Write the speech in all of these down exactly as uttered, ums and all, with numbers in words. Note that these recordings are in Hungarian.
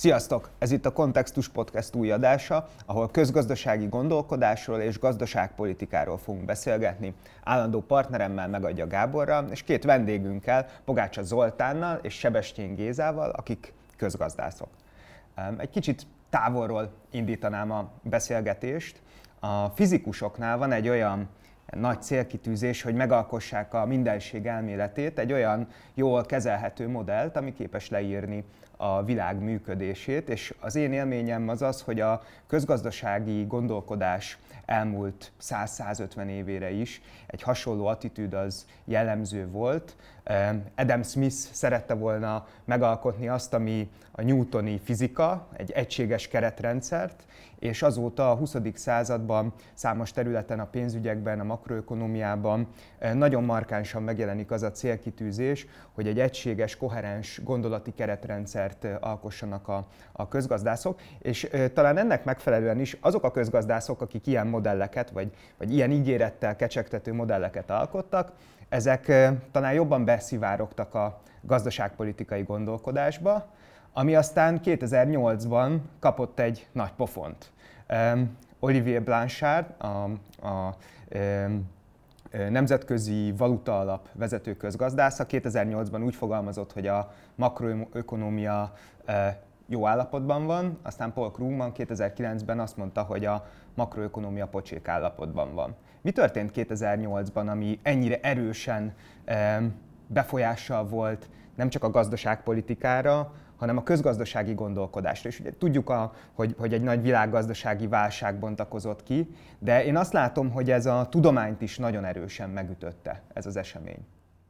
Sziasztok! Ez itt a Kontextus Podcast új adása, ahol közgazdasági gondolkodásról és gazdaságpolitikáról fogunk beszélgetni. Állandó partneremmel, Megadja Gáborral, és két vendégünkkel, Pogácsa Zoltánnal és Sebestyén Gézával, akik közgazdászok. Egy kicsit távolról indítanám a beszélgetést. A fizikusoknál van egy olyan nagy célkitűzés, hogy megalkossák a mindenség elméletét, egy olyan jól kezelhető modellt, ami képes leírni a világ működését, és az én élményem az az, hogy a közgazdasági gondolkodás elmúlt száz-százötven évére is egy hasonló attitűd az jellemző volt. Adam Smith szerette volna megalkotni azt, ami a newtoni fizika, egy egységes keretrendszert, és azóta a huszadik században számos területen, a pénzügyekben, a makroökonómiában nagyon markánsan megjelenik az a célkitűzés, hogy egy egységes, koherens gondolati keretrendszert alkossanak a, a közgazdászok, és e, talán ennek megfelelően is azok a közgazdászok, akik ilyen modelleket, vagy, vagy ilyen ígérettel kecsegtető modelleket alkottak, ezek e, talán jobban beszivárogtak a gazdaságpolitikai gondolkodásba, ami aztán kétezer-nyolcban kapott egy nagy pofont. Um, Olivier Blanchard, a, a um, Nemzetközi Valuta Alap vezető közgazdásza kétezer-nyolcban úgy fogalmazott, hogy a makroökonómia uh, jó állapotban van, aztán Paul Krugman kétezer-kilencben azt mondta, hogy a makroökonómia pocsék állapotban van. Mi történt kétezer-nyolcban, ami ennyire erősen um, befolyással volt nem csak a gazdaságpolitikára, hanem a közgazdasági gondolkodásra. És ugye tudjuk, a, hogy, hogy egy nagy világgazdasági válság bontakozott ki, de én azt látom, hogy ez a tudományt is nagyon erősen megütötte, ez az esemény.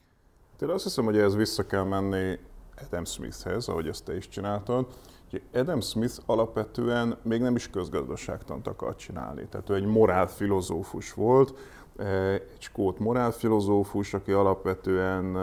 Én azt hiszem, hogy ehhez vissza kell menni Adam Smithhez, ahogy ezt te is csináltad. Adam Smith alapvetően még nem is közgazdaságtant akart csinálni. Tehát ő egy morálfilozófus volt, egy skót morálfilozófus, aki alapvetően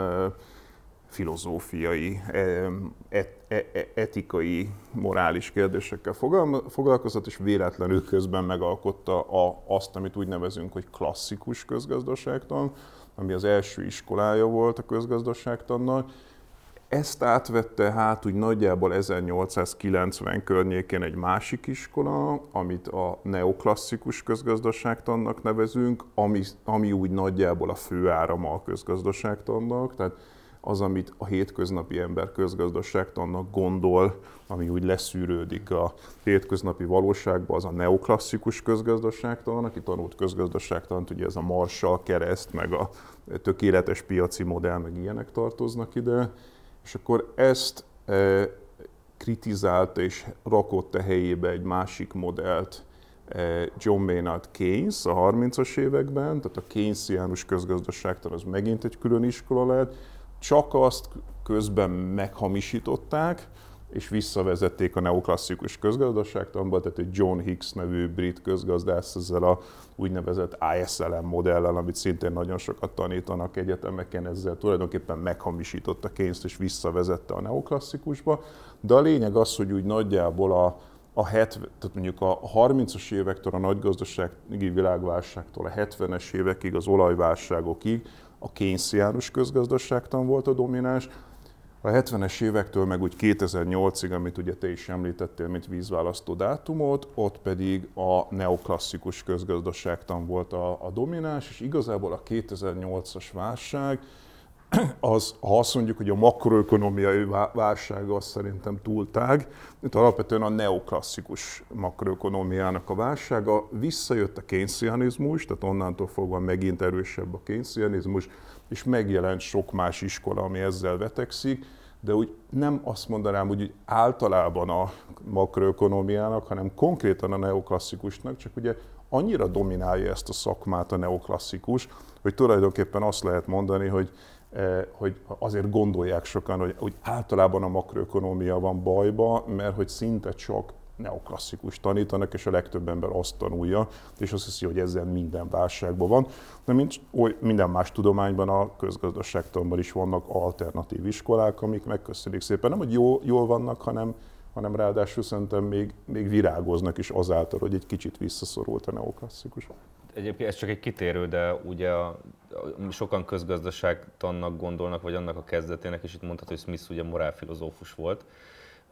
filozófiai, et, et, etikai, morális kérdésekkel foglalkozott, és véletlenül közben megalkotta a, azt, amit úgy nevezünk, hogy klasszikus közgazdaságtan, ami az első iskolája volt a közgazdaságtannak. Ezt átvette hát úgy nagyjából ezernyolcszázkilencven környékén egy másik iskola, amit a neoklasszikus közgazdaságtannak nevezünk, ami, ami úgy nagyjából a főárama a közgazdaságtannak, tehát az, amit a hétköznapi ember közgazdaságtannak gondol, ami úgy leszűrődik a hétköznapi valóságba, az a neoklasszikus közgazdaságtan, aki tanult közgazdaságtant, ugye ez a Marshall kereszt, meg a tökéletes piaci modell, meg ilyenek tartoznak ide, és akkor ezt e, kritizálta és rakott a helyébe egy másik modellt, e, John Maynard Keynes a harmincas években, tehát a keynesiánus közgazdaságtan az megint egy külön iskola lett, csak azt közben meghamisították, és visszavezették a neoklasszikus közgazdaságtanba, tehát egy John Hicks nevű brit közgazdász ezzel a úgynevezett I S L M modellel, amit szintén nagyon sokat tanítanak egyetemeken, ezzel tulajdonképpen meghamisította Keynes-t és visszavezette a neoklasszikusba. De a lényeg az, hogy úgy nagyjából a, a, hetven, tehát mondjuk a harmincas évektől a nagygazdasági világválságtól a hetvenes évekig, az olajválságokig a keynesiánus közgazdaságtan volt a domináns, a hetvenes évektől meg úgy kétezer-nyolcig, amit ugye te is említettél, mint vízválasztó dátumot, ott pedig a neoklasszikus közgazdaságtan volt a, a domináns, és igazából a kétezer-nyolcas válság, az, ha azt mondjuk, hogy a makroökonómiai válság, az szerintem túl tág, itt alapvetően a neoklasszikus makroökonómiának a válsága, visszajött a keynesianizmus, tehát onnantól fogva megint erősebb a keynesianizmus, és megjelent sok más iskola, ami ezzel vetekszik, de úgy nem azt mondanám, hogy általában a makroökonómiának, hanem konkrétan a neoklasszikusnak, csak ugye annyira dominálja ezt a szakmát a neoklasszikus, hogy tulajdonképpen azt lehet mondani, hogy hogy azért gondolják sokan, hogy, hogy általában a makroökonómia van bajba, mert hogy szinte csak neoklasszikus tanítanak, és a legtöbb ember azt tanulja, és azt hiszi, hogy ezzel minden válságban van. De mint minden más tudományban, a közgazdaságtanban is vannak alternatív iskolák, amik megköszönik szépen. Nem, hogy jól, jól vannak, hanem, hanem ráadásul szerintem még, még virágoznak is azáltal, hogy egy kicsit visszaszorult a neoklasszikus. Egyébként ez csak egy kitérő, de ugye a, a, sokan közgazdaságtannak gondolnak, vagy annak a kezdetének, és itt mondható, hogy Smith ugye morálfilozófus volt,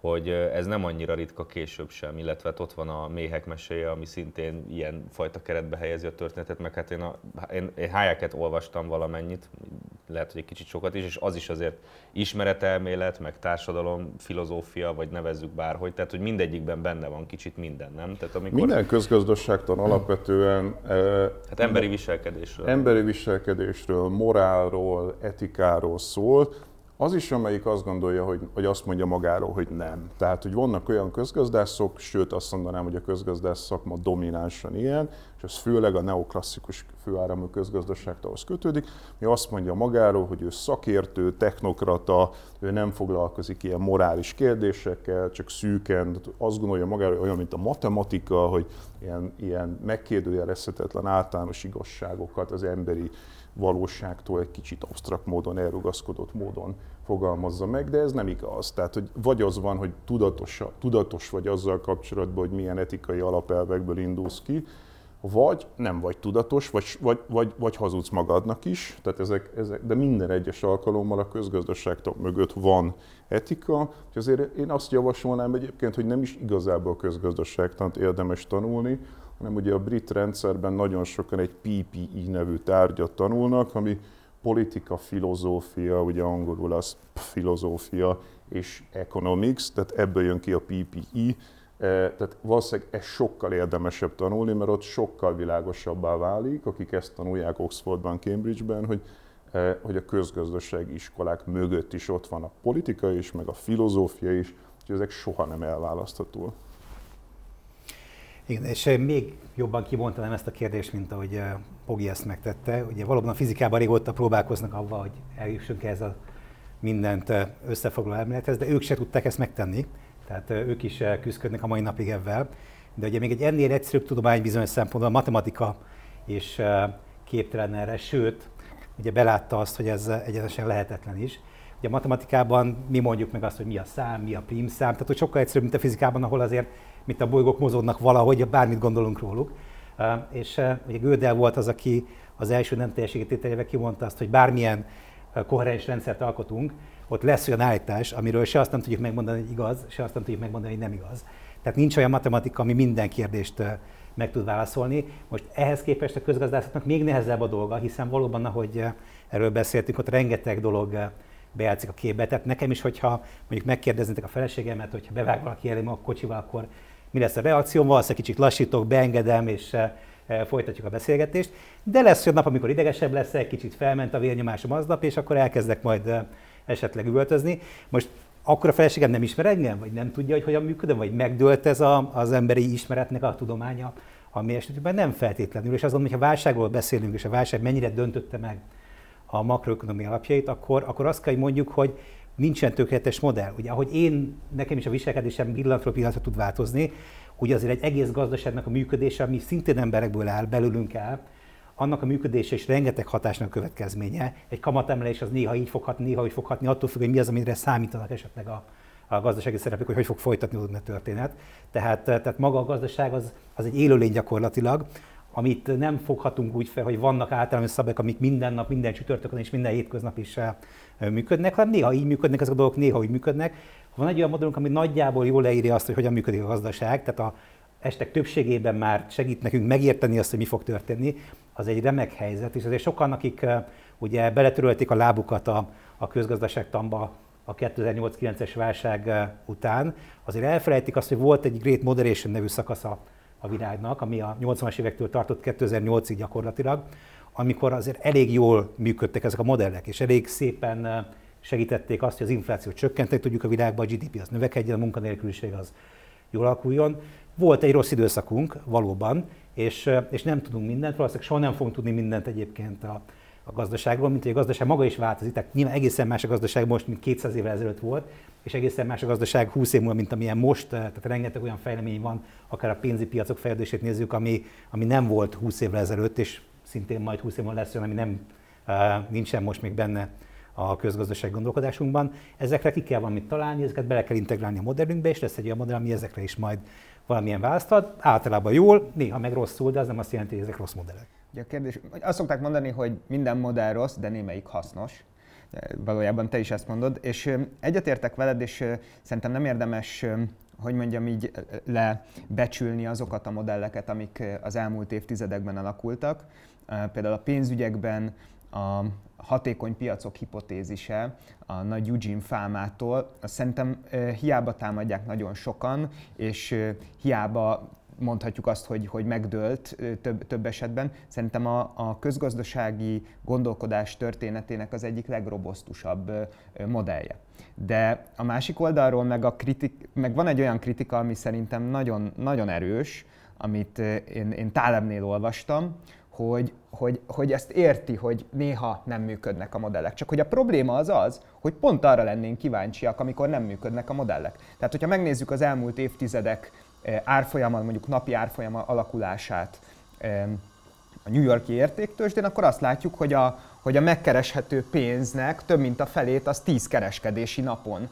hogy ez nem annyira ritka később sem, illetve ott van a Méhek meséje, ami szintén ilyen fajta keretbe helyezi a történetet, meg hát én, a, én, én Hayeket olvastam valamennyit, lehet, hogy egy kicsit sokat is, és az is azért ismeretelmélet, meg társadalom, filozófia, vagy nevezzük bárhogy, tehát hogy mindegyikben benne van kicsit minden, nem? Tehát amikor... Minden közgazdaságtan alapvetően hát emberi viselkedésről. Emberi viselkedésről, morálról, etikáról szól. Az is, amelyik azt gondolja, hogy, hogy azt mondja magáról, hogy nem. Tehát, hogy vannak olyan közgazdászok, sőt azt mondanám, hogy a közgazdász szakma dominánsan ilyen, és ez főleg a neoklasszikus főáramú közgazdasághoz kötődik, ami azt mondja magáról, hogy ő szakértő, technokrata, ő nem foglalkozik ilyen morális kérdésekkel, csak szűken, azt gondolja magáról, olyan, mint a matematika, hogy ilyen, ilyen megkérdőjelezhetetlen általános igazságokat az emberi valóságtól egy kicsit absztrakt módon, elrugaszkodott módon fogalmazza meg, de ez nem igaz. Tehát, hogy vagy az van, hogy tudatos, tudatos vagy azzal kapcsolatban, hogy milyen etikai alapelvekből indulsz ki, vagy nem vagy tudatos, vagy, vagy, vagy, vagy hazudsz magadnak is, tehát ezek, ezek, de minden egyes alkalommal a közgazdaságtan mögött van etika, és azért én azt javasolnám egyébként, hogy nem is igazából közgazdaságtant érdemes tanulni, hanem ugye a brit rendszerben nagyon sokan egy P P E nevű tárgyat tanulnak, ami politika, filozófia, ugye angolul az filozófia és economics, tehát ebből jön ki a P P E, tehát valószínűleg ez sokkal érdemesebb tanulni, mert ott sokkal világosabbá válik, akik ezt tanulják Oxfordban, Cambridgeben, hogy, hogy a közgazdasági iskolák mögött is ott van a politika is, meg a filozófia is, és ezek soha nem elválaszthatóak. Igen, és még jobban kibontanám ezt a kérdést, mint ahogy Pogi ezt megtette. Ugye valóban a fizikában régóta próbálkoznak avval, hogy eljussunk ehhez a mindent összefoglaló elmélethez, de ők se tudták ezt megtenni. Tehát ők is küzdködnek a mai napig ebben. De ugye még egy ennél egyszerűbb tudomány bizonyos szempontból a matematika és képtelen erre, sőt, ugye belátta azt, hogy ez egyenesen lehetetlen is. Ugye a matematikában mi mondjuk meg azt, hogy mi a szám, mi a prímszám, tehát hogy sokkal egyszerűbb, mint a fizikában, ahol azért mint a bolygók mozognak valahogy, bármit gondolunk róluk. Uh, és uh, ugye Gödel volt az, aki az első nem teljességi tételével kimondta azt, hogy bármilyen uh, koherens rendszert alkotunk, ott lesz olyan állítás, amiről se azt nem tudjuk megmondani, hogy igaz, se azt nem tudjuk megmondani, hogy nem igaz. Tehát nincs olyan matematika, ami minden kérdést uh, meg tud válaszolni. Most ehhez képest a közgazdászatnak még nehezebb a dolga, hiszen valóban, ahogy uh, erről beszéltünk, ott rengeteg dolog uh, bejátszik a képbe. Tehát nekem is, hogyha mondjuk megkérdeznétek a feleségemet, hogyha bevág valaki elém a kocsival, akkor mi lesz a reakcióm, valószínűleg kicsit lassítok, beengedem, és e, e, folytatjuk a beszélgetést. De lesz olyan nap, amikor idegesebb leszek, kicsit felment a vérnyomásom aznap, és akkor elkezdek majd e, esetleg üvöltözni. Most akkor a feleségem nem ismer engem, vagy nem tudja, hogy hogyan működöm, vagy megdőlt ez a, az emberi ismeretnek a tudománya, ami esetben nem feltétlenül. És azon, hogyha válságról beszélünk, és a válság mennyire döntötte meg a makroökonomia alapjait, akkor, akkor azt kell, hogy mondjuk, hogy nincsen tökéletes modell. Ugye, ahogy én, nekem is a viselkedésem pillanatról pillanatra tud változni, ugye azért egy egész gazdaságnak a működése, ami szintén emberekből áll, belőlünk áll, annak a működése is rengeteg hatásnak a következménye. Egy kamatemelés az néha így fog hatni, néha úgy fog hatni, attól függ, hogy mi az, amire számítanak esetleg a, a gazdasági szereplők, hogy hogy fog folytatódni a történet. Tehát, tehát maga a gazdaság az, az egy élőlény gyakorlatilag, amit nem foghatunk úgy fel, hogy vannak általános szabályok, amik minden nap, minden csütörtökön és minden hétköznap is működnek, hanem néha így működnek ezek a dolgok, néha úgy működnek. Van egy olyan modellünk, ami nagyjából jól leírja azt, hogy hogyan működik a gazdaság, tehát a estek többségében már segít nekünk megérteni azt, hogy mi fog történni, az egy remek helyzet, és azért sokan, akik ugye beletörölték a lábukat a, a közgazdaságtanba a kétezer-nyolc kilences válság után, azért elfelejtik azt, hogy volt egy Great Moderation nevű szakasza a világnak, ami a nyolcvanas évektől tartott kétezer-nyolcig gyakorlatilag, amikor azért elég jól működtek ezek a modellek, és elég szépen segítették azt, hogy az inflációt csökkenteni tudjuk a világban, a G D P az növekedjen, a munkanélküliség az jól alakuljon. Volt egy rossz időszakunk valóban, és, és nem tudunk mindent, valószínűleg soha nem fogunk tudni mindent egyébként a, a gazdaságról, mint hogy a gazdaság maga is változik, tehát nyilván egészen más a gazdaság most, mint kétszáz évvel ezelőtt volt, és egészen más a gazdaság húsz év múlva, mint amilyen most, tehát rengeteg olyan fejlemény van, akár a pénzügyi piacok fejlődését nézzük, ami, ami nem volt húsz évvel ezelőtt, és szintén majd húsz év múlva lesz olyan, ami nem, nincsen most még benne a közgazdasági gondolkodásunkban. Ezekre ki kell valamit találni, ezeket bele kell integrálni a modellünkbe, és lesz egy olyan modell, ami ezekre is majd valamilyen választ ad. Általában jól, néha meg rosszul, de az nem azt jelenti, hogy ezek rossz modellek. Ugye a kérdés, azt szokták mondani, hogy minden modell rossz, de némelyik hasznos. valójában te is ezt mondod, és egyetértek veled, és szerintem nem érdemes, hogy mondjam így, lebecsülni azokat a modelleket, amik az elmúlt évtizedekben alakultak. Például a pénzügyekben a hatékony piacok hipotézise a nagy Eugene Fámától, azt szerintem hiába támadják nagyon sokan, és hiába mondhatjuk azt, hogy, hogy megdőlt több, több esetben. Szerintem a, a közgazdasági gondolkodás történetének az egyik legrobosztusabb modellje. De a másik oldalról meg, a kritik, meg van egy olyan kritika, ami szerintem nagyon, nagyon erős, amit én, én Talebnél olvastam, hogy, hogy, hogy ezt érti, hogy néha nem működnek a modellek. Csak hogy a probléma az az, hogy pont arra lennénk kíváncsiak, amikor nem működnek a modellek. Tehát, hogyha megnézzük az elmúlt évtizedek árfolyama, mondjuk napi árfolyama alakulását a New York-i értéktőzsdén, akkor azt látjuk, hogy a, hogy a megkereshető pénznek több mint a felét az tíz kereskedési napon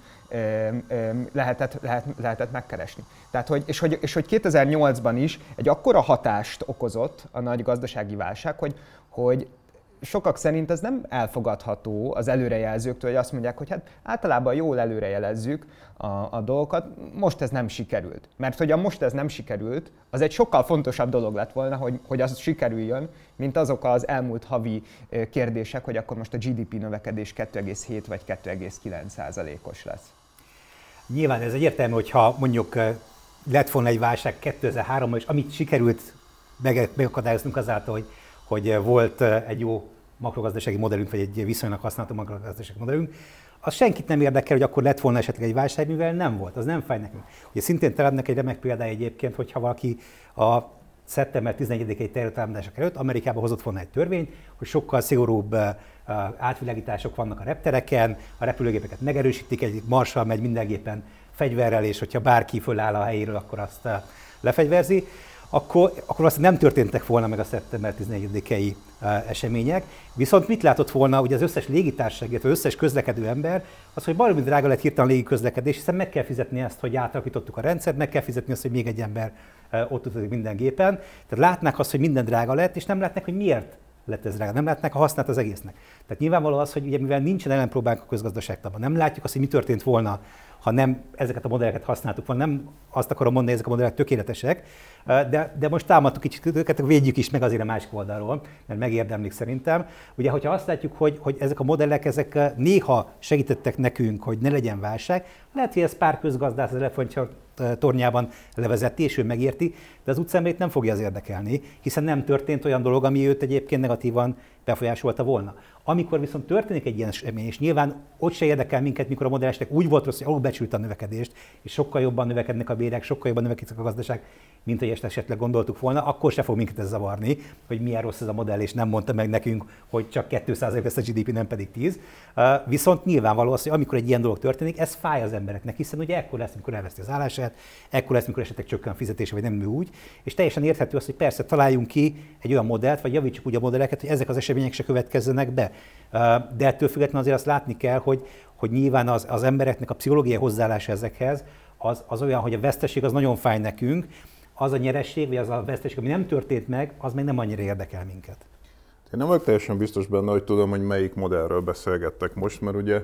lehetett, lehet, lehetett megkeresni. Tehát, hogy, és, hogy, és hogy kétezer-nyolcban is egy akkora hatást okozott a nagy gazdasági válság, hogy, hogy sokak szerint ez nem elfogadható az előrejelzőktől, hogy azt mondják, hogy hát általában jól előrejelezzük a, a dolgokat, most ez nem sikerült. Mert hogy a most ez nem sikerült, az egy sokkal fontosabb dolog lett volna, hogy, hogy az sikerüljön, mint azok az elmúlt havi kérdések, hogy akkor most a gé dé pé növekedés kettő egész hét vagy kettő egész kilenc százalékos lesz. Nyilván ez egyértelmű, hogyha mondjuk lett volna egy válság kétezer-háromban, és amit sikerült megakadályoznunk azáltal, hogy hogy volt egy jó makrogazdasági modellünk, vagy egy viszonylag használható makrogazdasági modellünk, az senkit nem érdekel, hogy akkor lett volna esetleg egy válság, mivel nem volt, az nem fáj nekünk. Ugye szintén Talebnek egy remek példája egyébként, hogyha valaki a szeptember tizenegyedikei terrortámadások előtt Amerikába hozott volna egy törvényt, hogy sokkal szigorúbb átvilágítások vannak a reptereken, a repülőgépeket megerősítik, egy marsal megy minden gépen fegyverrel, és hogyha bárki föláll a helyéről, akkor azt lefegyverzi. Akkor, akkor azt nem történtek volna meg a szeptember tizenegyedikei uh, események. Viszont mit látott volna ugye az összes légitársaság, illetve az összes közlekedő ember, az, hogy baromi drága lett hirtelen a légiközlekedés, hiszen meg kell fizetni ezt, hogy átalakítottuk a rendszert, meg kell fizetni azt, hogy még egy ember uh, ott utazik minden gépen. Tehát látnák azt, hogy minden drága lett, és nem látnák, hogy miért lett ez drága. Nem látnák a hasznát az egésznek. Tehát nyilvánvaló az, hogy ugye, mivel nincsen ellenpróbánk a közgazdaságtanban, nem látjuk azt, hogy mi történt volna, ha nem ezeket a modelleket használtuk volna. Nem azt akarom mondani, hogy ezek a modellek tökéletesek, de, de most támadtuk kicsit őket, védjük is meg azért a másik oldalról, mert megérdemlik szerintem. Ugye, hogyha azt látjuk, hogy, hogy ezek a modellek ezek néha segítettek nekünk, hogy ne legyen válság, lehet, hogy ez pár közgazdász az elefántcsont tornyában levezeti, és ő megérti, de az utcaemberét nem fogja az érdekelni, hiszen nem történt olyan dolog, ami őt egyébként negatívan befolyásolta volna. Amikor viszont történik egy ilyen esemény, és nyilván ott se érdekel minket, mikor a modellesnek úgy volt rossz, hogy alulbecsült a növekedést, és sokkal jobban növekednek a bérek, sokkal jobban növekedik a gazdaság, mint hogy esetleg gondoltuk volna, akkor se fog minket ez zavarni, hogy milyen rossz ez a modell, és nem mondta meg nekünk, hogy csak két százalék lesz a gé dé pé, nem pedig tíz. Viszont nyilvánvaló az, hogy amikor egy ilyen dolog történik, ez fáj az embereknek, hiszen ugye ekkor lesz, amikor elveszti az állását, ekkor lesz, amikor esetleg csökken a fizetése, vagy nem nő úgy, és teljesen érthető az, hogy persze találjunk ki egy olyan modellt, vagy javítsuk úgy a modelleket, hogy ezek az események se következzenek be. De ettől függetlenül azért azt látni kell, hogy, hogy nyilván az, az embereknek a pszichológiai hozzáállása ezekhez az, az olyan, hogy a veszteség az nagyon fáj nekünk, az a nyeresség, vagy az a veszteség, ami nem történt meg, az még nem annyira érdekel minket. Én nem vagyok teljesen biztos benne, hogy tudom, hogy melyik modellről beszélgettek most, mert ugye,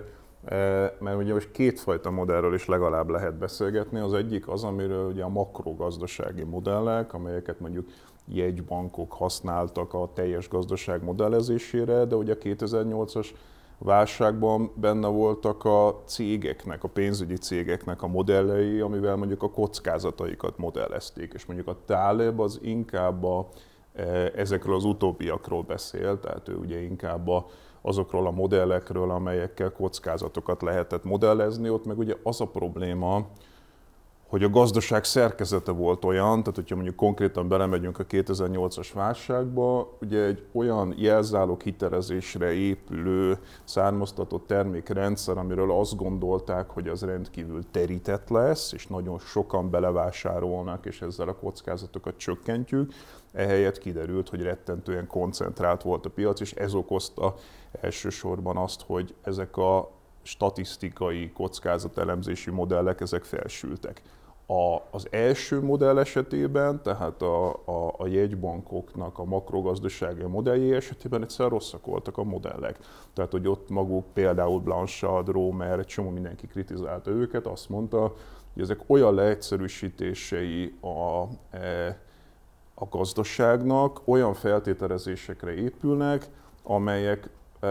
mert ugye most kétfajta modellről is legalább lehet beszélgetni. Az egyik az, amiről ugye a makrogazdasági modellek, amelyeket mondjuk jegybankok használtak a teljes gazdaság modellezésére, de ugye a kétezer-nyolcas válságban benne voltak a cégeknek, a pénzügyi cégeknek a modellei, amivel mondjuk a kockázataikat modellezték, és mondjuk a Taleb az inkább a, ezekről az utóbbiakról beszél, tehát ő ugye inkább a, azokról a modellekről, amelyekkel kockázatokat lehetett modellezni, ott meg ugye az a probléma, hogy a gazdaság szerkezete volt olyan, tehát hogyha mondjuk konkrétan belemegyünk a kétezer-nyolcas válságba, ugye egy olyan jelzálog hitelezésre épülő származtatott termékrendszer, amiről azt gondolták, hogy az rendkívül terített lesz, és nagyon sokan belevásárolnak, és ezzel a kockázatokat csökkentjük. Ehelyett kiderült, hogy rettentően koncentrált volt a piac, és ez okozta elsősorban azt, hogy ezek a statisztikai kockázatelemzési modellek, ezek felsültek. A, az első modell esetében, tehát a, a, a jegybankoknak a makrogazdasági modelljé esetében egyszer rosszak voltak a modellek. Tehát, hogy ott maguk például Blanchard, Romer, egy csomó mindenki kritizálta őket, azt mondta, hogy ezek olyan leegyszerűsítései a, a gazdaságnak, olyan feltételezésekre épülnek, amelyek,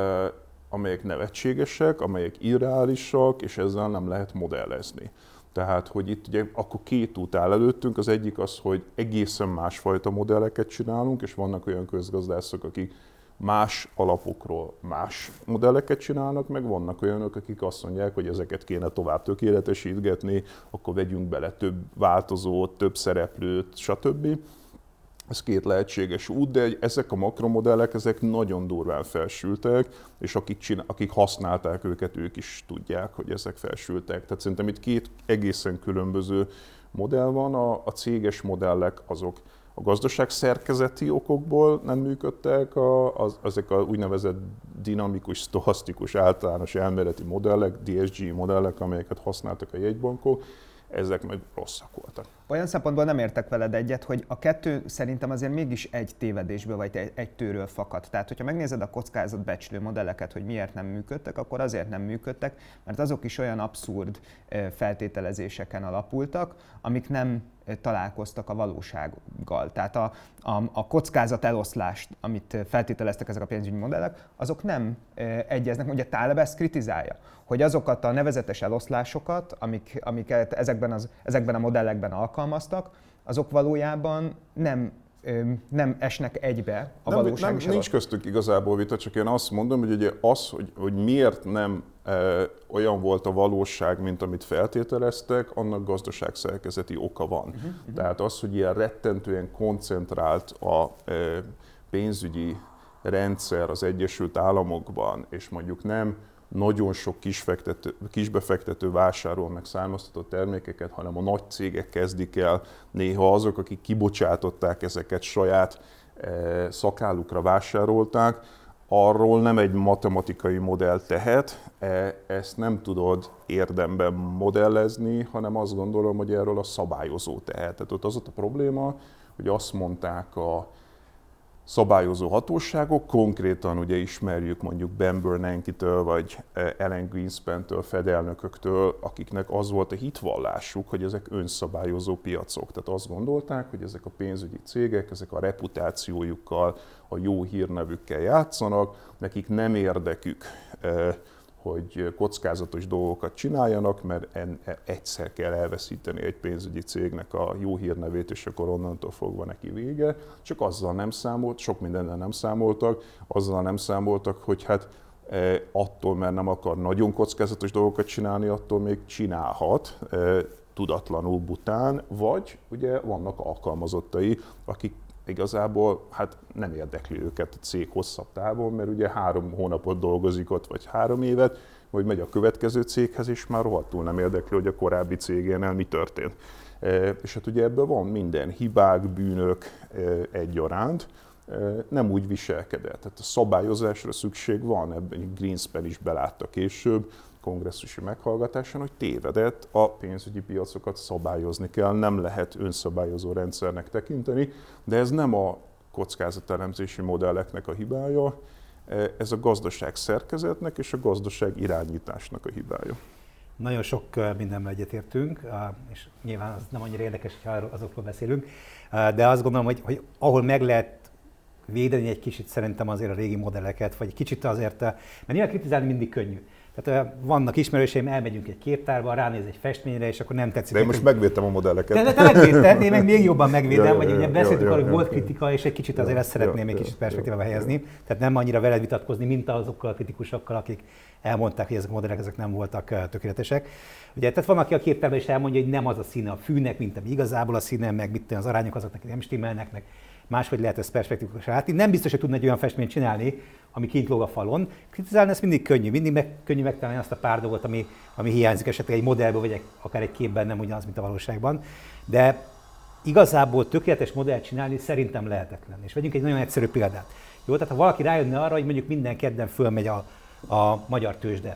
amelyek nevetségesek, amelyek irreálisak, és ezzel nem lehet modellezni. Tehát, hogy itt ugye akkor két út áll előttünk, az egyik az, hogy egészen másfajta modelleket csinálunk, és vannak olyan közgazdászok, akik más alapokról más modelleket csinálnak, meg vannak olyanok, akik azt mondják, hogy ezeket kéne tovább tökéletesítgetni, akkor vegyünk bele több változót, több szereplőt, stb. Ez két lehetséges út, de ezek a makromodellek, ezek nagyon durván felsültek, és akik, csinál, akik használták őket, ők is tudják, hogy ezek felsültek. Tehát szerintem itt két egészen különböző modell van. A, a céges modellek azok a gazdaság szerkezeti okokból nem működtek, a, az, ezek a úgynevezett dinamikus, sztochasztikus, általános elméleti modellek, dé es gé modellek, amelyeket használtak a jegybankok, ezek meg rosszak voltak. Olyan szempontból nem értek veled egyet, hogy a kettő szerintem azért mégis egy tévedésből vagy egy, egy tőről fakad. Tehát, hogyha megnézed a kockázatbecslő modelleket, hogy miért nem működtek, akkor azért nem működtek, mert azok is olyan abszurd feltételezéseken alapultak, amik nem találkoztak a valósággal. Tehát a, a, a kockázat eloszlást, amit feltételeztek ezek a pénzügyi modellek, azok nem egyeznek. Ugye Taleb ezt kritizálja, hogy azokat a nevezetes eloszlásokat, amik, amiket ezekben, az, ezekben a modellekben alkalmaztak, azok valójában nem, nem esnek egybe a nem, valóság. Nem, nincs köztük igazából vita, csak én azt mondom, hogy ugye az, hogy, hogy miért nem e, olyan volt a valóság, mint amit feltételeztek, annak gazdaságszerkezeti oka van. Uh-huh, uh-huh. Tehát az, hogy ilyen rettentően koncentrált a e, pénzügyi rendszer az Egyesült Államokban, és mondjuk nem nagyon sok kisfektető, kisbefektető vásárol meg származtatott termékeket, hanem a nagy cégek kezdik el, néha azok, akik kibocsátották ezeket, saját e, szakállukra vásárolták, arról nem egy matematikai modell tehet, e, ezt nem tudod érdemben modellezni, hanem azt gondolom, hogy erről a szabályozó tehet. Tehát ott az ott a probléma, hogy azt mondták a szabályozó hatóságok, konkrétan ugye ismerjük mondjuk Ben Bernanke-től vagy Alan Greenspan-től, fedelnököktől, akiknek az volt a hitvallásuk, hogy ezek önszabályozó piacok. Tehát azt gondolták, hogy ezek a pénzügyi cégek, ezek a reputációjukkal, a jó hírnevükkel játszanak, nekik nem érdekük, hogy kockázatos dolgokat csináljanak, mert egyszer kell elveszíteni egy pénzügyi cégnek a jó hírnevét, és akkor onnantól fogva neki vége. Csak azzal nem számolt, sok mindennel nem számoltak, azzal nem számoltak, hogy hát attól, mert nem akar nagyon kockázatos dolgokat csinálni, attól még csinálhat tudatlanul, bután, vagy ugye vannak alkalmazottai, akik igazából hát nem érdekli őket a cég hosszabb távon, mert ugye három hónapot dolgozik ott, vagy három évet, vagy megy a következő céghez, és már rohadtul nem érdekli, hogy a korábbi cégénél mi történt. E, és hát ugye ebből van minden, hibák, bűnök e, egyaránt, e, nem úgy viselkedett. Tehát a szabályozásra szükség van, ebben Greenspan is belátta később, kongresszusi meghallgatáson, hogy tévedett, a pénzügyi piacokat szabályozni kell, nem lehet önszabályozó rendszernek tekinteni, de ez nem a kockázatelemzési modelleknek a hibája, ez a gazdaság szerkezetnek és a gazdaság irányításnak a hibája. Nagyon sok mindenben egyetértünk, és nyilván az nem annyira érdekes, ha azokról beszélünk, de azt gondolom, hogy, hogy ahol meg lehet védeni egy kicsit szerintem azért a régi modelleket, vagy kicsit azért, mert nyilván kritizálni mindig könnyű. Tehát vannak ismerőseim, elmegyünk egy képtárba, ránéz egy festményre, és akkor nem tetszik. De én most megvédtem a modelleket. De te megvédted, én meg még jobban megvédem, ja, vagy ja, ugye beszéltük arról, hogy volt ja, kritika, és egy kicsit azért ja, ezt szeretném ja, egy kicsit ja, perspektívába ja, helyezni. Tehát nem annyira veled vitatkozni, mint azokkal a kritikusokkal, akik elmondták, hogy ezek a modellek ezek nem voltak tökéletesek. Ugye, tehát van, aki a képtárban is elmondja, hogy nem az a színe a fűnek, mint ami igazából a színe, meg mit az arányok azok neki nem stimmelnek, meg máshogy lehet ezt perspektívusan látni. Nem biztos, hogy tudna egy olyan festményt csinálni, ami kint lóg a falon. Kritizálni ez mindig könnyű, mindig meg, könnyű megtalálni azt a pár dolgot, ami, ami hiányzik esetleg egy modellből, vagy egy, akár egy képben nem ugyanaz, mint a valóságban. De igazából tökéletes modellt csinálni szerintem lehetetlen. És vegyünk egy nagyon egyszerű példát. Jó, tehát ha valaki rájönne arra, hogy mondjuk minden kedden fölmegy a, a magyar tőzsde,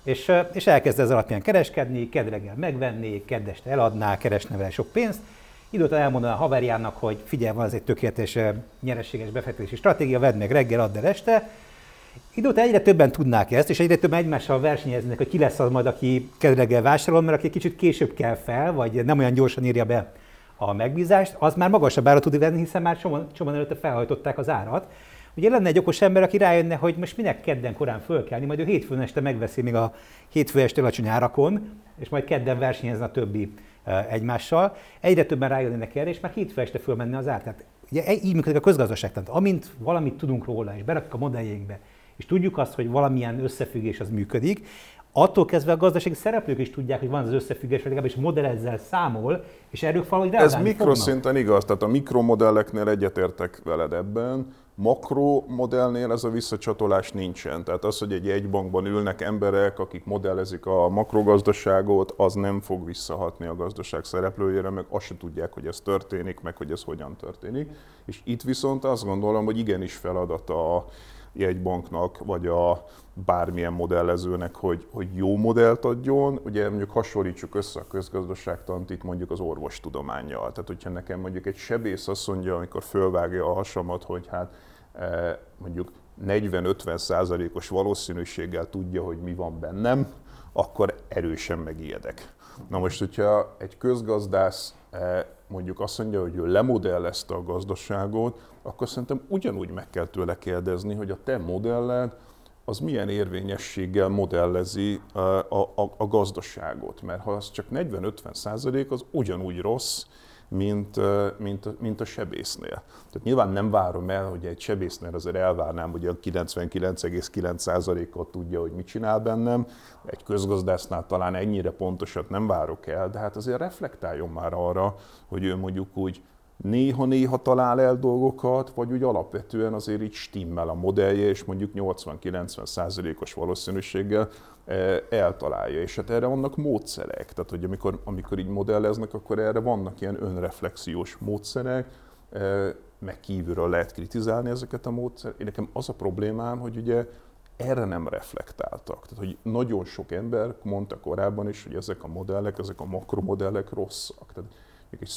És, és elkezd ez alapján kereskedni, kedd reggel megvenni, kedd este eladná, keresne vele sok pénzt. Idő után elmondaná a haverjának, hogy figyelj, van ez egy tökéletes nyereséges befektetési stratégia, vedd meg reggel, add el este. Idő után egyre többen tudnák ezt, és egyre többen egymással versenyeznek, hogy ki lesz az majd, aki kedd reggel vásárol, mert aki kicsit később kell fel, vagy nem olyan gyorsan írja be a megbízást, az már magasabb árat tud venni, hiszen már csomóan, csomóan előtte felhajtották az árat. Ugye lenne egy okos ember, aki rájönne, hogy most minek kedden korán fölkelni, majd ő hétfőn este megveszi még a hétfő este alacsony árakon, és majd kedden versenyezne a többi egymással. Egyre többen rájönnének erre, és már hétfő este fölmenne az ár. Tehát ugye így működik a közgazdaság. Tehát amint valamit tudunk róla, és berakjuk a modelljeinkbe, és tudjuk azt, hogy valamilyen összefüggés az működik, attól kezdve a gazdasági szereplők is tudják, hogy van az összefüggés, vagy legalábbis modell ezzel számol, és erről valahogy reagálni Ez mikroszinten igaz, tehát a mikromodelleknél egyetértek veled ebben, makromodellnél ez a visszacsatolás nincsen. Tehát az, hogy egy jegybankban ülnek emberek, akik modellezik a makrogazdaságot, az nem fog visszahatni a gazdaság szereplőjére, meg azt se tudják, hogy ez történik, meg hogy ez hogyan történik. És itt viszont azt gondolom, hogy igenis feladata a jegybanknak, vagy a bármilyen modellezőnek, hogy, hogy jó modellt adjon. Ugye mondjuk hasonlítsuk össze a közgazdaságtant itt mondjuk az orvostudománnyal. Tehát hogyha nekem mondjuk egy sebész azt mondja, amikor fölvágja a hasamat, hogy hát mondjuk negyven-ötven százalékos valószínűséggel tudja, hogy mi van bennem, akkor erősen megijedek. Na most, hogyha egy közgazdász mondjuk azt mondja, hogy ő lemodellezte a gazdaságot, akkor szerintem ugyanúgy meg kell tőle kérdezni, hogy a te modelled az milyen érvényességgel modellezi a, a, a gazdaságot. Mert ha az csak negyven-ötven százalék, az ugyanúgy rossz, mint, mint, mint a sebésznél. Tehát nyilván nem várom el, hogy egy sebésznél azért elvárnám, hogy a kilencvenkilenc egész kilenc százalékot tudja, hogy mit csinál bennem. Egy közgazdásznál talán ennyire pontosat nem várok el, de hát azért reflektáljon már arra, hogy ő mondjuk úgy néha-néha talál el dolgokat, vagy úgy alapvetően azért így stimmel a modellje, és mondjuk nyolcvan-kilencven százalékos valószínűséggel eltalálja. És hát erre vannak módszerek. Tehát, hogy amikor, amikor így modelleznek, akkor erre vannak ilyen önreflexiós módszerek, meg kívülről lehet kritizálni ezeket a módszereket. Én nekem az a problémám, hogy ugye erre nem reflektáltak. Tehát, hogy nagyon sok ember mondta korábban is, hogy ezek a modellek, ezek a makromodellek rosszak. Tehát, egy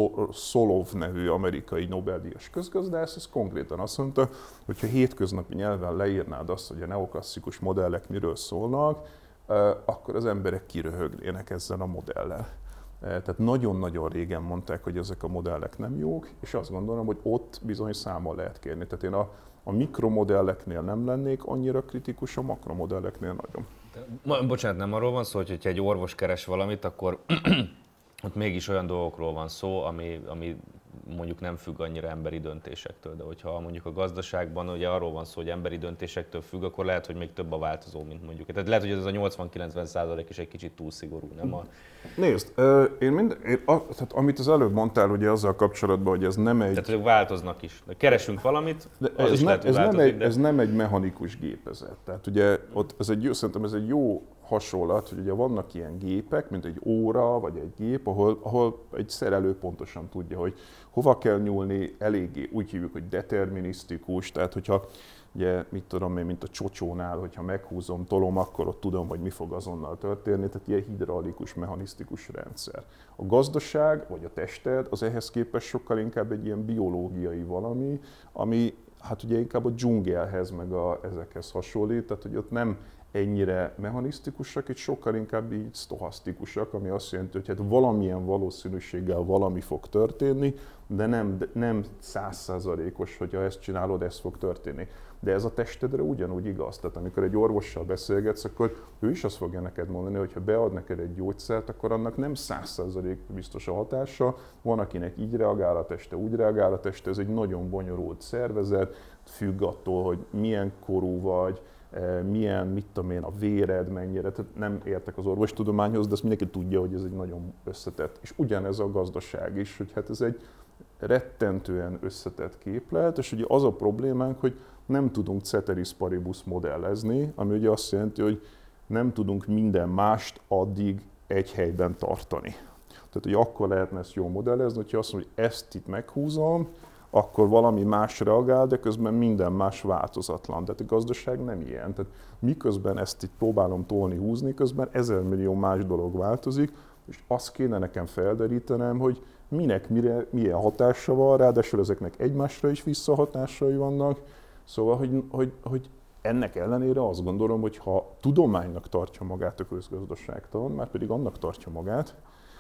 Solov nevű amerikai Nobel-díjas közgazdász, ez konkrétan azt mondta, hogy ha hétköznapi nyelven leírnád azt, hogy a neoklasszikus modellek miről szólnak, akkor az emberek kiröhögnének ezzel a modellel. Tehát nagyon-nagyon régen mondták, hogy ezek a modellek nem jók, és azt gondolom, hogy ott bizony számon lehet kérni. Tehát én a, a mikromodelleknél nem lennék annyira kritikus, a makromodelleknél nagyon. Bocsánat, nem arról van szó, hogy ha egy orvos keres valamit, akkor ott mégis olyan dolgokról van szó, ami, ami mondjuk nem függ annyira emberi döntésektől, de hogyha mondjuk a gazdaságban ugye arról van szó, hogy emberi döntésektől függ, akkor lehet, hogy még több a változó, mint mondjuk. Tehát lehet, hogy ez a nyolcvan-kilencven százalék is egy kicsit túl szigorú, nem? A... Nézd, én, mind, én a, tehát amit az előbb mondtál, ugye azzal kapcsolatban, hogy ez nem egy... Tehát, hogy változnak is. De keresünk valamit, az ez is ne, lehet, hogy ez változik, nem egy, de... ez nem egy mechanikus gépezet. Tehát ugye ott ez egy, szerintem ez egy jó hasonlat, hogy ugye vannak ilyen gépek, mint egy óra vagy egy gép, ahol, ahol egy szerelő pontosan tudja, hogy hova kell nyúlni, eléggé úgy hívjuk, hogy determinisztikus, tehát hogyha ugye, mit tudom én, mint a csocsónál, hogyha meghúzom, tolom, akkor ott tudom, hogy mi fog azonnal történni, tehát ilyen hidraulikus, mechanisztikus rendszer. A gazdaság vagy a tested az ehhez képest sokkal inkább egy ilyen biológiai valami, ami hát ugye inkább a dzsungelhez meg a, ezekhez hasonlít, tehát hogy ott nem ennyire mechanisztikusak, itt sokkal inkább így sztochasztikusak, ami azt jelenti, hogy hát valamilyen valószínűséggel valami fog történni, de nem, nem száz százalékos, hogyha ezt csinálod, ez fog történni. De ez a testedre ugyanúgy igaz. Tehát amikor egy orvossal beszélgetsz, akkor ő is azt fogja neked mondani, hogy ha bead neked egy gyógyszert, akkor annak nem száz százalék biztos a hatása. Van, akinek így reagál a teste, úgy reagál a teste, ez egy nagyon bonyolult szervezet, függ attól, hogy milyen korú vagy, milyen, mit tudom én, a véred mennyire, tehát nem értek az orvostudományhoz, de azt mindenki tudja, hogy ez egy nagyon összetett. És ugyanez a gazdaság is, hogy hát ez egy rettentően összetett képlet, és ugye az a problémánk, hogy nem tudunk ceteris paribus modellezni, ami ugye azt jelenti, hogy nem tudunk minden mást addig egy helyben tartani. Tehát, hogy akkor lehetne ezt jól modellezni, hogyha azt mondom, hogy ezt itt meghúzom, akkor valami más reagál, de közben minden más változatlan. Tehát a gazdaság nem ilyen. Tehát miközben ezt itt próbálom tolni, húzni, közben ezermillió más dolog változik, és azt kéne nekem felderítenem, hogy minek mire, milyen hatása van, ráadásul ezeknek egymásra is visszahatásai vannak. Szóval, hogy, hogy, hogy ennek ellenére azt gondolom, hogy ha tudománynak tartja magát a közgazdaságtan, már pedig annak tartja magát,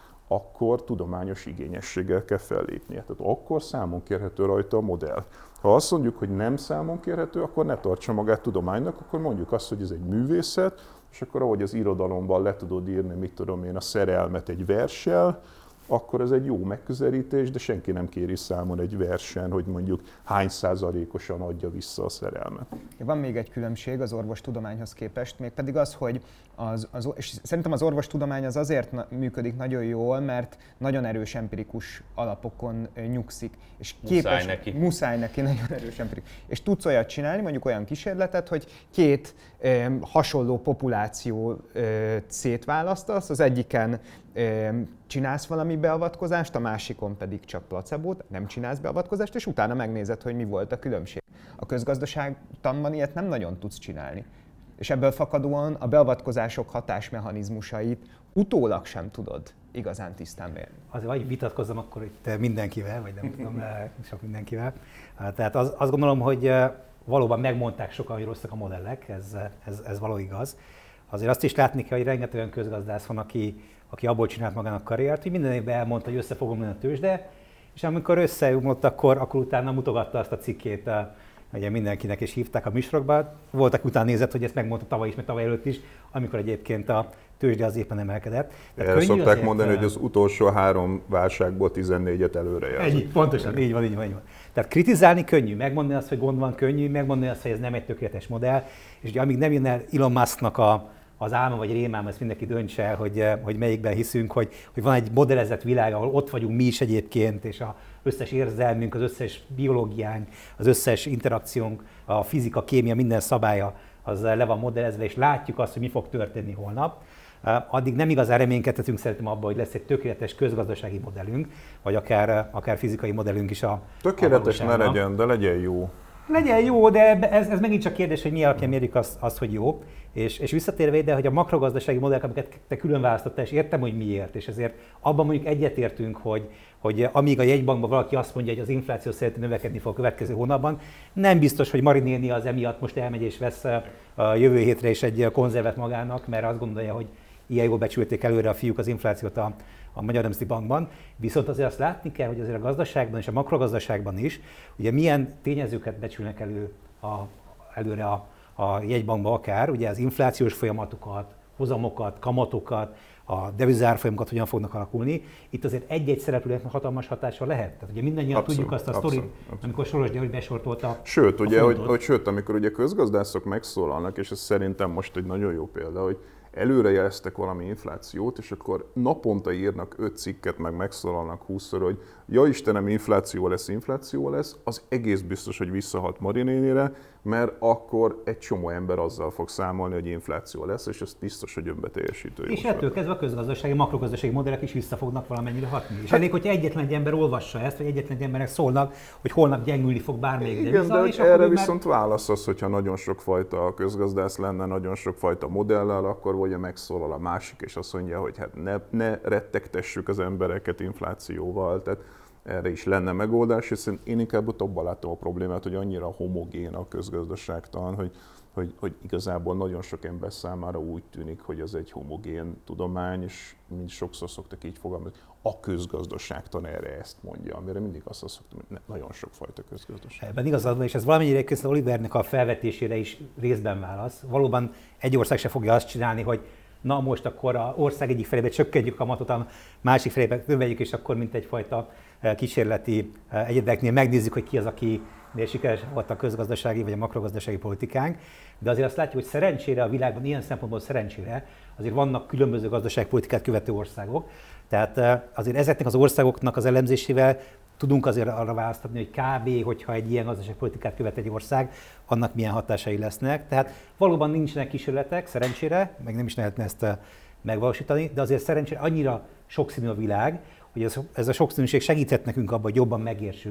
akkor tudományos igényességgel kell fellépnie. Tehát akkor számon kérhető rajta a modell. Ha azt mondjuk, hogy nem számon kérhető, akkor ne tartsa magát tudománynak, akkor mondjuk azt, hogy ez egy művészet, és akkor ahogy az irodalomban le tudod írni, mit tudom én, a szerelmet egy verssel, akkor ez egy jó megközelítés, de senki nem kéri számon egy versen, hogy mondjuk hány százalékosan adja vissza a szerelmet. Van még egy különbség az orvostudományhoz képest, mégpedig az, hogy az, az, és szerintem az orvostudomány az azért na, működik nagyon jól, mert nagyon erős empirikus alapokon nyugszik. És képes, muszáj neki. Muszáj neki, nagyon erős empirikus. És tudsz olyat csinálni, mondjuk olyan kísérletet, hogy két eh, hasonló populáció eh, szétválasztasz, az egyiken eh, csinálsz valami beavatkozást, a másikon pedig csak placebót, nem csinálsz beavatkozást, és utána megnézed, hogy mi volt a különbség. A közgazdaságtanban ilyet nem nagyon tudsz csinálni. És ebből fakadóan a beavatkozások hatásmechanizmusait utólag sem tudod igazán tisztán mérni. Azért vagy vitatkozzam akkor itt mindenkivel, vagy nem tudom, sok mindenkivel. Tehát az, azt gondolom, hogy valóban megmondták sokan, hogy rosszak a modellek, ez, ez, ez való igaz. Azért azt is látni kell, hogy rengeteg olyan közgazdász van, aki, aki abból csinált magának karriert, hogy minden évben elmondta, hogy össze fogom menni a tőzsde, és amikor összeomlott, akkor, akkor utána mutogatta azt a cikkét, ugye mindenkinek is hívták a műsorokba. Voltak utána nézett, hogy ezt megmondta tavaly is, meg tavaly előtt is, amikor egyébként a tőzsde az éppen emelkedett. Erre szokták azért mondani, hogy az utolsó három válságból tizennégyet előre jelzett. Egy, pontosan, így van, így van, így van. Tehát kritizálni könnyű, megmondani azt, hogy gond van könnyű, megmondani azt, hogy ez nem egy tökéletes modell, és ugye amíg nem jön el Elon Musknak a az álma vagy rémám, ezt mindenki döntse el, hogy, hogy melyikben hiszünk, hogy, hogy van egy modellezett világ, ahol ott vagyunk mi is egyébként, és az összes érzelmünk, az összes biológiánk, az összes interakciónk, a fizika, kémia, minden szabálya, az le van modellezve, és látjuk azt, hogy mi fog történni holnap. Addig nem igazán reménykedhetünk szerintem abban, hogy lesz egy tökéletes közgazdasági modellünk, vagy akár, akár fizikai modellünk is a Tökéletes ne legyen, de legyen jó. Legyen jó, de ez, ez megint csak kérdés, hogy mi alapján mérjük azt, azt, hogy jó. És, és visszatérve ide, hogy a makrogazdasági modellek, amiket te külön választottál, és értem, hogy miért, és ezért abban mondjuk egyetértünk, hogy, hogy amíg a jegybankban valaki azt mondja, hogy az infláció szerint növekedni fog a következő hónapban, nem biztos, hogy Mari néni az emiatt most elmegy és vesz a jövő hétre is egy konzervet magának, mert azt gondolja, hogy ilyen jól becsülték előre a fiúk az inflációt a, a Magyar Nemzeti Bankban. Viszont azért azt látni kell, hogy azért a gazdaságban és a makrogazdaságban is, ugye milyen tényezőket becsülnek elő a, előre a, a jegybankba akár, ugye az inflációs folyamatokat, hozamokat, kamatokat, a devizárfolyamokat hogyan fognak alakulni. Itt azért egy-egy szereplőnek hatalmas hatása lehet. Tehát ugye mindannyian abszolút, tudjuk azt a sztorit, amikor Soros György besortolta. Sőt, ugye, hogy, hogy, sőt, amikor ugye közgazdászok megszólalnak, és ez szerintem most egy nagyon jó példa, hogy előrejeleztek valami inflációt, és akkor naponta írnak öt cikket, meg megszólalnak húszszor, hogy ja Istenem, infláció lesz, infláció lesz, az egész biztos, hogy visszahat Mari nénire, mert akkor egy csomó ember azzal fog számolni, hogy infláció lesz, és ez biztos, hogy önbeteljesítő. És ettől kezdve a közgazdasági, makrogazdasági modellek is vissza fognak valamennyire hatni. És elég, hogyha egyetlen egy ember olvassa ezt, vagy egyetlen egy embernek szólnak, hogy holnap gyengülni fog bármelyik deviza. Igen, de és erre viszont már... válasz az, hogyha nagyon sokfajta közgazdász lenne, nagyon sokfajta modellel, akkor ugye megszólal a másik, és azt mondja, hogy hát ne, ne rettegtessük az embereket inflációval. Tehát erre is lenne megoldás, hiszen én inkább ott abban látom a problémát, hogy annyira homogén a közgazdaságtan, hogy, hogy, hogy igazából nagyon sok ember számára úgy tűnik, hogy ez egy homogén tudomány, és mind sokszor szoktak így fogalmazni, a közgazdaságtan erre ezt mondja, amire mindig azt szoktam, hogy nagyon sokfajta közgazdaság. Ebben igazad van, és ez valamennyire közben Olivernek a felvetésére is részben válasz. Valóban egy ország se fogja azt csinálni, hogy na most akkor az ország egyik felébe csökkentjük a kamatot, a másik felébe növeljük, és akkor mint egyfajta kísérleti egyedeknél megnézzük, hogy ki az, aki sikeres volt a közgazdasági vagy a makrogazdasági politikánk. De azért azt látjuk, hogy szerencsére a világban, ilyen szempontból szerencsére, azért vannak különböző gazdaságpolitikát követő országok. Tehát azért ezeknek az országoknak az elemzésével tudunk azért arra választani, hogy kb. Hogyha egy ilyen gazdaságpolitikát követ egy ország, annak milyen hatásai lesznek. Tehát valóban nincsenek kísérletek, szerencsére, meg nem is lehetne ezt megvalósítani, de azért szerencsére annyira sokszínű a világ, hogy ez, ez a sokszínűség segíthet nekünk abban, hogy jobban megértsük,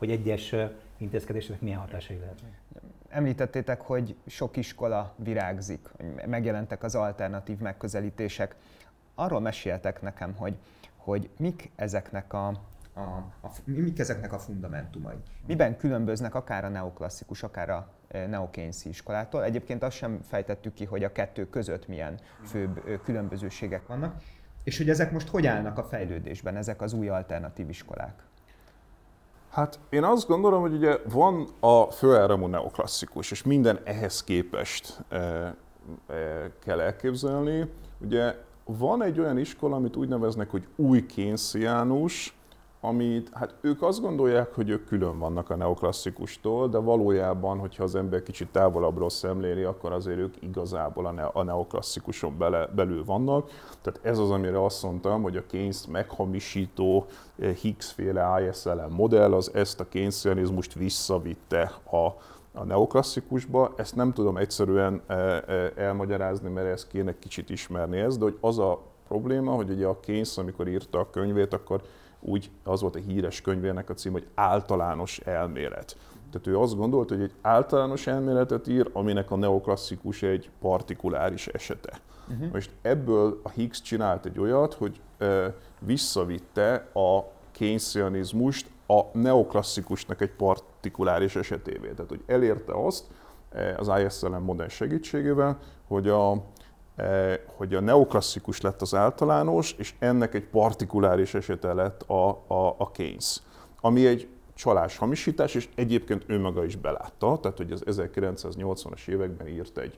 hogy egyes intézkedéseknek milyen hatásai lehetnek. Említettétek, hogy sok iskola virágzik, hogy megjelentek az alternatív megközelítések. Arról meséltek nekem, hogy, hogy mik ezeknek a, a, a, mik ezeknek a fundamentumai. Miben különböznek akár a neoklasszikus, akár a neokeynesi iskolától. Egyébként azt sem fejtettük ki, hogy a kettő között milyen főbb különbözőségek vannak, és hogy ezek most hogy állnak a fejlődésben, ezek az új alternatív iskolák. Hát én azt gondolom, hogy ugye van a főáramú neoklasszikus, és minden ehhez képest e, e, kell elképzelni. Ugye van egy olyan iskola, amit úgy neveznek, hogy új keynesiánus, amit, hát ők azt gondolják, hogy ők külön vannak a neoklasszikustól, de valójában, hogyha az ember kicsit távolabbról szemléli, akkor azért ők igazából a, ne, a neoklasszikuson bele, belül vannak. Tehát ez az, amire azt mondtam, hogy a Keynes meghamisító Higgs-féle I S L M modell, az ezt a keynesianizmust visszavitte a, a neoklasszikusba. Ezt nem tudom egyszerűen elmagyarázni, mert ezt kéne kicsit ismerni ezt, de hogy az a probléma, hogy ugye a Keynes, amikor írta a könyvét, akkor úgy az volt a híres könyvének a cím, hogy általános elmélet. Tehát ő azt gondolt, hogy egy általános elméletet ír, aminek a neoklasszikus egy partikuláris esete. Uh-huh. Most ebből a Higgs csinált egy olyat, hogy e, visszavitte a keynesianizmust a neoklasszikusnak egy partikuláris esetévé. Tehát, hogy elérte azt e, az I S L M modell segítségével, hogy a hogy a neoklasszikus lett az általános, és ennek egy partikuláris esete lett a, a, a Keynes. Ami egy csalás hamisítás, és egyébként ő maga is belátta, tehát hogy az ezerkilencszáznyolcvanas években írt egy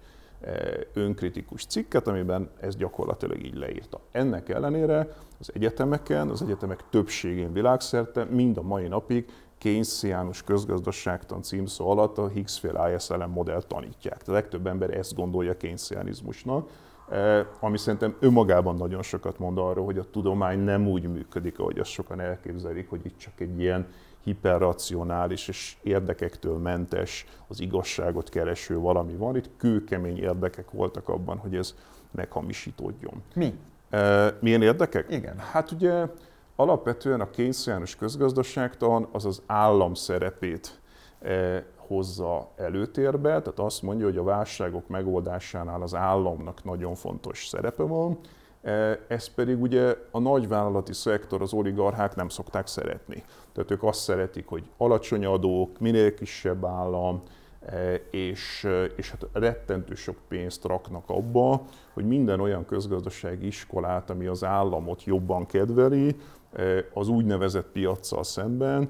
önkritikus cikket, amiben ez gyakorlatilag így leírta. Ennek ellenére az egyetemeken, az egyetemek többségén világszerte mind a mai napig keynesiánus közgazdaságtan címszó alatt a Higgs-féle I S L M modellt tanítják. A legtöbb ember ezt gondolja keynesianizmusnak, ami szerintem önmagában nagyon sokat mond arról, hogy a tudomány nem úgy működik, ahogy azt sokan elképzelik, hogy itt csak egy ilyen hiperracionális és érdekektől mentes, az igazságot kereső valami van. Itt kőkemény érdekek voltak abban, hogy ez meghamisítódjon. Mi? Milyen érdekek? Igen. Hát ugye alapvetően a keynesiánus közgazdaságtan az az állam szerepét hozza előtérbe, tehát azt mondja, hogy a válságok megoldásánál az államnak nagyon fontos szerepe van, ez pedig ugye a nagyvállalati szektor, az oligarchák nem szokták szeretni. Tehát ők azt szeretik, hogy alacsony adók, minél kisebb állam, és, és hát rettentő sok pénzt raknak abba, hogy minden olyan közgazdasági iskolát, ami az államot jobban kedveli, az úgynevezett piaccal szemben,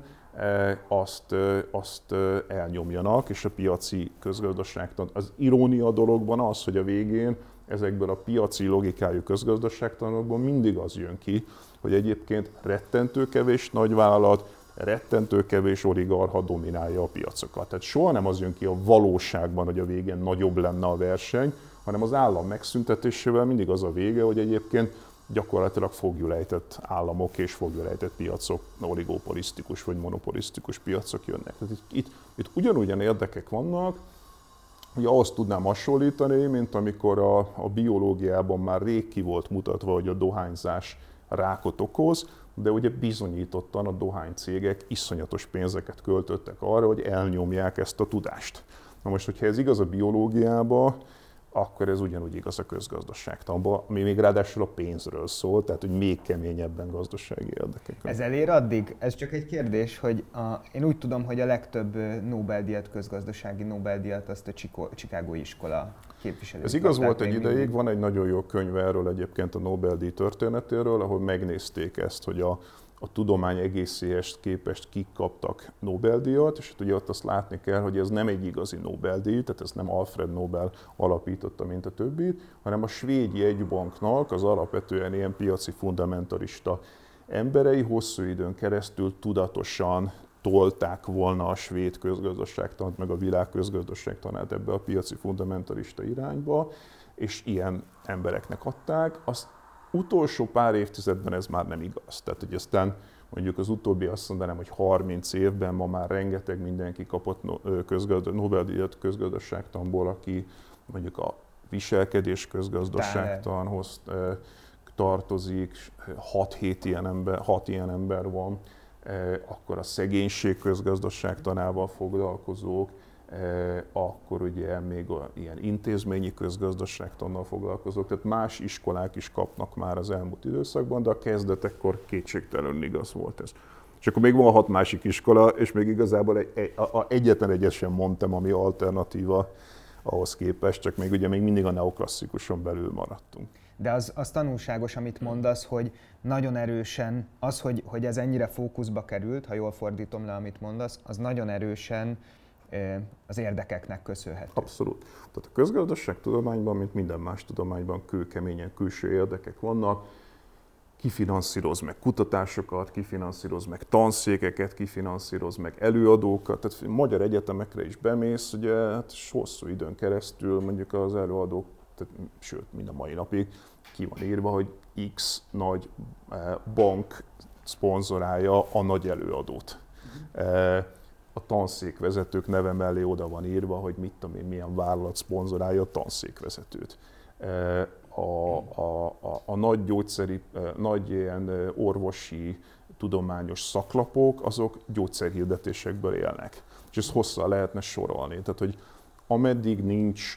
azt, azt elnyomjanak, és a piaci közgazdaságtan. Az irónia dologban az, hogy a végén ezekből a piaci logikájú közgazdaságtanokból mindig az jön ki, hogy egyébként rettentő kevés nagyvállalat, rettentő kevés oligarcha dominálja a piacokat. Tehát soha nem az jön ki a valóságban, hogy a végén nagyobb lenne a verseny, hanem az állam megszüntetésével mindig az a vége, hogy egyébként gyakorlatilag foglyulejtett államok és foglyulejtett piacok, oligopolisztikus vagy monopolisztikus piacok jönnek. Tehát itt, itt, itt ugyanúgyan érdekek vannak, hogy ahhoz tudnám hasonlítani, mint amikor a, a biológiában már rég ki volt mutatva, hogy a dohányzás rákot okoz, de ugye bizonyítottan a dohánycégek iszonyatos pénzeket költöttek arra, hogy elnyomják ezt a tudást. Na most, hogyha ez igaz a biológiában, akkor ez ugyanúgy igaz a közgazdaságtanban, ami még ráadásul a pénzről szól, tehát hogy még keményebben gazdasági érdekek. Ez elér addig? Ez csak egy kérdés, hogy a, én úgy tudom, hogy a legtöbb Nobel-díjat, közgazdasági Nobel-díjat azt a Chicagói iskola képviseli. Ez igaz volt egy ideig, van egy nagyon jó könyv erről egyébként a Nobel-díj történetéről, ahol megnézték ezt, hogy a a tudomány egészéhez képest kik kaptak Nobel-díjat, és hát ugye ott azt látni kell, hogy ez nem egy igazi Nobel-díj, tehát ez nem Alfred Nobel alapította, mint a többit, hanem a svéd jegybanknak az alapvetően ilyen piaci fundamentalista emberei hosszú időn keresztül tudatosan tolták volna a svéd közgazdaságtant, meg a világ közgazdaságtanát ebbe a piaci fundamentalista irányba, és ilyen embereknek adták. Azt utolsó pár évtizedben ez már nem igaz. Tehát, hogy aztán mondjuk az utóbbi azt mondanám, hogy harminc évben ma már rengeteg mindenki kapott Nobel-díjat közgazdaságtanból, aki mondjuk a viselkedés közgazdaságtanhoz tartozik, hat hét ilyen ember, hat ilyen ember van. akkor a szegénység közgazdaságtanával foglalkozók, akkor ugye még a, ilyen intézményi közgazdaságtannal foglalkozók, tehát más iskolák is kapnak már az elmúlt időszakban, de a kezdetekkor kétségtelenül igaz volt ez. És akkor még van hat másik iskola, és még igazából egy, egy, a, a egyetlen egyet sem mondtam, ami alternatíva ahhoz képest, csak még ugye még mindig a neoklasszikuson belül maradtunk. De az, az tanulságos, amit mondasz, hogy nagyon erősen, az, hogy, hogy ez ennyire fókuszba került, ha jól fordítom le, amit mondasz, az nagyon erősen az érdekeknek köszönhető. Abszolút. Tehát a közgazdaságtudományban, mint minden más tudományban kőkeményen külső érdekek vannak, kifinanszíroz meg kutatásokat, kifinanszíroz meg tanszékeket, kifinanszíroz meg előadókat. Tehát magyar egyetemekre is bemész, ugye hát hosszú időn keresztül mondjuk az előadók, tehát, sőt, mind a mai napig ki van írva, hogy X nagy bank szponzorálja a nagy előadót. Uh-huh. A tanszékvezetők neve mellé oda van írva, hogy mit tudom én, milyen vállalat szponzorálja a tanszékvezetőt. A, a, a, a nagy gyógyszeri, nagy ilyen orvosi, tudományos szaklapok, azok gyógyszerhirdetésekből élnek. És ezt hosszan lehetne sorolni. Tehát, hogy ameddig nincs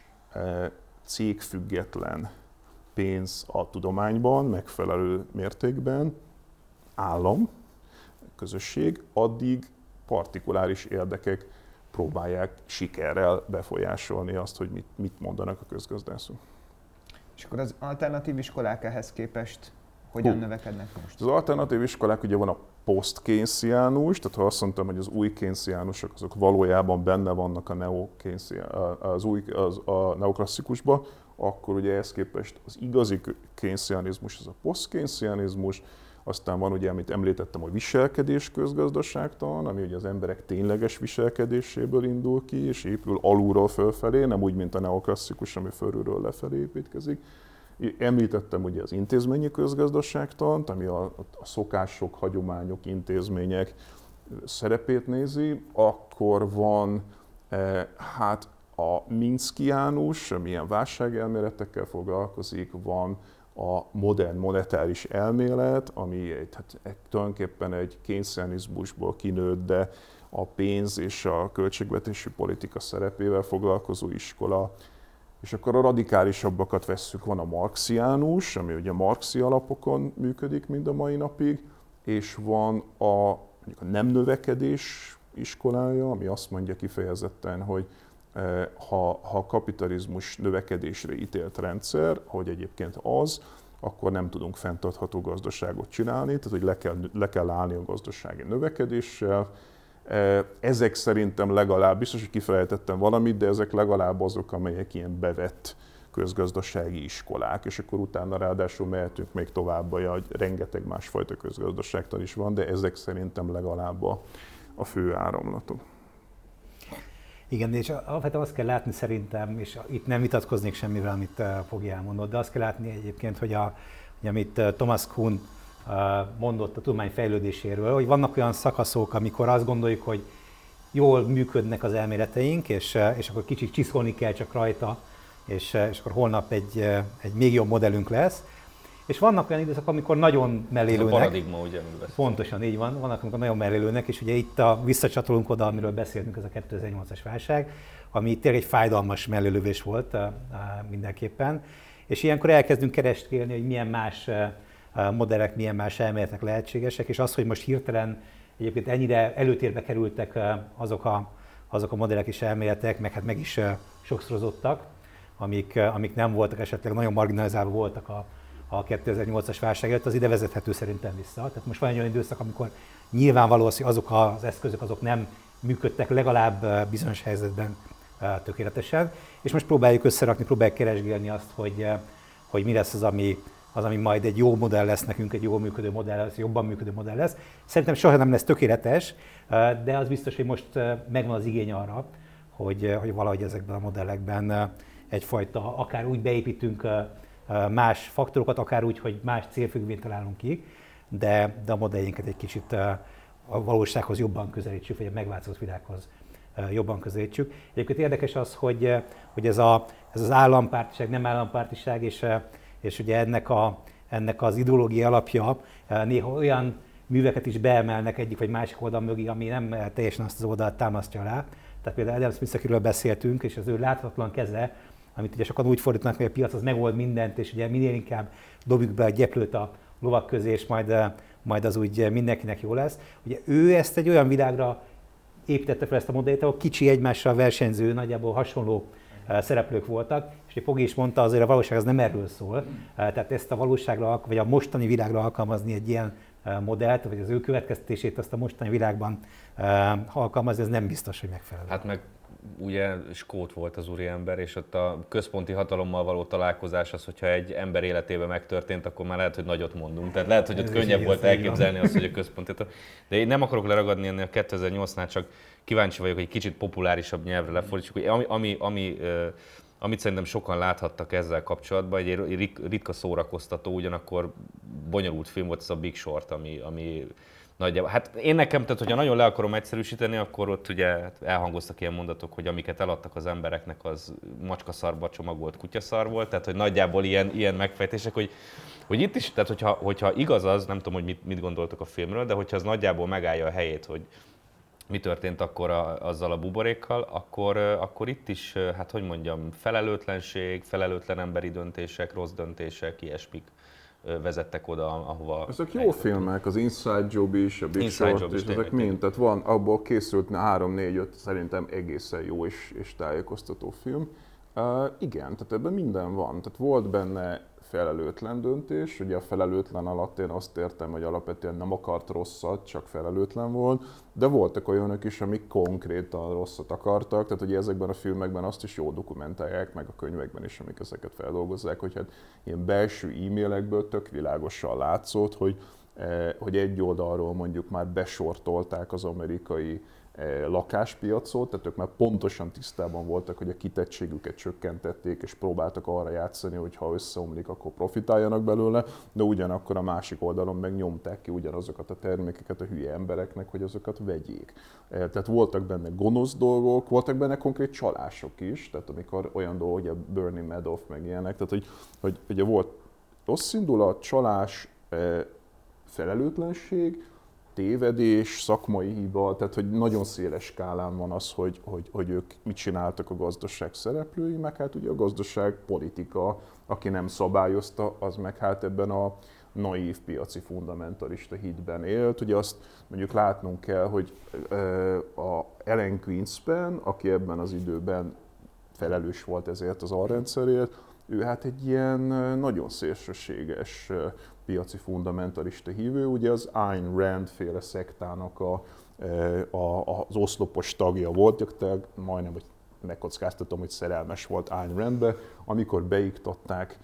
cégfüggetlen pénz a tudományban, megfelelő mértékben, állam, közösség, addig partikuláris érdekek próbálják sikerrel befolyásolni azt, hogy mit, mit mondanak a közgazdászok. És akkor az alternatív iskolák ehhez képest hogyan Hú. növekednek most? Az alternatív iskolák, ugye van a post-keynesiánus, tehát ha azt mondtam, hogy az új keynesiánusok, azok valójában benne vannak a, neo az új, az, a neoklasszikusban, akkor ugye ehhez képest az igazi keynesianizmus, az a post-keynesianizmus, aztán van ugye, amit említettem, a viselkedés közgazdaságtan, ami ugye az emberek tényleges viselkedéséből indul ki, és épül alulról fölfelé, nem úgy, mint a neoklasszikus, ami fölülről lefelé építkezik. Említettem ugye az intézményi közgazdaságtant, ami a, a szokások, hagyományok, intézmények szerepét nézi. Akkor van e, hát a Minskiánus, ami ilyen válságelméletekkel foglalkozik, van a modern monetáris elmélet, ami egy, hát, tulajdonképpen egy keynesianizmusból kinőtt, de a pénz és a költségvetési politika szerepével foglalkozó iskola. És akkor a radikálisabbakat vesszük, van a marxiánus, ami ugye marxi alapokon működik mind a mai napig, és van a, mondjuk a nem növekedés iskolája, ami azt mondja kifejezetten, hogy ha, ha a kapitalizmus növekedésre ítélt rendszer, hogy egyébként az, akkor nem tudunk fenntartható gazdaságot csinálni, tehát hogy le kell, le kell állni a gazdasági növekedéssel. Ezek szerintem legalább, biztos, hogy kifelejtettem valamit, de ezek legalább azok, amelyek ilyen bevett közgazdasági iskolák, és akkor utána ráadásul mehetünk még tovább, hogy rengeteg másfajta közgazdaságtan is van, de ezek szerintem legalább a, a fő áramlatok. Igen, és alapvetően azt kell látni szerintem, és itt nem vitatkoznék semmivel, amit Pogi elmondott, de azt kell látni egyébként, hogy, a, hogy amit Thomas Kuhn mondott a tudomány fejlődéséről, hogy vannak olyan szakaszok, amikor azt gondoljuk, hogy jól működnek az elméleteink, és, és akkor kicsit csiszolni kell csak rajta, és, és akkor holnap egy, egy még jobb modellünk lesz. És vannak olyan időszak, amikor nagyon mellélőnek. Ez a paradigma, ugye? Pontosan így van, vannak, amikor nagyon mellélőnek, és ugye itt a, visszacsatolunk oda, amiről beszéltünk, ez a kétezer-nyolcas válság, ami tényleg egy fájdalmas mellélövés volt uh, mindenképpen. És ilyenkor elkezdünk kereskélni, hogy milyen más uh, modellek, milyen más elméletek lehetségesek, és az, hogy most hirtelen egyébként ennyire előtérbe kerültek uh, azok, a, azok a modellek és elméletek, meg hát meg is uh, sokszorozottak, amik, uh, amik nem voltak, esetleg nagyon marginalizálva voltak a a kétezer-nyolcas válság előtt, az ide vezethető szerintem vissza. Tehát most van egy olyan időszak, amikor nyilvánvaló az, hogy azok az eszközök azok nem működtek legalább bizonyos helyzetben tökéletesen, és most próbáljuk összerakni, próbáljuk keresgélni azt, hogy, hogy mi lesz az ami, az, ami majd egy jó modell lesz nekünk, egy jól működő modell lesz, jobban működő modell lesz. Szerintem soha nem lesz tökéletes, de az biztos, hogy most megvan az igény arra, hogy, hogy valahogy ezekben a modellekben egyfajta, akár úgy beépítünk más faktorokat, akár úgy, hogy más célfüggvényt találunk ki, de, de a modelljénket egy kicsit a valósághoz jobban közelítsük, vagy a megváltozott világhoz jobban közelítsük. Egyébként érdekes az, hogy, hogy ez, a, ez az állampártiság, nem állampártiság, és, és ugye ennek, a, ennek az ideológia alapja néha olyan műveket is beemelnek egyik vagy másik oldal mögé, ami nem teljesen azt az oldalt támasztja alá. Tehát például Adam Smith, akiről beszéltünk, és az ő láthatatlan keze, amit ugye sokan úgy fordítanak, hogy a piac az megold mindent, és ugye minél inkább dobjuk be a gyeplőt a lovak közé, és majd, majd az úgy mindenkinek jó lesz. Ugye ő ezt egy olyan világra építette fel ezt a modellt, ahol kicsi egymással versenyző, nagyjából hasonló szereplők voltak, és hogy Pogi is mondta, azért a valóság az nem erről szól. Tehát ezt a valóságra, vagy a mostani világra alkalmazni egy ilyen modellt, vagy az ő következtetését azt a mostani világban alkalmazni, ez nem biztos, hogy megfelelő. Hát meg ugye skót volt az úriember, és ott a központi hatalommal való találkozás az, hogyha egy ember életében megtörtént, akkor már lehet, hogy nagyot mondunk. Tehát lehet, hogy ott könnyebb volt elképzelni azt, hogy a központi. De én nem akarok leragadni ennél a kétezer-nyolcnál, csak kíváncsi vagyok, hogy egy kicsit populárisabb nyelvre lefordítsuk, hogy ami, ami, ami amit szerintem sokan láthattak ezzel kapcsolatban, egy ritka szórakoztató, ugyanakkor bonyolult film volt ez a Big Short, ami, ami nagyjából, hát én nekem, tehát hogyha nagyon le akarom egyszerűsíteni, akkor ott ugye elhangoztak ilyen mondatok, hogy amiket eladtak az embereknek, az macskaszarba csomagolt kutyaszar volt, tehát hogy nagyjából ilyen, ilyen megfejtések, hogy, hogy itt is, tehát hogyha, hogyha igaz az, nem tudom, hogy mit, mit gondoltok a filmről, de hogyha az nagyjából megállja a helyét, hogy mi történt akkor a, azzal a buborékkal, akkor, akkor itt is, hát hogy mondjam, felelőtlenség, felelőtlen emberi döntések, rossz döntések, ilyesmik vezettek oda, ahova... Ezek jó filmek, az Inside Job is, a Big Inside Short Job is, is, ezek mind, tehát van, abból készült három négy öt szerintem egészen jó és, és tájékoztató film. Uh, igen, tehát ebben minden van, tehát volt benne felelőtlen döntés, ugye a felelőtlen alatt én azt értem, hogy alapvetően nem akart rosszat, csak felelőtlen volt, de voltak olyanok is, amik konkrétan rosszat akartak, tehát ugye ezekben a filmekben azt is jól dokumentálják, meg a könyvekben is, amik ezeket feldolgozzák, hogy hát ilyen belső e-mailekből tök világosan látszott, hogy, eh, hogy egy oldalról mondjuk már besortolták az amerikai lakáspiacot, tehát ők már pontosan tisztában voltak, hogy a kitettségüket csökkentették, és próbáltak arra játszani, hogy ha összeomlik, akkor profitáljanak belőle, de ugyanakkor a másik oldalon meg nyomták ki ugyanazokat a termékeket a hülye embereknek, hogy azokat vegyék. Tehát voltak benne gonosz dolgok, voltak benne konkrét csalások is, tehát amikor olyan dolgok, hogy a Bernie Madoff meg ilyenek, tehát hogy, hogy ugye volt rossz indulat, csalás, felelőtlenség, tévedés, szakmai hiba, tehát hogy nagyon széles skálán van az, hogy, hogy, hogy ők mit csináltak a gazdaság szereplői, meg hát ugye a gazdaság politika, aki nem szabályozta, az meg hát ebben a naív piaci fundamentalista hitben élt. Ugye azt mondjuk látnunk kell, hogy a Alan Greenspan, aki ebben az időben felelős volt ezért az alrendszerért, ő hát egy ilyen nagyon szélsőséges piaci fundamentalista hívő, ugye az Ayn Rand féle szektának a, a, az oszlopos tagja volt, gyakorlatilag majdnem, hogy megkockáztatom, hogy szerelmes volt Ayn Randbe, amikor beiktatták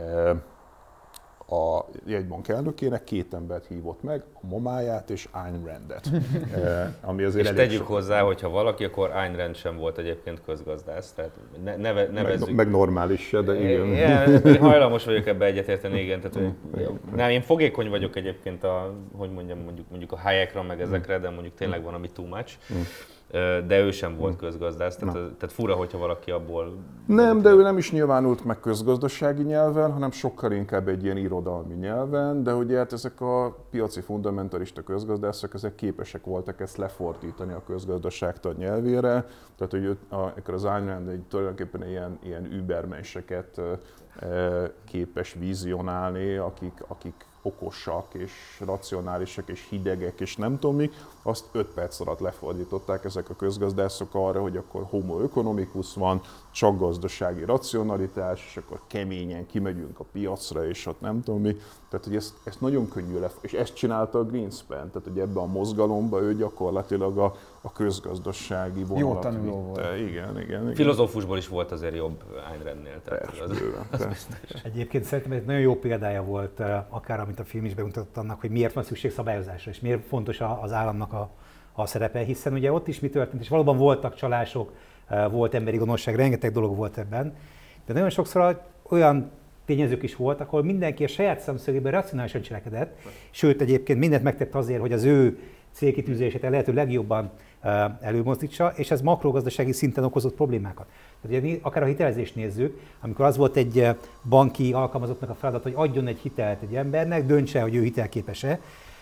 a jegybank elnökének, két embert hívott meg, a mamáját és Ayn Randet. Ami azért és tegyük hozzá, hogyha valaki, akkor Ayn Rand sem volt egyébként közgazdász, tehát ne, neve, nevezzük... Meg, meg normális se, de igen. igen hajlamos vagyok ebbe egyetérteni, igen. Tehát, nem, én fogékony vagyok egyébként a, hogy mondjam, mondjuk, mondjuk a Hayekra, meg ezekre, de mondjuk tényleg van, ami too much. De ő sem volt közgazdász, tehát, tehát fura, hogyha valaki abból... Nem, de ő nem is nyilvánult meg közgazdasági nyelven, hanem sokkal inkább egy ilyen irodalmi nyelven, de ugye hát ezek a piaci fundamentalista közgazdászok, ezek képesek voltak ezt lefordítani a közgazdaságtan nyelvére, tehát hogy akkor az Ayn Rand egy tulajdonképpen ilyen, ilyen übermenseket képes vizionálni, akik, akik okosak és racionálisak és hidegek és nem tudom mik, azt öt perc alatt lefordították ezek a közgazdászok arra, hogy akkor homo economicus van, csak gazdasági racionalitás, és akkor keményen kimegyünk a piacra, és ott nem tudom mi. Tehát, hogy ezt, ezt nagyon könnyű lefordítani, és ezt csinálta a Greenspan, tehát hogy ebben a mozgalomban ő gyakorlatilag a, a közgazdasági vonalat. Jó tanuló volt. Igen, igen, igen. Filozófusból is volt azért jobb Ayn Randnél. Persze, az, bőven, az persze. Egyébként szerintem egy nagyon jó példája volt, akár amit a film is bemutatott annak, hogy miért van szükség szabályozásra, és miért fontos az államnak a, a szerepe, hiszen ugye ott is mi történt, és valóban voltak csalások, volt emberi gonoszság, rengeteg dolog volt ebben, de nagyon sokszor olyan tényezők is voltak, ahol mindenki a saját szemszögében racionálisan cselekedett, sőt egyébként mindent megtett azért, hogy az ő célkitűzését a lehető legjobban előmozdítsa, és ez makrogazdasági szinten okozott problémákat. Tehát ugye, akár a hitelezést nézzük, amikor az volt egy banki alkalmazottnak a feladat, hogy adjon egy hitelt egy embernek, döntse, hogy ő hitelképes-e,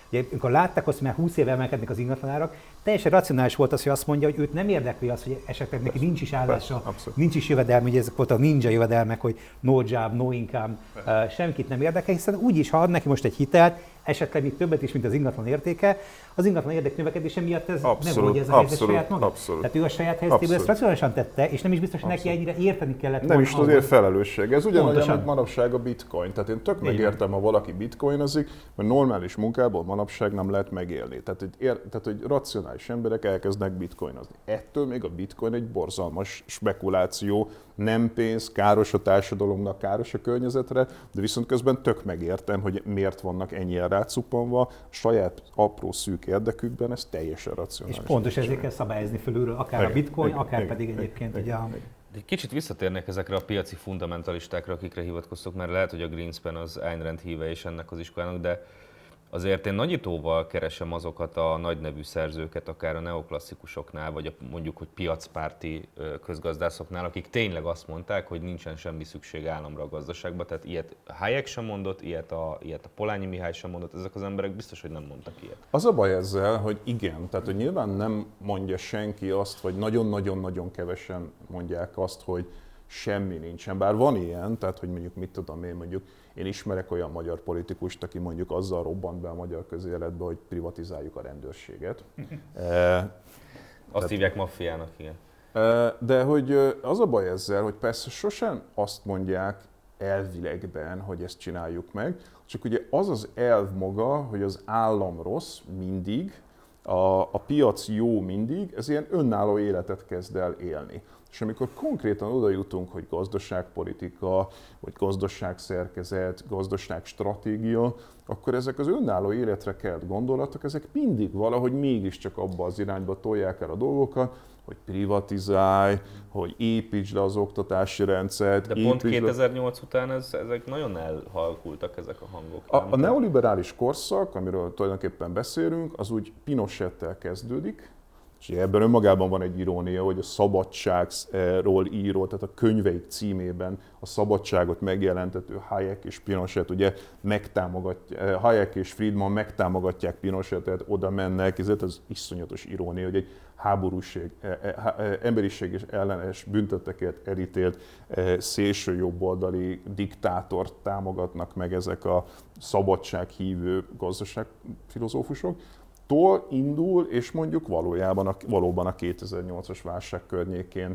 Ugye, amikor látták azt, mert húsz éve emelkednek az ingatlanárak, teljesen racionális volt az, hogy azt mondja, hogy őt nem érdekli az, hogy esetleg neki nincs is állása, Persze, nincs is jövedelme, ugye ezek voltak ninja jövedelmek, hogy no job, no income, uh, senkit nem érdekel, hiszen úgyis, ha ad neki most egy hitelt, esetleg még többet is, mint az ingatlan értéke, az ingatlan érdek növekedése miatt ez abszolút, nem mondja ez a helyzet abszolút, saját maga. abszolút. Tehát ő a saját helyzetében ezt racionálisan tette, és nem is biztos, hogy neki ennyire érteni kellett volna. Nem is azért felelősség. Ez ugyanolyan, Pontosan. mint manapság a bitcoin. Tehát én tök Igen. megértem, ha valaki bitcoinozik, mert normális munkából manapság nem lehet megélni. Tehát, hogy, ér, tehát, hogy racionális emberek elkezdnek bitcoinozni. Ettől még a bitcoin egy borzalmas spekuláció, nem pénz, káros a társadalomnak, káros a környezetre, de viszont közben tök megértem, hogy miért vannak ennyien rácuppanva, a saját apró szűk érdekükben, ez teljesen racionális. És pontos ezért kell szabályozni fölülről, akár Igen, a bitcoin, igen, akár igen, pedig igen, egyébként igen, ugye a... igen. Egy kicsit visszatérnek ezekre a piaci fundamentalistákra, akikre hivatkoztok, mert lehet, hogy a Greenspan az Ayn Rand híve is ennek az iskolának, de azért én nagyítóval keresem azokat a nagynevű szerzőket, akár a neoklasszikusoknál, vagy a, mondjuk, hogy piacpárti közgazdászoknál, akik tényleg azt mondták, hogy nincsen semmi szükség államra a gazdaságban. Tehát ilyet Hayek sem mondott, ilyet a, ilyet a Polanyi Mihály sem mondott, ezek az emberek biztos, hogy nem mondtak ilyet. Az a baj ezzel, hogy igen, tehát hogy nyilván nem mondja senki azt, vagy nagyon-nagyon-nagyon kevesen mondják azt, hogy semmi nincsen. Bár van ilyen, tehát hogy mondjuk mit tudom én, mondjuk én ismerek olyan magyar politikust, aki mondjuk azzal robbant be a magyar közéletbe, hogy privatizáljuk a rendőrséget. e, Azt tehát, hívják maffiának, igen. e, de hogy az a baj ezzel, hogy persze sosem azt mondják elvilegben, hogy ezt csináljuk meg, csak ugye az az elv maga, hogy az állam rossz mindig, a, a piac jó mindig, ez ilyen önálló életet kezd el élni. És amikor konkrétan oda jutunk, hogy gazdaságpolitika, vagy gazdaságszerkezet, gazdaságstratégia, akkor ezek az önálló életre kelt gondolatok, ezek mindig valahogy mégiscsak abba az irányba tolják el a dolgokat, hogy privatizálj, hogy építsd le az oktatási rendszert. De pont kétezer-nyolc után ez, ezek nagyon elhalkultak, ezek a hangok. A, a neoliberális korszak, amiről tulajdonképpen beszélünk, az úgy Pinochettel kezdődik, és ebben önmagában van egy irónia, hogy a szabadságról író, tehát a könyveik címében a szabadságot megjelentető Hayek és Pinochet ugye megtámogatja, Hayek és Friedman megtámogatják Pinochetet, oda mennek, ez az iszonyatos irónia, hogy egy háborúség, emberiség és ellenes büntettekért elítélt szélső jobboldali diktátort támogatnak meg ezek a szabadsághívő gazdaságfilozófusok. Tól indul, és mondjuk valójában a, valóban a kétezer-nyolcas válság környékén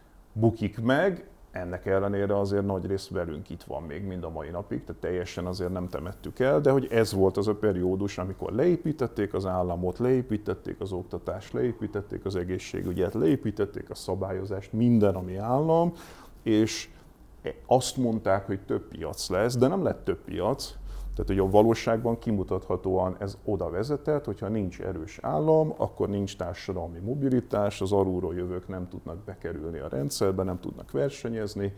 bukik meg, ennek ellenére azért nagy rész velünk itt van még mind a mai napig, tehát teljesen azért nem temettük el, de hogy ez volt az a periódus, amikor leépítették az államot, leépítették az oktatást, leépítették az egészségügyet, leépítették a szabályozást, minden, ami állam, és azt mondták, hogy több piac lesz, de nem lett több piac. Tehát, hogy a valóságban kimutathatóan ez oda vezetett, hogyha nincs erős állam, akkor nincs társadalmi mobilitás, az alulról jövők nem tudnak bekerülni a rendszerbe, nem tudnak versenyezni.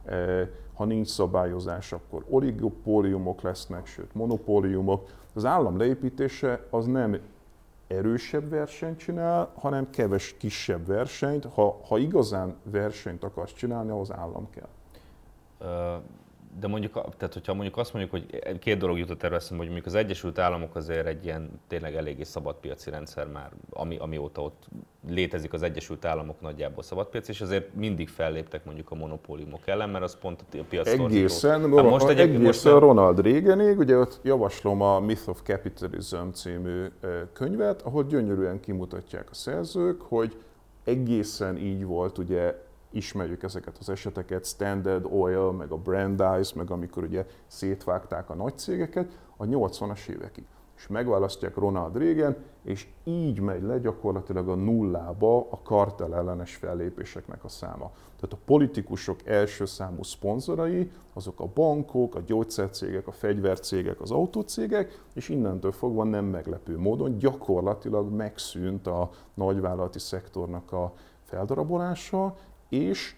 Ha nincs szabályozás, akkor oligopóliumok lesznek, sőt monopóliumok. Az állam leépítése az nem erősebb versenyt csinál, hanem keves kisebb versenyt. Ha, ha igazán versenyt akarsz csinálni, ahhoz állam kell. Uh... De mondjuk, tehát hogyha mondjuk azt mondjuk, hogy két dolog jutott erre eszembe, hogy mondjuk az Egyesült Államok azért egy ilyen tényleg eléggé szabadpiaci rendszer már, ami, amióta ott létezik az Egyesült Államok nagyjából szabadpiac, és azért mindig felléptek mondjuk a monopóliumok ellen, mert az pont a piac Egészen, hát most egy, egészen most Ronald Reaganig, ugye ott javaslom a Myth of Capitalism című könyvet, ahol gyönyörűen kimutatják a szerzők, hogy egészen így volt, ugye ismerjük ezeket az eseteket, Standard Oil, meg a Brandeis, meg amikor ugye szétvágták a nagy cégeket a nyolcvanas évekig. És megválasztják Ronald Reagan, és így megy le gyakorlatilag a nullába a kartel ellenes fellépéseknek a száma. Tehát a politikusok első számú szponzorai, azok a bankok, a gyógyszercégek, a fegyvercégek, az autócégek, és innentől fogva nem meglepő módon gyakorlatilag megszűnt a nagyvállalati szektornak a feldarabolása, és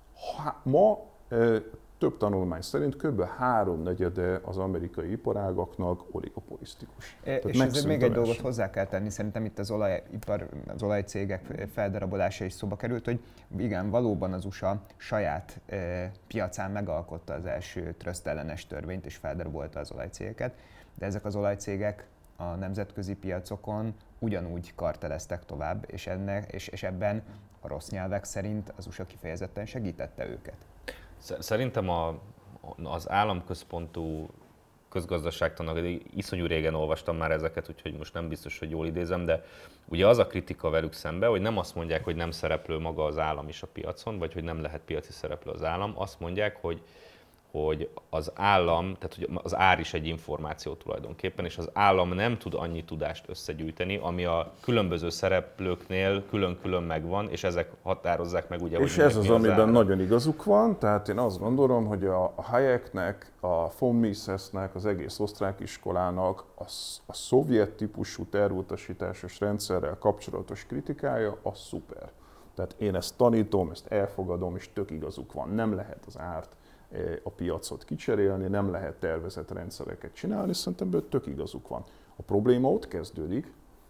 ma e, több tanulmány szerint kb. háromnegyede az amerikai iparágaknak oligopolisztikus. E, és ezért még egy dolgot hozzá kell tenni, szerintem itt az olajipar, az olajcégek feldarabolása is szóba került, hogy igen, valóban az u es á saját e, piacán megalkotta az első trösztellenes törvényt és feldarabolta az olajcégeket, de ezek az olajcégek a a nemzetközi piacokon ugyanúgy karteleztek tovább, és, ennek, és, és ebben a rossz nyelvek szerint az u es á kifejezetten segítette őket. Szerintem a, az államközpontú közgazdaságtannak, iszonyú régen olvastam már ezeket, úgyhogy most nem biztos, hogy jól idézem, de ugye az a kritika velük szembe, hogy nem azt mondják, hogy nem szereplő maga az állam is a piacon, vagy hogy nem lehet piaci szereplő az állam, azt mondják, hogy hogy az állam, tehát hogy az ár is egy információ tulajdonképpen, és az állam nem tud annyi tudást összegyűjteni, ami a különböző szereplőknél külön-külön megvan, és ezek határozzák meg ugye, és hogy ez az, az amiben ára. nagyon igazuk van, tehát én azt gondolom, hogy a Hayeknek, a von Misesnek, az egész osztrák iskolának a, a szovjet típusú tervutasításos rendszerrel kapcsolatos kritikája az szuper. Tehát én ezt tanítom, ezt elfogadom, és tök igazuk van. Nem lehet az árt, a piacot kicserélni, nem lehet tervezett rendszereket csinálni, szerintem tök igazuk van. A probléma ott kezdődik,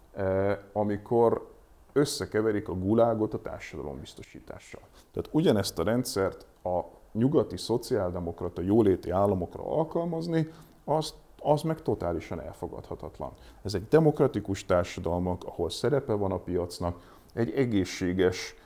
amikor összekeverik a gulágot a társadalombiztosítással. Tehát ugyanezt a rendszert a nyugati szociáldemokrata jóléti államokra alkalmazni, az, az meg totálisan elfogadhatatlan. Ez egy demokratikus társadalmak, ahol szerepe van a piacnak, egy egészséges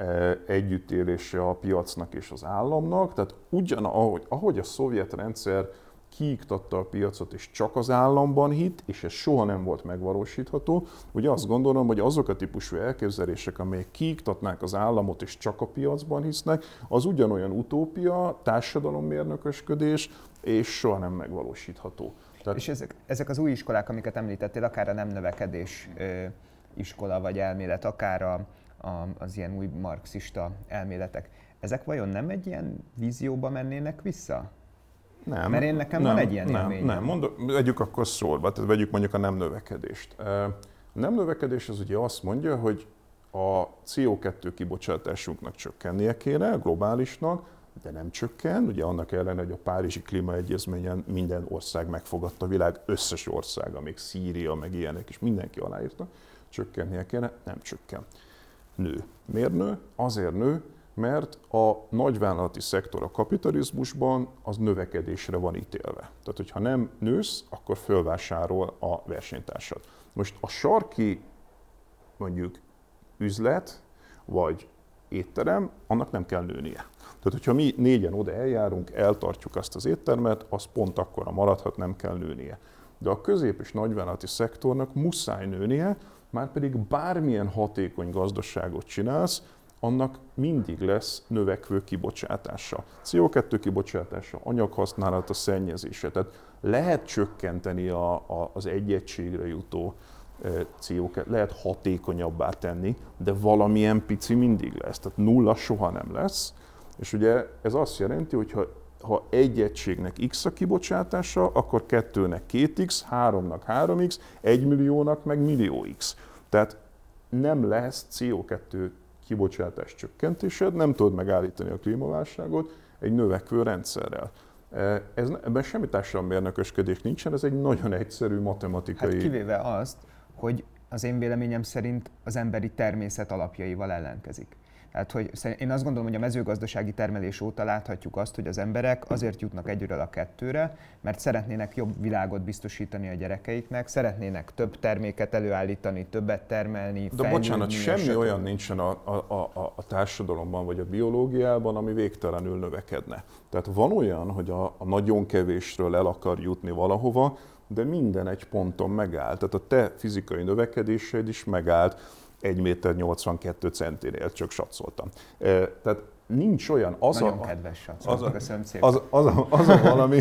együttélése a piacnak és az államnak, tehát ugyanahogy ahogy a szovjet rendszer kiiktatta a piacot és csak az államban hitt, és ez soha nem volt megvalósítható, ugye azt gondolom, hogy azok a típusú elképzelések, amelyek kiiktatnák az államot és csak a piacban hisznek, az ugyanolyan utópia, társadalommérnökösködés, és soha nem megvalósítható. Tehát... És ezek, ezek az új iskolák, amiket említettél, akár a nem növekedés iskola vagy elmélet, akár a az ilyen új marxista elméletek. Ezek vajon nem egy ilyen vízióba mennének vissza? Nem. Mert én nekem nem, van egy ilyen nem, élményem. Nem, mondok, vegyük akkor sorba, tehát vegyük mondjuk a nem növekedést. A nem növekedés az ugye azt mondja, hogy a cé o kettő kibocsátásunknak csökkennie kéne, globálisnak, de nem csökken, ugye annak ellenére, hogy a Párizsi Klímaegyezményen minden ország megfogadta, a világ összes országa, még Szíria, meg ilyenek is, mindenki aláírta, csökkennie kéne, nem csökken. Nő. Miért nő? Azért nő, mert a nagyvállalati szektor a kapitalizmusban az növekedésre van ítélve. Tehát, hogyha nem nősz, akkor fölvásárol a versenytársad. Most a sarki mondjuk üzlet, vagy étterem, annak nem kell nőnie. Tehát, hogyha mi négyen oda eljárunk, eltartjuk azt az éttermet, az pont akkora maradhat, nem kell nőnie. De a közép- és nagyvállalati szektornak muszáj nőnie, márpedig bármilyen hatékony gazdaságot csinálsz, annak mindig lesz növekvő kibocsátása. cé o kettő kibocsátása, anyaghasználata, szennyezése. Tehát lehet csökkenteni a, a, az egy egységre jutó cé o kettő, lehet hatékonyabbá tenni, de valamilyen pici mindig lesz. Tehát nulla soha nem lesz. És ugye ez azt jelenti, hogy ha, ha egy egységnek x a kibocsátása, akkor kettőnek két x, háromnak három x, egy milliónak meg millió x. Tehát nem lesz cé o kettő kibocsátás csökkentésed, nem tudod megállítani a klímaválságot egy növekvő rendszerrel. Ez, ebben semmi társadalommérnökösködés nincsen, ez egy nagyon egyszerű matematikai... Hát kivéve azt, hogy az én véleményem szerint az emberi természet alapjaival ellenkezik. Tehát, hogy én azt gondolom, hogy a mezőgazdasági termelés óta láthatjuk azt, hogy az emberek azért jutnak egyről a kettőre, mert szeretnének jobb világot biztosítani a gyerekeiknek, szeretnének több terméket előállítani, többet termelni, De bocsánat, semmi olyan nincsen a, a, a, a társadalomban vagy a biológiában, ami végtelenül növekedne. Tehát van olyan, hogy a, a nagyon kevésről el akar jutni valahova, de minden egy ponton megáll. Tehát a te fizikai növekedésed is megállt, egy méter nyolcvankettő centinél, csak satszoltam. Tehát nincs olyan... Az Nagyon a, kedves satszoltam, köszönöm szépen. Az, az, a, az, a valami,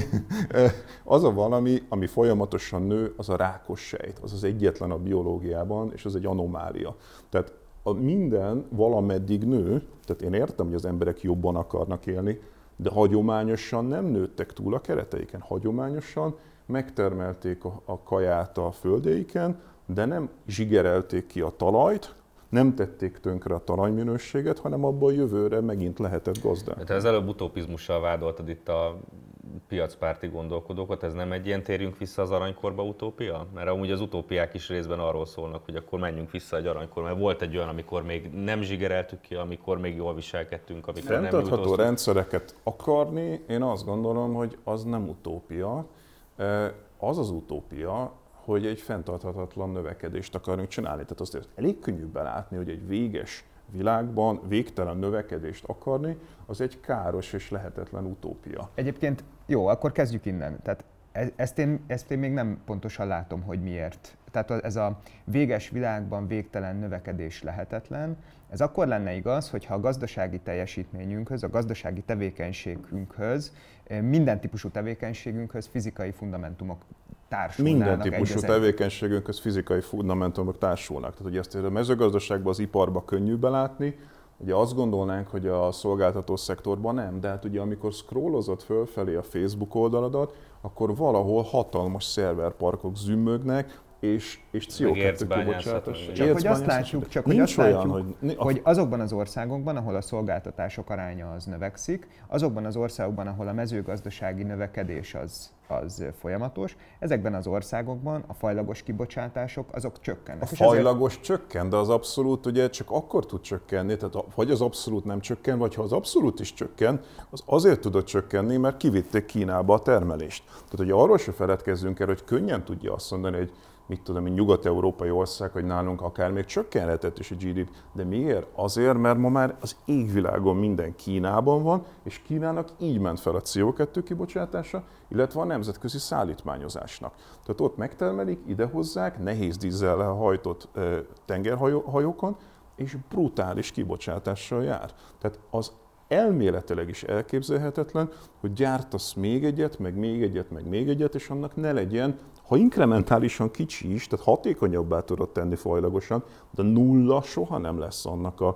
az a valami, ami folyamatosan nő, az a rákos sejt. Az az egyetlen a biológiában, és az egy anomália. Tehát a minden valameddig nő, tehát én értem, hogy az emberek jobban akarnak élni, de hagyományosan nem nőttek túl a kereteiken. Hagyományosan megtermelték a, a kaját a földeiken, de nem zsigerelték ki a talajt, nem tették tönkre a talajminőséget, hanem abban jövőre megint lehetett gazdálkodni. Te az előbb utópizmussal vádoltad itt a piacpárti gondolkodókat, ez nem egy ilyen térjünk vissza az aranykorba utópia? Mert amúgy az utópiák is részben arról szólnak, hogy akkor menjünk vissza egy aranykorba, mert volt egy olyan, amikor még nem zsigereltük ki, amikor még jól viselkedtünk, amikor nem fenntartható jutottunk. rendszereket akarni, én azt gondolom, hogy az nem utópia. Az az utópia, hogy egy fenntarthatatlan növekedést akarunk csinálni. Tehát azt elég könnyű belátni, hogy egy véges világban végtelen növekedést akarni, az egy káros és lehetetlen utópia. Egyébként jó, akkor kezdjük innen. Tehát ezt én, ezt én még nem pontosan látom, hogy miért. Tehát ez a véges világban végtelen növekedés lehetetlen, ez akkor lenne igaz, hogyha a gazdasági teljesítményünkhöz, a gazdasági tevékenységünkhöz, minden típusú tevékenységünkhöz fizikai fundamentumok társulnának. Minden típusú tevékenységünkhöz fizikai fundamentumok társulnak. Tehát ugye ezt a mezőgazdaságban, az iparban könnyű belátni, ugye azt gondolnánk, hogy a szolgáltató szektorban nem, de hát ugye amikor scrollozod fölfelé a Facebook oldaladat, akkor valahol hatalmas szerverparkok zümmögnek, és, és cé o kettő kibocsátás. Csak hogy azt látjuk, csak hogy, azt látjuk olyan, hogy, hogy azokban az országokban, ahol a szolgáltatások aránya az növekszik, azokban az országokban, ahol a mezőgazdasági növekedés az, az folyamatos, ezekben az országokban a fajlagos kibocsátások azok csökkennek. A fajlagos ezért... csökken, de az abszolút ugye csak akkor tud csökkenni, tehát vagy az abszolút nem csökken, vagy ha az abszolút is csökken, az azért tudott csökkenni, mert kivitték Kínába a termelést. Tehát ugye arról se feledkezzünk el, hogy könnyen tudja azt mondani, hogy mit tudom, mint nyugat-európai ország, hogy nálunk akár még csökkenhetett is a gé dé pé. De miért? Azért, mert ma már az égvilágon minden Kínában van, és Kínának így ment fel a cé o kettő kibocsátása, illetve a nemzetközi szállítmányozásnak. Tehát ott megtermelik, idehozzák, nehéz dízellel hajtott e, tengerhajókon, és brutális kibocsátással jár. Tehát az elméletileg is elképzelhetetlen, hogy gyártasz még egyet, meg még egyet, meg még egyet, és annak ne legyen, ha inkrementálisan kicsi is, tehát hatékonyabbá tudod tenni fajlagosan, de nulla soha nem lesz annak a,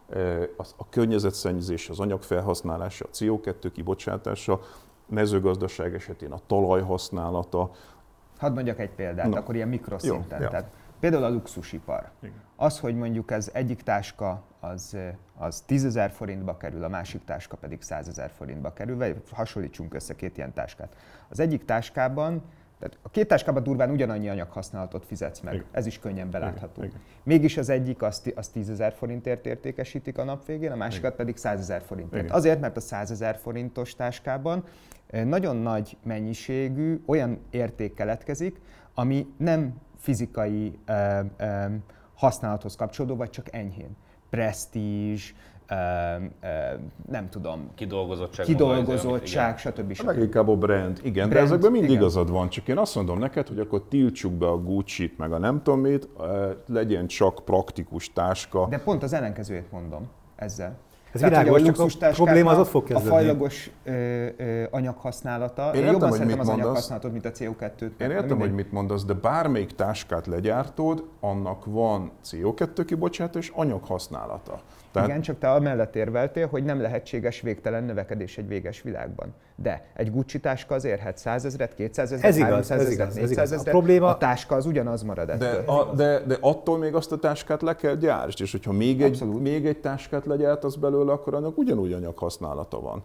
a, a környezetszennyezés, az anyagfelhasználása, a cé o kettő kibocsátása, mezőgazdaság esetén a talaj használata. Hadd mondjak egy példát, Na. akkor ilyen mikroszinten. Jó, Tehát például a luxusipar. Igen. Az, hogy mondjuk ez egyik táska az, az tízezer forintba kerül, a másik táska pedig százezer forintba kerül, vagy hasonlítsunk össze két ilyen táskát. Az egyik táskában, tehát a két táskában durván ugyanannyi anyaghasználatot fizetsz meg, Igen. ez is könnyen belátható. Igen. Mégis az egyik az, az tízezer forintért értékesítik a nap végén, a másikat Igen. pedig százezer forintért. Igen. Azért, mert a százezer forintos táskában nagyon nagy mennyiségű olyan érték keletkezik, ami nem fizikai ö, ö, használathoz kapcsolódó, vagy csak enyhén. Presztízs, ö, ö, nem tudom, kidolgozottság, kidolgozottság stb. stb. Leginkább a brand, igen, brand, de ezekben mind igen. igazad van, csak én azt mondom neked, hogy akkor tiltsuk be a Gucci-t, meg a nem tudom mit, legyen csak praktikus táska. De pont az ellenkezőjét mondom ezzel. Ez világos, csak a probléma az ott fog kezdődni. A fajlagos ö, ö, anyaghasználata. Én, Én jobban szeretem az anyaghasználatot, mint a cé o kettőt. Én értem, hogy mit mondasz, de bármelyik táskát legyártod, annak van cé o kettő kibocsátás és anyaghasználata. Tehát... Igen, csak te amellett érveltél, hogy nem lehetséges végtelen növekedés egy véges világban. De egy Gucci táska az érhet százezret, kétszázezret, háromszázezret, négyszázezret, a, probléma... a táska az ugyanaz marad ettől. De, a, de, de attól még azt a táskát le kell gyártsd, és hogyha még egy, még egy táskát legyártasz belőle, akkor annak ugyanúgy anyaghasználata van.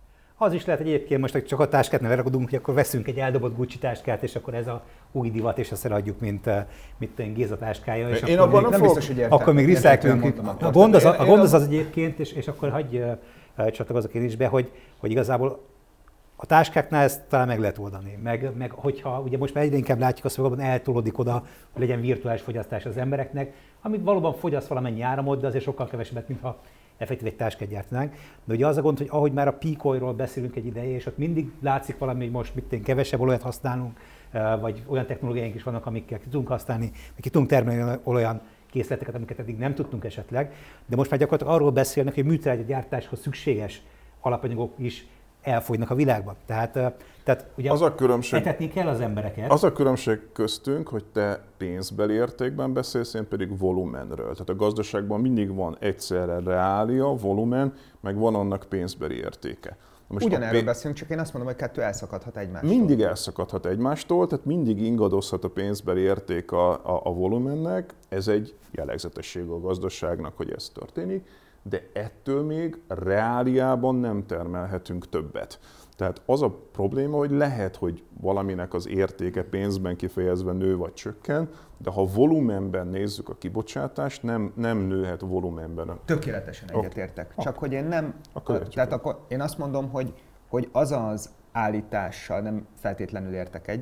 Az is lehet, hogy egyébként most csak a táskát ne rakodunk, hogy akkor veszünk egy eldobott Gucci táskát, és akkor ez a új divat, és azt eladjuk, mint, mint a Géza táskája. És Én akkor abban nem, nem biztos, hogy értem. Akkor még recyclünk. A gond az, a gond az, az egyébként, és, és akkor hagyj csatlakozok én is be, hogy, hogy igazából a táskáknál ezt talán meg lehet oldani. Meg, meg hogyha ugye most már egyre inkább látjuk azt, hogy valóban eltolódik oda, hogy legyen virtuális fogyasztás az embereknek, amit valóban fogyaszt valamennyi áramot, de azért sokkal kevesebbet, mintha effektív egy táskát gyártanánk. De ugye az a gond, hogy ahogy már a peak oilról beszélünk egy ideje, és ott mindig látszik valami, hogy most mit kevesebb olajat használunk, vagy olyan technológiáink is vannak, amikkel ki tudunk használni, vagy ki tudunk termelni olyan készleteket, amiket eddig nem tudtunk esetleg. De most már gyakorlatilag arról beszélnek, hogy a műtrágya gyártáshoz szükséges alapanyagok is elfogynak a világban. Tehát, tehát ugye az a különbség, etetni kell az embereket. Az a különbség köztünk, hogy te pénzbeli értékben beszélsz, én pedig volumenről. Tehát a gazdaságban mindig van egyszerre reália, volumen, meg van annak pénzbeli értéke. Most ugyanerről pénz... beszélünk, csak én azt mondom, hogy kettő elszakadhat egymástól. Mindig elszakadhat egymástól, tehát mindig ingadozhat a pénzbeli érték a, a, a volumennek. Ez egy jellegzetesség a gazdaságnak, hogy ez történik. De ettől még reáliában nem termelhetünk többet. Tehát az a probléma, hogy lehet, hogy valaminek az értéke pénzben kifejezve nő vagy csökken, de ha volumenben nézzük a kibocsátást, nem, nem nőhet volumenben. Tökéletesen egyetértek. Okay. Csak hogy én nem... Akkor tehát akkor én azt mondom, hogy, hogy az az állítással nem feltétlenül értek egyet,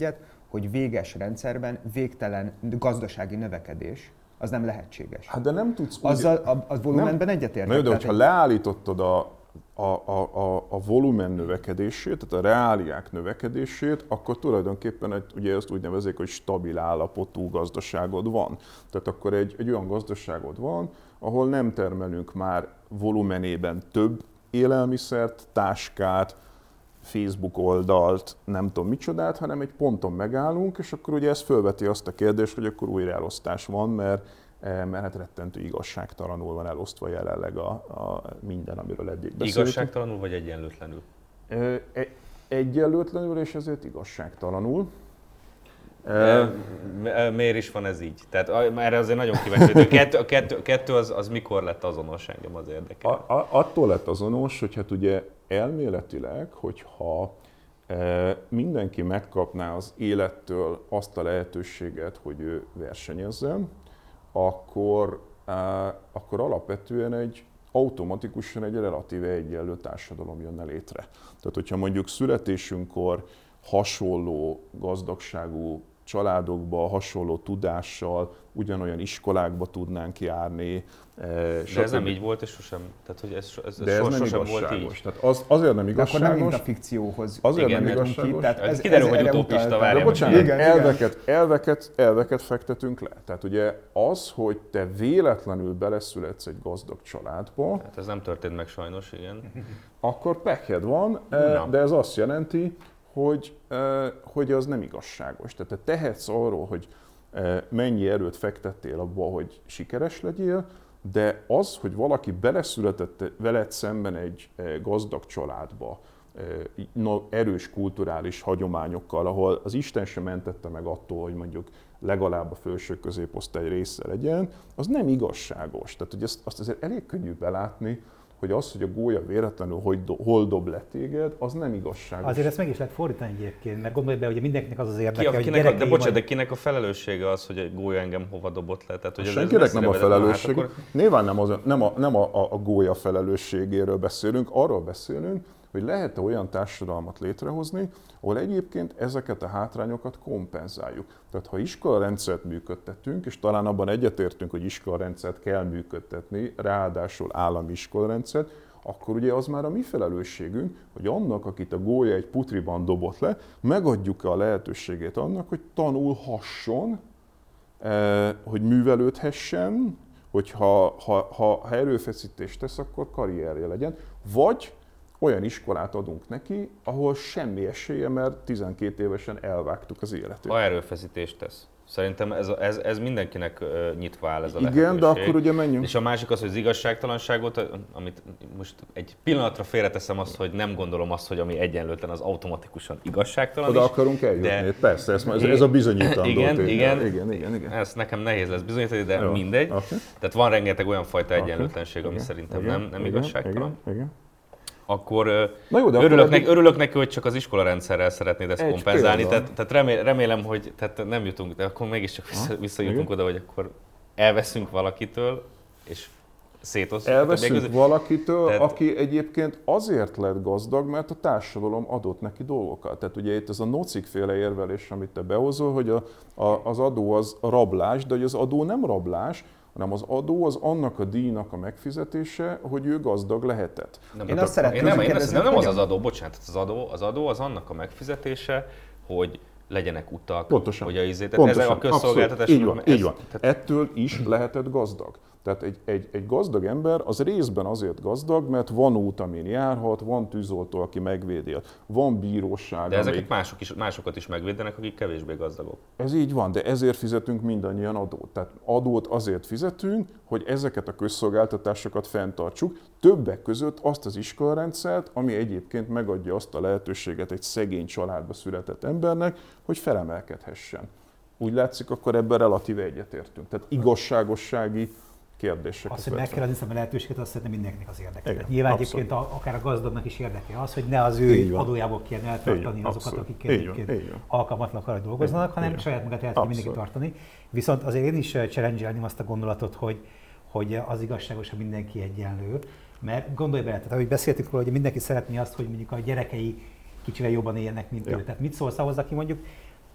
hogy véges rendszerben végtelen gazdasági növekedés, az nem lehetséges. Hát de nem tudsz... Azzal a, a volumenben egyetértek. Na jó, de hogyha egy... leállítottad a, a, a, a, a volumen növekedését, tehát a reáliák növekedését, akkor tulajdonképpen egy, ugye azt úgy nevezik, hogy stabil állapotú gazdaságod van. Tehát akkor egy, egy olyan gazdaságod van, ahol nem termelünk már volumenében több élelmiszert, táskát, Facebook oldalt, nem tudom micsodát, hanem egy ponton megállunk, és akkor ugye ez fölveti azt a kérdést, hogy akkor újraelosztás van, mert, mert hát rettentő igazságtalanul van elosztva jelenleg a, a minden, amiről eddig beszéltünk. Igazságtalanul vagy egyenlőtlenül? E, egyenlőtlenül, és ezért igazságtalanul. E, miért is van ez így? Tehát erre azért nagyon kíváncsi, hogy a kettő, a kettő, a kettő az, az mikor lett azonos, engem az érdekel. A, a, attól lett azonos, hogy hát ugye elméletileg, hogyha e, mindenki megkapná az élettől azt a lehetőséget, hogy ő versenyezzen, akkor, e, akkor alapvetően egy automatikusan egy relatíve egyenlő társadalom jönne létre. Tehát, hogyha mondjuk születésünkkor hasonló gazdagságú családokba, hasonló tudással, ugyanolyan iskolákba tudnánk járni. De stb. Ez nem így volt, és sosem, tehát hogy ez, ez, De ez sosem nem igazságos. Volt így. Tehát az, azért nem igazságos. De akkor nem mint a fikcióhoz. Azért igen, nem igazságos. Ki, tehát ez, kiderül, ez hogy utópista, várja. Bocsánat, igen, elveket, elveket, elveket fektetünk le. Tehát ugye az, hogy te véletlenül beleszületsz egy gazdag családba. Hát ez nem történt meg sajnos, igen. Akkor pekhed van, no. De ez azt jelenti, hogy, hogy az nem igazságos. Tehát te tehetsz arról, hogy mennyi erőt fektettél abba, hogy sikeres legyél, de az, hogy valaki beleszületett veled szemben egy gazdag családba, erős kulturális hagyományokkal, ahol az Isten sem mentette meg attól, hogy mondjuk legalább a felső középosztály része legyen, az nem igazságos. Tehát hogy azt, azt azért elég könnyű belátni, hogy az, hogy a gólya véletlenül hogy do, hol dob le téged, az nem igazságos. Azért ezt meg is lehet fordítani egyébként, mert gondolj be, hogy mindenkinek az az érdeke, Ki, hogy kinek a, De bocsánat, majd... de kinek a felelőssége az, hogy egy gólya engem hova dobott le? Tehát, hogy ez, senkinek ez nem a felelősség. Hát akkor... Nyilván nem, az, nem, a, nem a, a, a gólya felelősségéről beszélünk, arról beszélünk, hogy lehet-e olyan társadalmat létrehozni, ahol egyébként ezeket a hátrányokat kompenzáljuk. Tehát ha iskolarendszert működtetünk, és talán abban egyetértünk, hogy iskolarendszert kell működtetni, ráadásul állami iskolarendszert, akkor ugye az már a mi felelősségünk, hogy annak, akit a gólya egy putriban dobott le, megadjuk a lehetőségét annak, hogy tanulhasson, hogy művelődhessen, hogy ha, ha, ha erőfeszítést tesz, akkor karrierje legyen, vagy olyan iskolát adunk neki, ahol semmi esélye, mert tizenkét évesen elvágtuk az életét. Ha erőfeszítést tesz. Szerintem ez, ez, ez mindenkinek nyitva áll ez a igen, lehetőség. Igen, de akkor ugye menjünk. És a másik az, hogy az igazságtalanságot, amit most egy pillanatra félreteszem azt, hogy nem gondolom azt, hogy ami egyenlőtlen, az automatikusan igazságtalan Oda is, akarunk eljutni, de... persze, ez, ez a bizonyítandó. Igen, tény. igen, igen, igen, igen. Ez nekem nehéz lesz bizonyítani, de jó, mindegy. Okay. Tehát van rengeteg olyan fajta egyenlőtlenség, ami igen, szerintem igen, nem, nem igen, igazságtalan. Igen, igen. Akkor, Na jó, de örülök, akkor neki, eddig... örülök neki, hogy csak az iskolarendszerrel szeretnéd ezt Egy kompenzálni, példa. tehát, tehát remélem, remélem, hogy tehát nem jutunk, de akkor mégiscsak vissza, visszajutunk oda, hogy akkor elveszünk valakitől, és szétosztjuk. Elveszünk valakitől, tehát... aki egyébként azért lett gazdag, mert a társadalom adott neki dolgokat. Tehát ugye itt ez a nocikféle érvelés, amit te behozol, hogy a, a, az adó az rablás, de hogy az adó nem rablás, hanem az adó az annak a díjnak a megfizetése, hogy ő gazdag lehetett. Nem, én azt azt szeretném nem, én kérdezni, nem, nem az hogyan? az adó, bocsánat, az adó, az adó az annak a megfizetése, hogy legyenek utak, Pontosan. hogy a izé, tehát ezek a közszolgáltatás. Így van, ez, így van. Tehát... Ettől is lehetett gazdag. Tehát egy, egy, egy gazdag ember az részben azért gazdag, mert van út, amin járhat, van tűzoltó, aki megvédi, van bíróság. De ezek amelyik... mások is, másokat is megvédenek, akik kevésbé gazdagok. Ez így van, de ezért fizetünk mindannyian adót. Tehát adót azért fizetünk, hogy ezeket a közszolgáltatásokat fenntartsuk, többek között azt az iskolarendszert, ami egyébként megadja azt a lehetőséget egy szegény családba született embernek, hogy felemelkedhessen. Úgy látszik, akkor ebben relatíve egyetértünk. Tehát igazságossági kérdéseket. Azt, hogy meg kell adni a lehetőséget, azt szerintem mindenkinek az érdeke. Igen, Nyilván abszolút. egyébként a, akár a gazdagnak is érdeke az, hogy ne az ő adójából kéne eltartani azokat, abszolút. akik Így egyébként van, így van. alkalmatlanok arra, hogy dolgoznak, hanem Igen. saját magát el tudja mindenki tartani. Viszont azért én is challenge-elném azt a gondolatot, hogy, hogy az igazságos, ha mindenki egyenlő. Mert gondolj bele, tehát ahogy beszéltük róla, hogy mindenki szeretné azt, hogy mondjuk a gyerekei kicsivel jobban élnek, mint ja. ő. Tehát mit szólsz ahhoz, aki mondjuk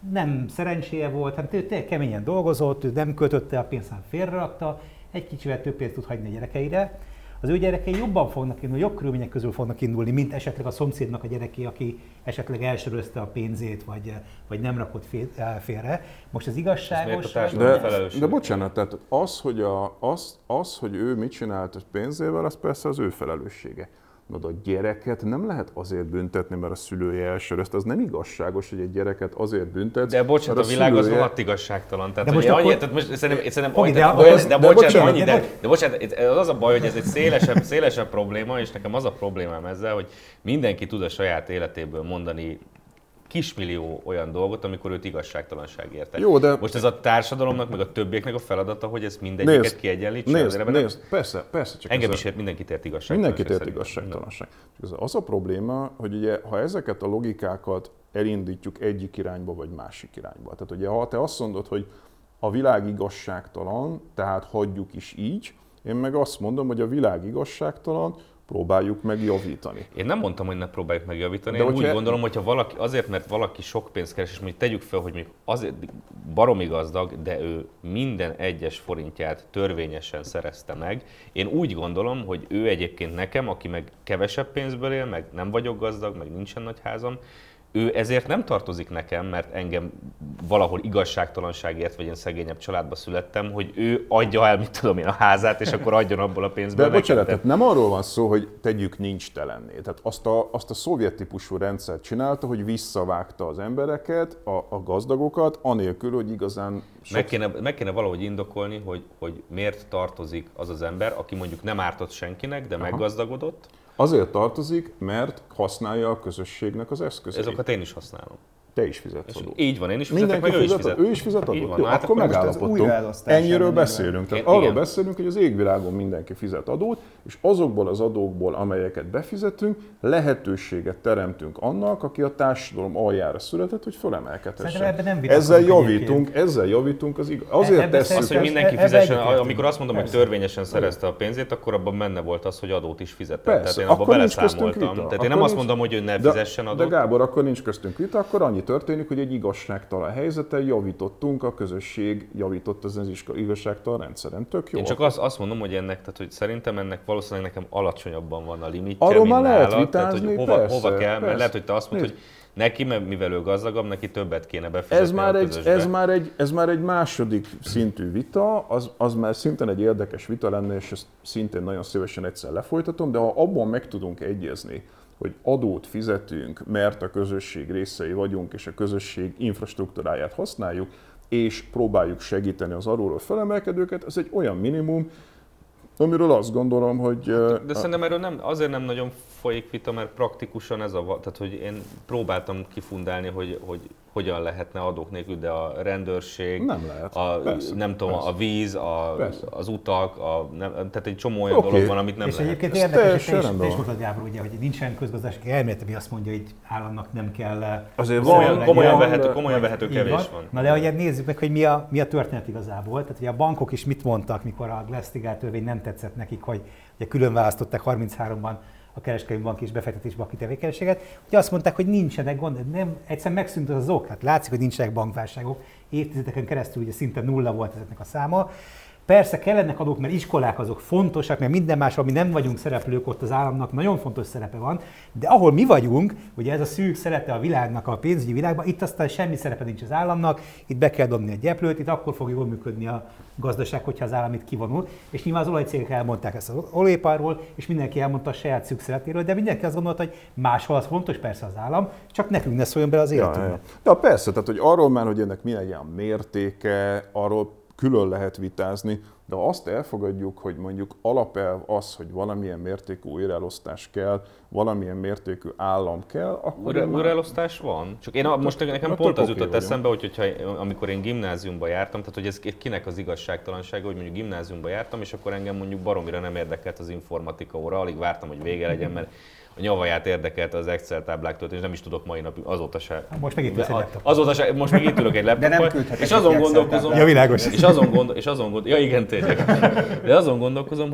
nem szerencséje volt, hát ő tényleg keményen dolgozott, ő nem költötte a pénzt, hanem félrerakta, egy kicsivel több pénzt tud hagyni a gyerekeire. Az ő gyerekei jobban fognak indulni, jobb körülmények közül fognak indulni, mint esetleg a szomszédnak a gyereki, aki esetleg elsörözte a pénzét, vagy, vagy nem rakott félre. Most az igazságos... De, de bocsánat, tehát az hogy, a, az, az, hogy ő mit csinált a pénzével, az persze az ő felelőssége. De a gyereket nem lehet azért büntetni, mert a szülője elsörözte. Az nem igazságos, hogy egy gyereket azért büntetsz. De bocsánat, a, a világ szülője... az rohadt igazságtalan. Tehát, de most annyi, akkor... tehát most szerintem, szerintem Oké, de, de, de, de, de, de, bocsánat, annyi, de, de, de bocsánat, az a baj, hogy ez egy szélesebb, szélesebb probléma, és nekem az a problémám ezzel, hogy mindenki tud a saját életéből mondani kismillió olyan dolgot, amikor őt igazságtalanság érte. Jó, de... Most ez a társadalomnak, meg a többieknek a feladata, hogy ez mindegyiket nézd, kiegyenlítse. Nézd, nézd, persze, persze. Csak engem is ért, mindenkit ért igazságtalanság. Mindenkit ért igazságtalanság. Az a probléma, hogy ugye, ha ezeket a logikákat elindítjuk egyik irányba, vagy másik irányba. Tehát ugye, ha te azt mondod, hogy a világ igazságtalan, tehát hagyjuk is így, én meg azt mondom, hogy a világ igazságtalan, próbáljuk megjavítani. Én nem mondtam, hogy ne próbáljuk megjavítani. De én hogyha... úgy gondolom, hogy ha valaki, azért, mert valaki sok pénzt keres, és mondjuk tegyük fel, hogy mondjuk azért baromi gazdag, de ő minden egyes forintját törvényesen szerezte meg. Én úgy gondolom, hogy ő egyébként nekem, aki meg kevesebb pénzből él, meg nem vagyok gazdag, meg nincsen nagy házam, ő ezért nem tartozik nekem, mert engem valahol igazságtalanságért, vagy én szegényebb családba születtem, hogy ő adja el, mit tudom én, a házát, és akkor adjon abból a pénzből. De bocsánat, tehát nem arról van szó, hogy tegyük nincs telenné. Tehát azt a, azt a szovjet típusú rendszert csinálta, hogy visszavágta az embereket, a, a gazdagokat, anélkül, hogy igazán... Sok... Meg, kéne, meg kéne valahogy indokolni, hogy, hogy miért tartozik az az ember, aki mondjuk nem ártott senkinek, de Aha. meggazdagodott. Azért tartozik, mert használja a közösségnek az eszközeit. Ezokat én is használom. Te is fizetsz adót. Így van, én is fizetek, meg ő is fizet. Ő is fizet adót? Van, Jó, hát akkor megállapodtunk. Ennyiről beszélünk. Tehát arról igen. beszélünk, hogy az égvilágon mindenki fizet adót, és azokból az adókból, amelyeket befizetünk, lehetőséget teremtünk annak, aki a társadalom aljára született, hogy fölemelkedhessen. Ezzel javítunk, ezzel javítunk az igaz. Azért tesszük. Az, hogy mindenki fizessen, amikor azt mondom, hogy törvényesen szerezte a pénzét, akkor abban benne volt az, hogy adót is fizetett. Tehát én abban beleszámoltam. Tehát én nem azt mondom, hogy ő ne fizessen adót. De Gábor, akkor nincs köztünk vita, akkor annyi történik, hogy egy igazságtalan helyzeten javítottunk, a közösség javított az igazságtalan rendszeren. Tök jó. Én csak azt, azt mondom, hogy ennek, tehát hogy szerintem ennek valószínűleg nekem alacsonyabban van a limitje, arról mint már lehet nálad, vitázni, tehát, hogy hova, persze, hova kell, persze. mert lehet, hogy te azt mondod, hogy neki, mivel ő gazdagabb, neki többet kéne befizetni ez már a egy, közösbe. ez, már egy, ez már egy második szintű vita, az, az már szintén egy érdekes vita lenne, és ezt szintén nagyon szívesen egyszer lefolytatom, de ha abban meg tudunk egyezni, hogy adót fizetünk, mert a közösség részei vagyunk, és a közösség infrastruktúráját használjuk, és próbáljuk segíteni az alulról felemelkedőket, ez egy olyan minimum, amiről azt gondolom, hogy... De a... szerintem erről nem, azért nem nagyon folyik vita, mert praktikusan ez a... Tehát, hogy én próbáltam kifundálni, hogy, hogy hogyan lehetne adók nélkül, de a rendőrség, nem lehet. A, persze, nem tudom, persze. a víz, a, az utak, a, nem, tehát egy csomó olyan okay. dolog van, amit nem és lehet. És egyébként érdekes, hogy te is, te is mondtad, Gábor, ugye, hogy nincsen közgazdasági elmélet, ami azt mondja, hogy államnak nem kell... Azért van, komolyan vehető, komolyan vehető kevés van. van. Na de ugye nézzük meg, hogy mi a, mi a történet igazából. Tehát ugye a bankok is mit mondtak, mikor a Glass-Steagall törvény nem tetszett nekik, hogy ugye külön választották harmincháromban a kereskedelmi bank és befektetés banki tevékenységet. Ugye azt mondták, hogy nincsenek gond, nem, egyszerűen megszűnt az ok. Hát látszik, hogy nincsenek bankválságok. Évtizedeken keresztül ugye szinte nulla volt ezeknek a száma. Persze kellenek adók, mert iskolák azok fontosak, mert minden más, ami nem vagyunk szereplők, ott az államnak nagyon fontos szerepe van, de ahol mi vagyunk, ugye ez a szűk szerepe a világnak, a pénzügyi világban, itt aztán semmi szerepe nincs az államnak, itt be kell dobni a gyeplőt, itt akkor fog jól működni a gazdaság, hogyha az állam itt kivonul. És nyilván az olajcégek elmondták ezt az olajparról, és mindenki elmondta a saját szűk szeretéről, de mindenki azt gondolta, hogy máshol az fontos persze az állam, csak nekünk ne szóljon bele az életünkbe. Ja, ja. De persze, tehát hogy arról már, hogy ennek milyen ilyen mértéke, arról külön lehet vitázni, de azt elfogadjuk, hogy mondjuk alapelv az, hogy valamilyen mértékű újraelosztás kell, valamilyen mértékű állam kell, akkor... Újra, újraelosztás van? Csak én a, most nekem na, pont az jutott vagyunk. eszembe, hogy hogyha, amikor én gimnáziumba jártam, tehát hogy ez kinek az igazságtalansága, hogy mondjuk gimnáziumba jártam, és akkor engem mondjuk baromira nem érdekelt az informatika óra, alig vártam, hogy vége legyen, mert a nyavaját érdekelte az Excel táblák töltés, nem is tudok mai napig, azóta se. Most meg itt ülsz egy laptop. Azóta se, most meg itt ülök egy laptopon, és azon gondolkozom, ja, világos. és azon gondol, és azon gondol, ja igen tényleg, de azon gondolkozom, hogy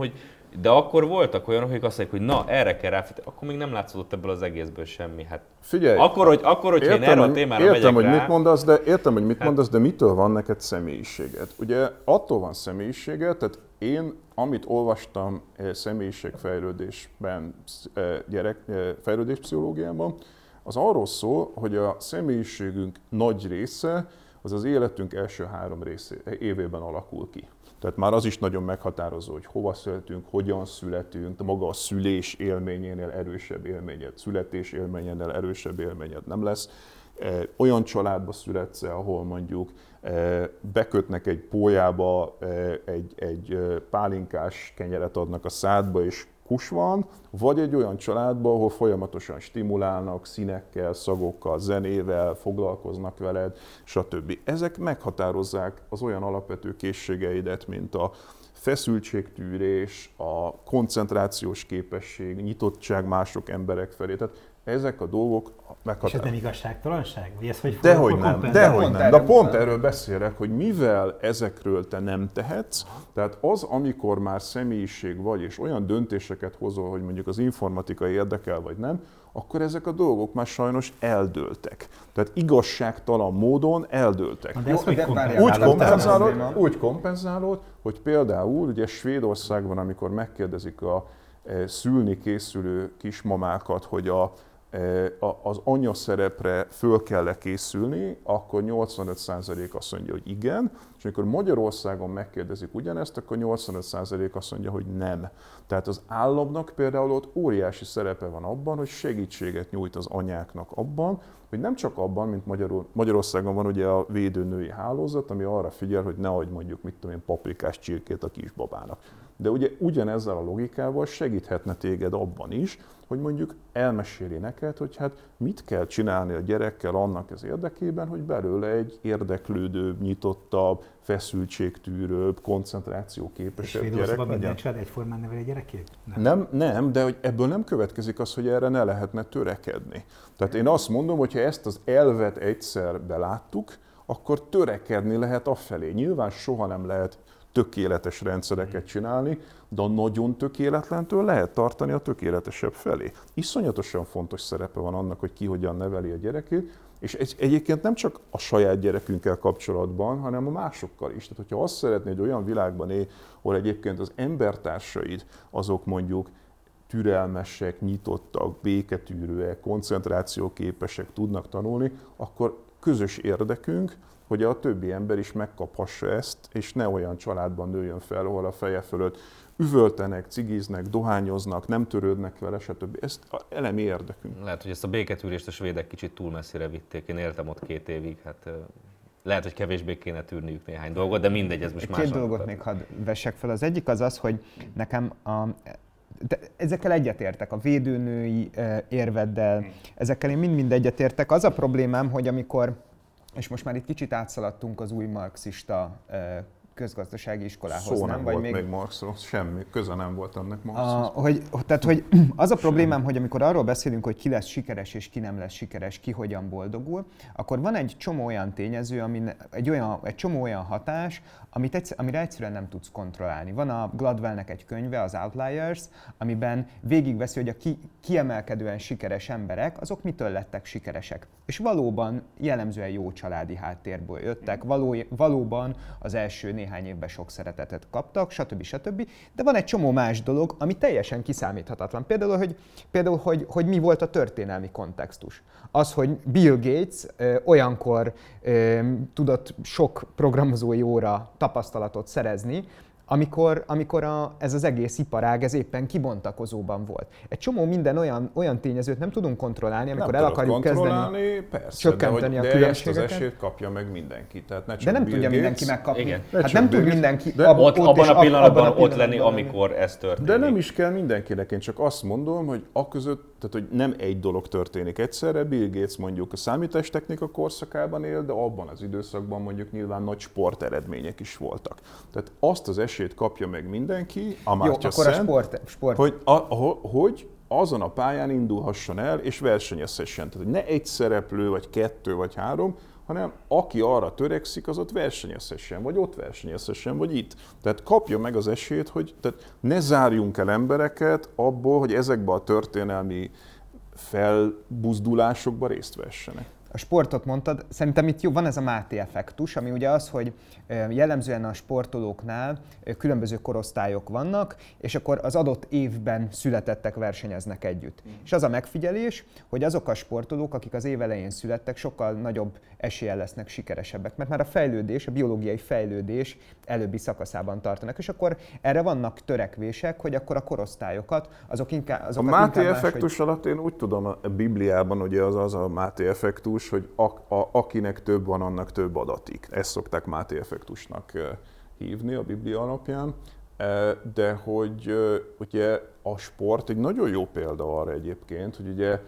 De akkor voltak olyanok, akik azt mondják, hogy na, erre kell ráfigyelni, akkor még nem látszott ebből az egészből semmi. Hát figyelj, akkor, hogy, akkor hogyha értem, én erre hogy, a témára értem, megyek hogy rá... Mit mondasz, de, értem, hogy mit hát, mondasz, de mitől van neked személyiséged? Ugye attól van személyiséged, tehát én, amit olvastam személyiségfejlődésben, gyerek, fejlődéspszichológiában, az arról szól, hogy a személyiségünk nagy része az az életünk első három részé, évében alakul ki. Tehát már az is nagyon meghatározó, hogy hova születünk, hogyan születünk, de maga a szülés élményénél erősebb élményed, születés élményénél erősebb élményed nem lesz. Olyan családba születsz, ahol mondjuk bekötnek egy pólyába, egy, egy pálinkás kenyeret adnak a szádba, és kus van, vagy egy olyan családba, ahol folyamatosan stimulálnak, színekkel, szagokkal, zenével, foglalkoznak veled, stb. Ezek meghatározzák az olyan alapvető készségeidet, mint a feszültségtűrés, a koncentrációs képesség, nyitottság mások emberek felé. Tehát ezek a dolgok meghatároznak. És ez nem igazságtalanság? Vagy ez hogy dehogy nem, dehogy nem. De pont erről beszélek, hogy mivel ezekről te nem tehetsz, tehát az, amikor már személyiség vagy, és olyan döntéseket hozol, hogy mondjuk az informatika érdekel vagy nem, akkor ezek a dolgok már sajnos eldőltek. Tehát igazságtalan módon eldőltek. De ez de úgy, kompenzálod, úgy kompenzálod, hogy például ugye Svédországban, amikor megkérdezik a e, szülni készülő kismamákat, hogy a az anya szerepre föl kell-e készülni, akkor nyolcvanöt százalék azt mondja, hogy igen, és amikor Magyarországon megkérdezik ugyanezt, akkor nyolcvanöt százalék azt mondja, hogy nem. Tehát az államnak például ott óriási szerepe van abban, hogy segítséget nyújt az anyáknak abban, hogy nem csak abban, mint Magyarul, Magyarországon van ugye a védőnői hálózat, ami arra figyel, hogy ne adj mondjuk, mit tudom én, paprikás csirkét a kisbabának. De ugye ugyanezzel a logikával segíthetne téged abban is, hogy mondjuk elmeséli neked, hogy hát mit kell csinálni a gyerekkel annak az érdekében, hogy belőle egy érdeklődőbb, nyitottabb, feszültségtűrőbb, koncentrációképesebb gyerek legyen. Minden család egyformán nevel a gyerekét? Nem. nem, nem, de hogy ebből nem következik az, hogy erre ne lehetne törekedni. Tehát én azt mondom, hogy ha ezt az elvet egyszer beláttuk, akkor törekedni lehet afelé. Nyilván soha nem lehet tökéletes rendszereket csinálni, de a nagyon tökéletlentől lehet tartani a tökéletesebb felé. Iszonyatosan fontos szerepe van annak, hogy ki hogyan neveli a gyerekét, és egy, egyébként nem csak a saját gyerekünkkel kapcsolatban, hanem a másokkal is. Tehát, hogyha azt szeretnéd, hogy olyan világban élj, ahol egyébként az embertársaid azok mondjuk türelmesek, nyitottak, béketűrőek, koncentrációképesek, tudnak tanulni, akkor közös érdekünk, hogy a többi ember is megkaphassa ezt, és ne olyan családban nőjön fel, ahol a feje fölött üvöltenek, cigiznek, dohányoznak, nem törődnek vele, stb. Ez elemi érdekünk. Lehet, hogy ezt a béketűrést a svédek kicsit túl messzire vitték. Én éltem ott két évig, hát lehet, hogy kevésbé kéne tűrniük néhány dolgot, de mindegy, ez most más. Két dolgot még hadd vessek fel. Az egyik az az, hogy nekem a de ezekkel egyetértek, a védőnői érveddel, ezekkel én mind-mind egyetértek. Az a problémám, hogy amikor, és most már itt kicsit átszaladtunk az új marxista közgazdasági iskolához, Szó nem, nem? Vagy volt még, még Marxról, semmi, köze nem volt ennek Marxhoz. A, hogy, tehát, hogy az a problémám, hogy amikor arról beszélünk, hogy ki lesz sikeres és ki nem lesz sikeres, ki hogyan boldogul, akkor van egy csomó olyan tényező, ami, egy, olyan, egy csomó olyan hatás, amit egyszer, amire egyszerűen nem tudsz kontrollálni. Van a Gladwellnek egy könyve, az Outliers, amiben végigveszi, hogy a ki, kiemelkedően sikeres emberek, azok mitől lettek sikeresek. És valóban jellemzően jó családi háttérből jöttek, való, valóban az első néhány évben sok szeretetet kaptak, stb. stb. De van egy csomó más dolog, ami teljesen kiszámíthatatlan. Például, hogy, például, hogy, hogy mi volt a történelmi kontextus. Az, hogy Bill Gates ö, olyankor ö, tudott sok programozói óra tapasztalatot szerezni, amikor, amikor a, ez az egész iparág ez éppen kibontakozóban volt. Egy csomó minden olyan, olyan tényezőt nem tudunk kontrollálni, amikor nem el akarjuk kezdeni persze, csökkenteni de, a de különbségeket. ezt az esélyt kapja meg mindenki. Tehát ne csak de nem Bill tudja Gates, mindenki megkapni. Igen. Hát nem tud mindenki de ab, ott, ott abban és a pillanatban abban a ott lenni, pillanatban amikor ez történik. De nem is kell mindenkinek, én csak azt mondom, hogy aközött, tehát hogy nem egy dolog történik egyszerre. Bill Gates mondjuk a számítástechnika korszakában él, de abban az időszakban mondjuk nyilván nagy sporteredmények is voltak. Tehát azt az esélyt kapja meg mindenki, a Jó, akkor Szent, a sport, sport. Hogy, a, a, hogy azon a pályán indulhasson el és versenyezhessen. Tehát hogy ne egy szereplő, vagy kettő, vagy három, hanem aki arra törekszik, az ott versenyezhessen, vagy ott versenyezhessen, vagy itt. Tehát kapja meg az esélyt, hogy tehát ne zárjunk el embereket abból, hogy ezekben a történelmi felbuzdulásokban részt vessenek. A sportot mondtad, szerintem itt jó, van ez a Máté effektus, ami ugye az, hogy jellemzően a sportolóknál különböző korosztályok vannak, és akkor az adott évben születettek versenyeznek együtt. Mm. És az a megfigyelés, hogy azok a sportolók, akik az év elején születtek, sokkal nagyobb eséllyel lesznek sikeresebbek, mert már a fejlődés, a biológiai fejlődés előbbi szakaszában tartanak, és akkor erre vannak törekvések, hogy akkor a korosztályokat, azok inkább azokat A Máté inkább effektus máshogy... alatt én úgy tudom, a Bibliában ugye az az a Máté effektus, hogy a, a, akinek több van, annak több adatik. Ezt szokták Máté effektusnak hívni a Biblia alapján, de hogy ugye a sport egy nagyon jó példa arra egyébként, hogy ugye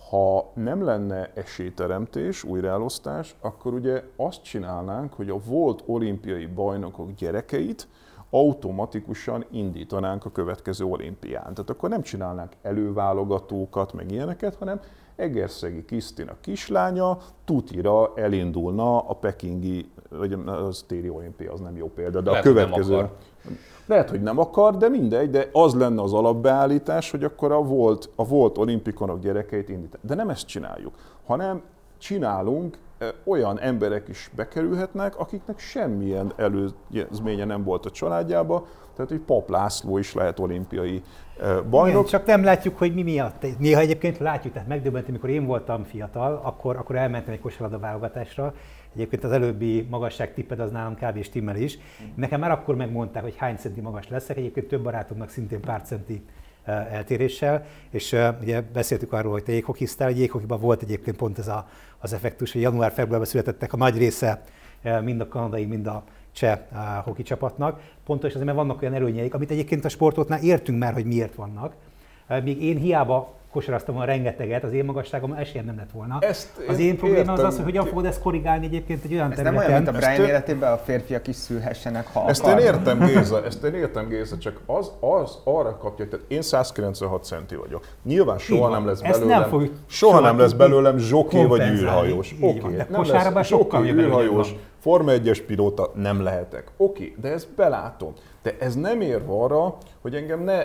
ha nem lenne esélyteremtés, újraelosztás, akkor ugye azt csinálnánk, hogy a volt olimpiai bajnokok gyerekeit automatikusan indítanánk a következő olimpián. Tehát akkor nem csinálnánk előválogatókat, meg ilyeneket, hanem Egerszegi Krisztina kislánya tutira elindulna a pekingi, vagy az téli olimpia, az nem jó példa, de lehet, a következő... Hogy Lehet, hogy nem akar, de mindegy, de az lenne az alapbeállítás, hogy akkor a volt, a volt olimpikonok gyerekeit indítani. De nem ezt csináljuk, hanem csinálunk, olyan emberek is bekerülhetnek, akiknek semmilyen előzménye nem volt a családjába, tehát hogy Pap László is lehet olimpiai bajnok. Igen, csak nem látjuk, hogy mi miatt. Néha egyébként látjuk, tehát megdöbbentő, amikor én voltam fiatal, akkor, akkor elmentem egy kosárlabda válogatásra. Egyébként az előbbi magasságtipped az nálam kb. Stimmel is. Nekem már akkor megmondták, hogy hány centi magas leszek, egyébként több barátomnak szintén pár centi eltéréssel, és uh, ugye beszéltük arról, hogy te jéghokisztál, hogy jéghokiban volt egyébként pont ez a, az effektus, hogy január-februárban születettek a nagy része uh, mind a kanadai, mind a cseh uh, hoki csapatnak. Pontosan azért, mert vannak olyan előnyeik, amit egyébként a sportoltnál értünk már, hogy miért vannak. Uh, még én hiába kosaraztam volna rengeteget, az én magasságom esélyem nem lett volna. Ezt az én probléma az az, hogy hogyan ki... fogod ezt korrigálni egyébként egy olyan ez területen. nem olyan, mint a Brian ő... életében a férfiak is szülhessenek, ha Ezt akar. én értem, Géza, ezt én értem, Géza, csak az, az arra kapja, tehát én száz kilencvenhat centi vagyok. Nyilván soha nem lesz Ezt belőlem, nem fogjuk soha soha nem lesz tudni belőlem zsoké vagy űrhajós. Így van, Oké, de nem kosárban lesz sokkal zsoki, jobb űrhajós, van. Forma egyes pilóta nem lehetek. Oké, de ezt belátom. De ez nem ér arra, hogy engem, ne,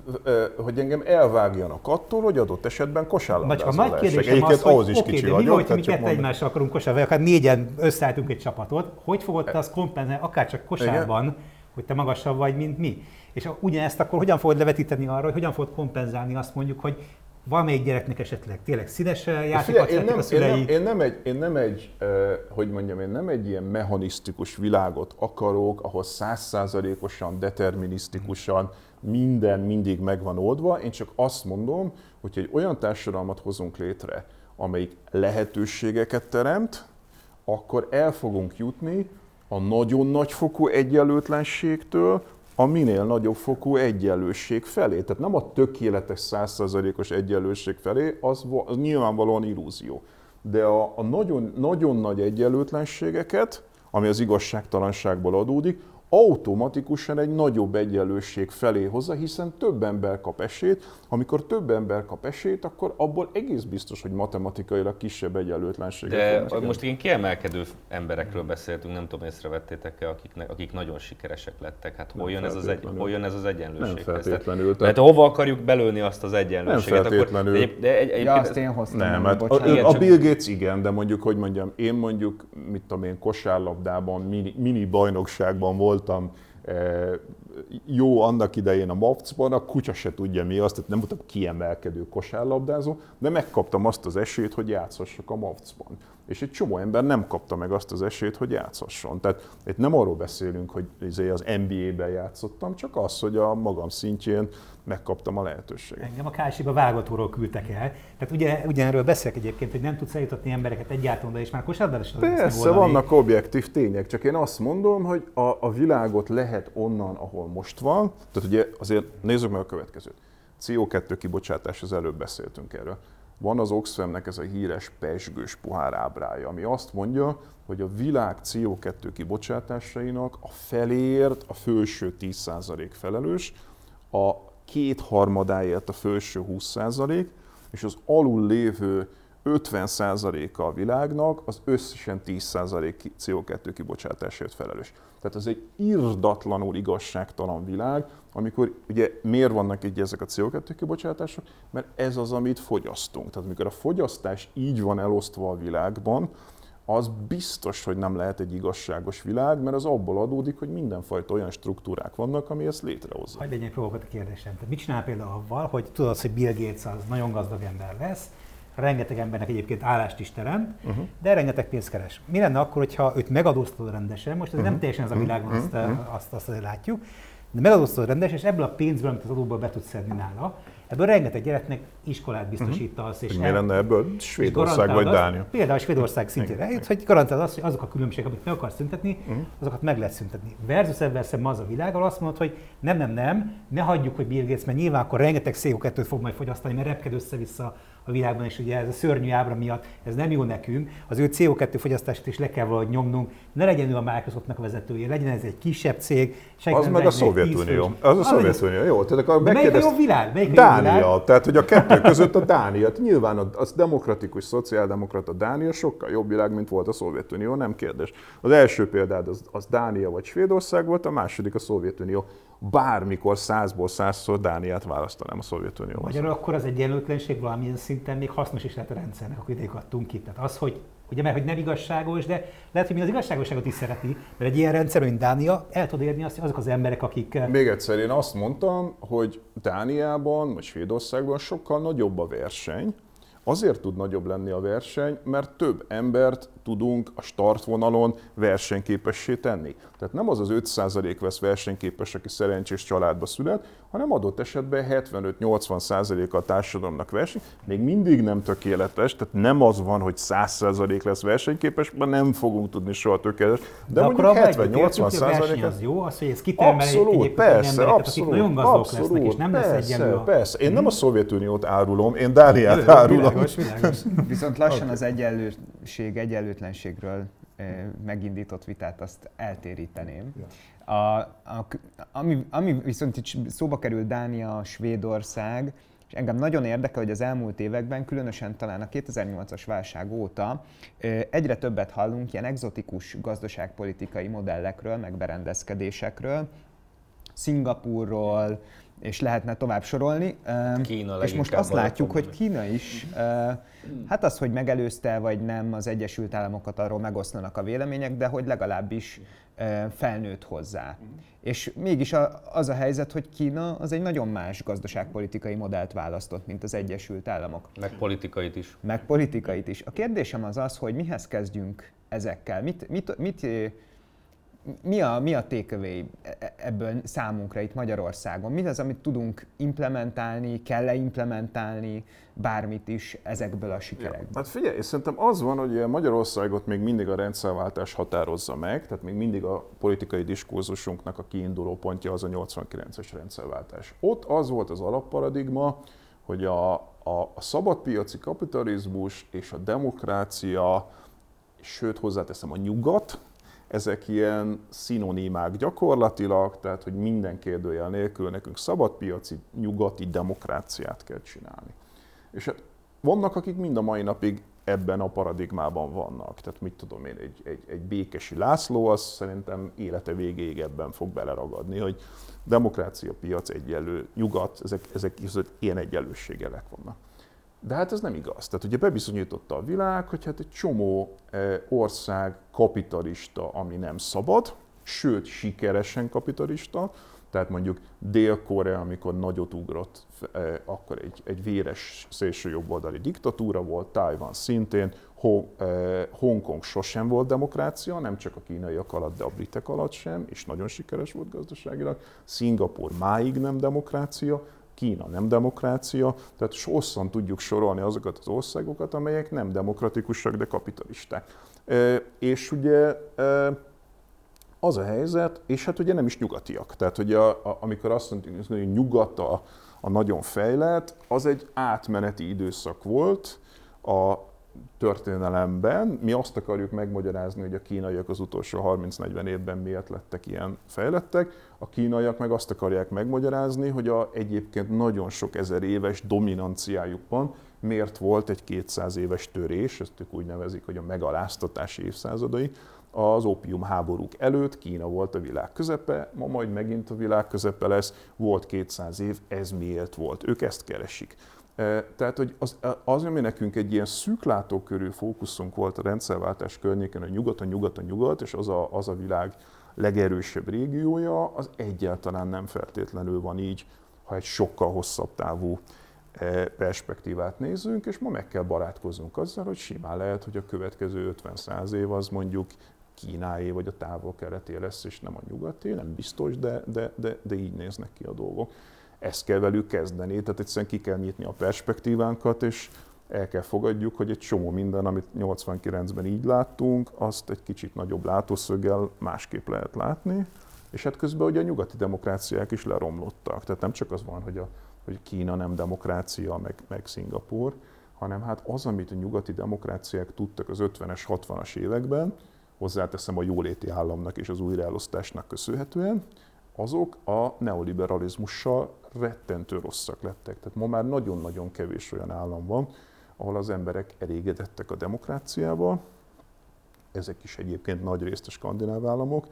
hogy engem elvágjanak attól, hogy adott esetben kosárlabdázol Vagy a nagy kérdésem Egyébként az, hogy ahhoz is oké, kicsi de vagyok. mi volt, hogy mi csak ketten egymással akarunk kosárlabdázni, akár négyen összeálltunk egy csapatot, hogy fogod te azt kompenzálni, akár csak kosárban, igen, hogy te magasabb vagy, mint mi? És ugyanezt akkor hogyan fogod levetíteni arra, hogy hogyan fogod kompenzálni azt mondjuk, hogy valamelyik gyereknek esetleg tényleg színes játékot vettek a szülei? Én nem, én nem egy, én nem egy uh, hogy mondjam, én nem egy ilyen mechanisztikus világot akarok, ahol száz százalékosan, determinisztikusan minden mindig meg van oldva. Én csak azt mondom, hogy egy olyan társadalmat hozunk létre, amelyik lehetőségeket teremt, akkor el fogunk jutni a nagyon nagyfokú egyenlőtlenségtől a minél nagyobb fokú egyenlőség felé. Tehát nem a tökéletes száz százalékos egyenlőség felé, az, az nyilvánvalóan illúzió. De a, a nagyon, nagyon nagy egyenlőtlenségeket, ami az igazságtalanságból adódik, automatikusan egy nagyobb egyenlőség felé hozza, hiszen több ember kap esélyt. Amikor több ember kap esélyt, akkor abból egész biztos, hogy matematikailag kisebb egyenlőtlenségek. De most ilyen kiemelkedő emberekről beszéltünk, nem tudom, észrevettétek-e, akiknek, akik nagyon sikeresek lettek. Hát hol jön, ez az, egy, hol jön ez az egyenlőség? Nem feltétlenül. Tehát hova akarjuk belőni azt az egyenlőséget? Nem feltétlenül. Akkor, de, de egy, egy, ja, azt én hoztam. Nem, hát a, igen, a csak... Bill Gates igen, de mondjuk, hogy mondjam, én mondjuk, mit tudom én, kosárlabdában, mini, mini bajnokságban voltam, jó annak idején a MAFC-ban, a kutya se tudja mi azt, tehát nem voltam kiemelkedő kosárlabdázó, de megkaptam azt az esélyt, hogy játszhassak a MAFC-ban. És egy csomó ember nem kapta meg azt az esélyt, hogy játszhasson. Tehát itt nem arról beszélünk, hogy az en bé á-ben játszottam, csak az, hogy a magam szintjén megkaptam a lehetőséget. Engem a Kásiba válogatóról küldtek el. Tehát ugye, ugyanerről beszélek egyébként, hogy nem tudsz eljutatni embereket egyáltalán, de és már kosárlabdában is tudod ezt Persze, vannak objektív tények, csak én azt mondom, hogy a, a világot lehet onnan, ahol most van. Tehát ugye azért nézzük meg a következőt. cé o kettő kibocsátás, az előbb beszéltünk erről. Van az Oxfamnek ez a híres pezsgős pohár ábrája, ami azt mondja, hogy a világ cé o kettő kibocsátásainak a feléért a felső tíz százalék felelős, a kétharmadáért a felső húsz százalék, és az alul lévő ötven százaléka a világnak az összesen tíz százalék cé o kettő kibocsátásért felelős. Tehát ez egy irdatlanul igazságtalan világ, amikor ugye miért vannak így ezek a cé o kettő kibocsátások? Mert ez az, amit fogyasztunk. Tehát amikor a fogyasztás így van elosztva a világban, az biztos, hogy nem lehet egy igazságos világ, mert az abból adódik, hogy mindenfajta olyan struktúrák vannak, ami ezt létrehozza. Hagyj legyen provokatív kérdésem. Tehát mit csinál például avval, hogy tudod, hogy Bill Gates az nagyon gazdag ember lesz, rengeteg embernek egyébként állást is teremt, uh-huh. de rengeteg pénzt keres. Mi lenne akkor, hogyha őt megadóztatod rendesen, most ez uh-huh. nem teljesen ez a világban, uh-huh. azt, azt, azt látjuk, de megadóztatod rendesen, és ebből a pénzből, amit az adóból be tudsz szedni nála, ebből rengeteg gyereknek iskolát biztosítasz. Uh-huh. És mi lenne ebből? Svédország vagy Dánia? Például Svédország szintjén eljut, hogy garantálod azt, hogy azok a különbségek, amit meg akarsz szüntetni, uh-huh. azokat meg lehet szüntetni. Versus ebben szemben az a világ, ahol azt mondod, hogy nem, nem, nem, ne hagyjuk, hogy Bill Gates, mert nyilván akkor rengeteg cé o kettőt fog majd fogyasztani, mert repked össze-vissza a világban, és ugye ez a szörnyű ábra miatt, ez nem jó nekünk, az ő cé o kettő fogyasztását is le kell valahogy nyomnunk, ne legyen ő a Microsoftnak a vezetője, legyen ez egy kisebb cég. Az meg a Szovjetunió. Az a Szovjetunió, jó. Tehát akkor melyik a jobb világ? Melyik Dánia, a világ? Tehát hogy a kettő között a Dánia. Nyilván az demokratikus, szociáldemokrata Dánia sokkal jobb világ, mint volt a Szovjetunió, nem kérdés. Az első példád az, az Dánia vagy Svédország volt, a második a Szovjetunió. Bármikor százból százszor Dániát választanám a Szovjetunióhoz. Magyarul akkor az egyenlőtlenség valamilyen szinten még hasznos is lehet a rendszernek, akkor ideig adtunk ki. Tehát az, hogy ugye, mert hogy nem igazságos, de lehet, hogy mi az igazságosságot is szereti, mert egy ilyen rendszer, mint Dánia, el tud érni azt, hogy azok az emberek, akik... Még egyszer, én azt mondtam, hogy Dániában vagy Svédországban sokkal nagyobb a verseny. Azért tud nagyobb lenni a verseny, mert több embert tudunk a startvonalon versenyképessé tenni. Tehát nem az az öt százalék vesz versenyképes, aki szerencsés családba szület, hanem adott esetben hetvenöt-nyolcvan százalék a társadalomnak verseny. Még mindig nem tökéletes, tehát nem az van, hogy száz százalék lesz versenyképes, mert nem fogunk tudni soha tökéletes. De, de mondjuk hetven-nyolcvan százalék az jó, az, hogy ez kitermel abszolút, persze, embereket, abszolút, akik nagyon gazdagok abszolút, lesznek, és nem persze, lesz egyenlő a... Persze, én nem a Szovjetuniót árulom, én Dániát árulom. Világos, világos. Viszont lassan okay. Az egyenlőség, egyenlőtlenségről eh, megindított vitát azt eltéríteném. A, a, ami, ami viszont itt szóba került Dánia, Svédország, és engem nagyon érdekel, hogy az elmúlt években, különösen talán a kétezer-nyolcas válság óta eh, egyre többet hallunk ilyen egzotikus gazdaságpolitikai modellekről, meg berendezkedésekről, Szingapúrról, és lehetne tovább sorolni. Kína és most azt látjuk, hogy Kína is, hát az, hogy megelőzte vagy nem az Egyesült Államokat, arról megoszlanak a vélemények, de hogy legalábbis felnőtt hozzá. És mégis az a helyzet, hogy Kína az egy nagyon más gazdaságpolitikai modellt választott, mint az Egyesült Államok. Meg politikait is. Meg politikait is. A kérdésem az az, hogy mihez kezdjünk ezekkel? Mit, mit, mit, Mi a, mi a takeaway ebből számunkra itt Magyarországon? Mi az, amit tudunk implementálni, kell-e implementálni, bármit is ezekből a sikerekből? Ja, hát figyelj, szerintem az van, hogy Magyarországot még mindig a rendszerváltás határozza meg, tehát még mindig a politikai diskurzusunknak a kiinduló pontja az a nyolcvankilences rendszerváltás. Ott az volt az alapparadigma, hogy a, a, a szabadpiaci kapitalizmus és a demokrácia, sőt hozzáteszem a nyugat, ezek ilyen szinonimák gyakorlatilag, tehát hogy minden kérdőjel nélkül nekünk szabadpiaci, nyugati demokráciát kell csinálni. És hát vannak, akik mind a mai napig ebben a paradigmában vannak. Tehát mit tudom én, egy, egy, egy Békesi László, az szerintem élete végéig ebben fog beleragadni, hogy demokrácia, piac, egyenlő, nyugat, ezek, ezek ilyen egyenlősségelek vannak. De hát ez nem igaz. Tehát ugye bebizonyította a világ, hogy hát egy csomó ország kapitalista, ami nem szabad, sőt sikeresen kapitalista, tehát mondjuk Dél-Korea, amikor nagyot ugrott, akkor egy, egy véres szélsőjobboldali diktatúra volt, Tajvan szintén, Hongkong sosem volt demokrácia, nem csak a kínaiak alatt, de a britek alatt sem, és nagyon sikeres volt gazdaságilag. Szingapúr máig nem demokrácia, Kína nem demokrácia, tehát hosszan tudjuk sorolni azokat az országokat, amelyek nem demokratikusak, de kapitalisták. E, és ugye e, az a helyzet, és hát ugye nem is nyugatiak. Tehát ugye a, a, amikor azt mondjuk, hogy nyugat a, a nagyon fejlett, az egy átmeneti időszak volt a történelemben. Mi azt akarjuk megmagyarázni, hogy a kínaiak az utolsó harminc-negyven évben miért lettek ilyen fejlettek. A kínaiak meg azt akarják megmagyarázni, hogy a egyébként nagyon sok ezer éves dominanciájukban miért volt egy kétszáz éves törés, ezt ők úgy nevezik, hogy a megaláztatási évszázadai. Az ópium háborúk előtt Kína volt a világ közepe, ma majd megint a világ közepe lesz, volt kétszáz év, ez miért volt? Ők ezt keresik. Tehát, hogy az, az, ami nekünk egy ilyen szűklátókörű fókuszunk volt a rendszerváltás környéken, a nyugat, a nyugat, a nyugat, és az a, az a világ legerősebb régiója, az egyáltalán nem feltétlenül van így, ha egy sokkal hosszabb távú perspektívát nézzünk, és ma meg kell barátkoznunk azzal, hogy simán lehet, hogy a következő ötven-száz év az mondjuk Kínáé vagy a távol-keleté lesz, és nem a nyugaté, nem biztos, de, de, de, de így néznek ki a dolgok. Ezt kell velük kezdeni, tehát egyszerűen ki kell nyitni a perspektívánkat, és el kell fogadjuk, hogy egy csomó minden, amit nyolcvankilencben így láttunk, azt egy kicsit nagyobb látószöggel másképp lehet látni, és hát közben ugye a nyugati demokráciák is leromlottak. Tehát nem csak az van, hogy, a, hogy Kína nem demokrácia, meg, meg Szingapúr, hanem hát az, amit a nyugati demokráciák tudtak az ötvenes, hatvanas években, hozzáteszem a jóléti államnak és az újraelosztásnak köszönhetően, azok a neoliberalizmussal rettentő rosszak lettek. Tehát ma már nagyon-nagyon kevés olyan állam van, ahol az emberek elégedettek a demokráciával. Ezek is egyébként nagy részt a skandináv államok,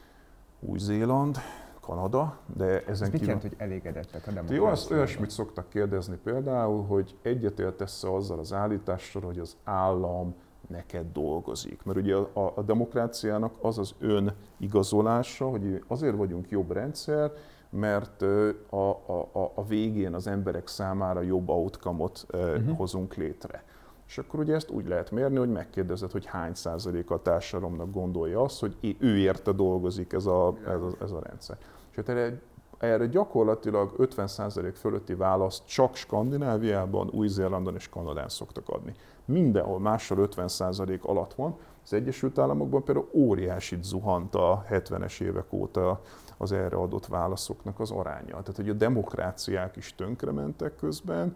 Új-Zéland, Kanada, de ezen Ez kívül... mit jelent, hogy elégedettek a demokráciával? Jó, azt olyasmit szoktak kérdezni például, hogy egyetértesz-e azzal az állítással, hogy az állam neked dolgozik. Mert ugye a, a demokráciának az az ön igazolása, hogy azért vagyunk jobb rendszer, mert a, a, a végén az emberek számára jobb outcome-ot uh-huh. hozunk létre. És akkor ugye ezt úgy lehet mérni, hogy megkérdezed, hogy hány százaléka a társadalomnak gondolja azt, hogy ő érte dolgozik ez a, ez a, ez a rendszer. És hát erre, erre gyakorlatilag ötven százalék fölötti választ csak Skandináviában, Új-Zélandon és Kanadán szoktak adni. Mindenhol máshol ötven százalék alatt van. Az Egyesült Államokban például óriásit zuhant a hetvenes évek óta az erre adott válaszoknak az aránya. Tehát, hogy a demokráciák is tönkrementek közben,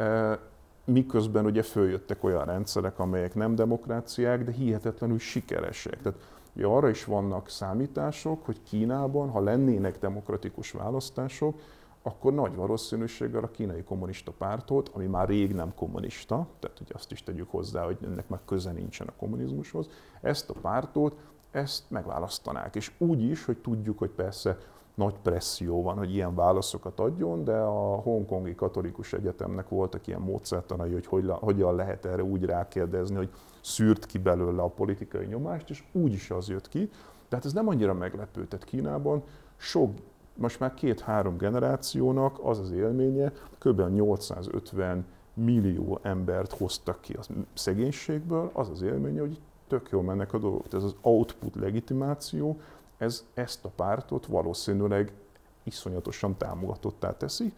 miközben ugye följöttek olyan rendszerek, amelyek nem demokráciák, de hihetetlenül sikeresek. Tehát ugye arra is vannak számítások, hogy Kínában, ha lennének demokratikus választások, akkor nagy valószínűséggel a kínai kommunista pártot, ami már rég nem kommunista, tehát ugye azt is tegyük hozzá, hogy ennek már köze nincsen a kommunizmushoz, ezt a pártot, ezt megválasztanák. És úgy is, hogy tudjuk, hogy persze nagy presszió van, hogy ilyen válaszokat adjon, de a Hongkongi Katolikus Egyetemnek voltak ilyen módszertanai, hogy, hogy hogyan lehet erre úgy rákérdezni, hogy szűrt ki belőle a politikai nyomást, és úgy is az jött ki. Tehát ez nem annyira meglepő. Tehát Kínában sok, most már két-három generációnak az az élménye, kb. nyolcszázötven millió embert hoztak ki a szegénységből, az az élménye, hogy tök jól mennek a dolgok. Ez az output legitimáció, ez ezt a pártot valószínűleg iszonyatosan támogatottá teszi,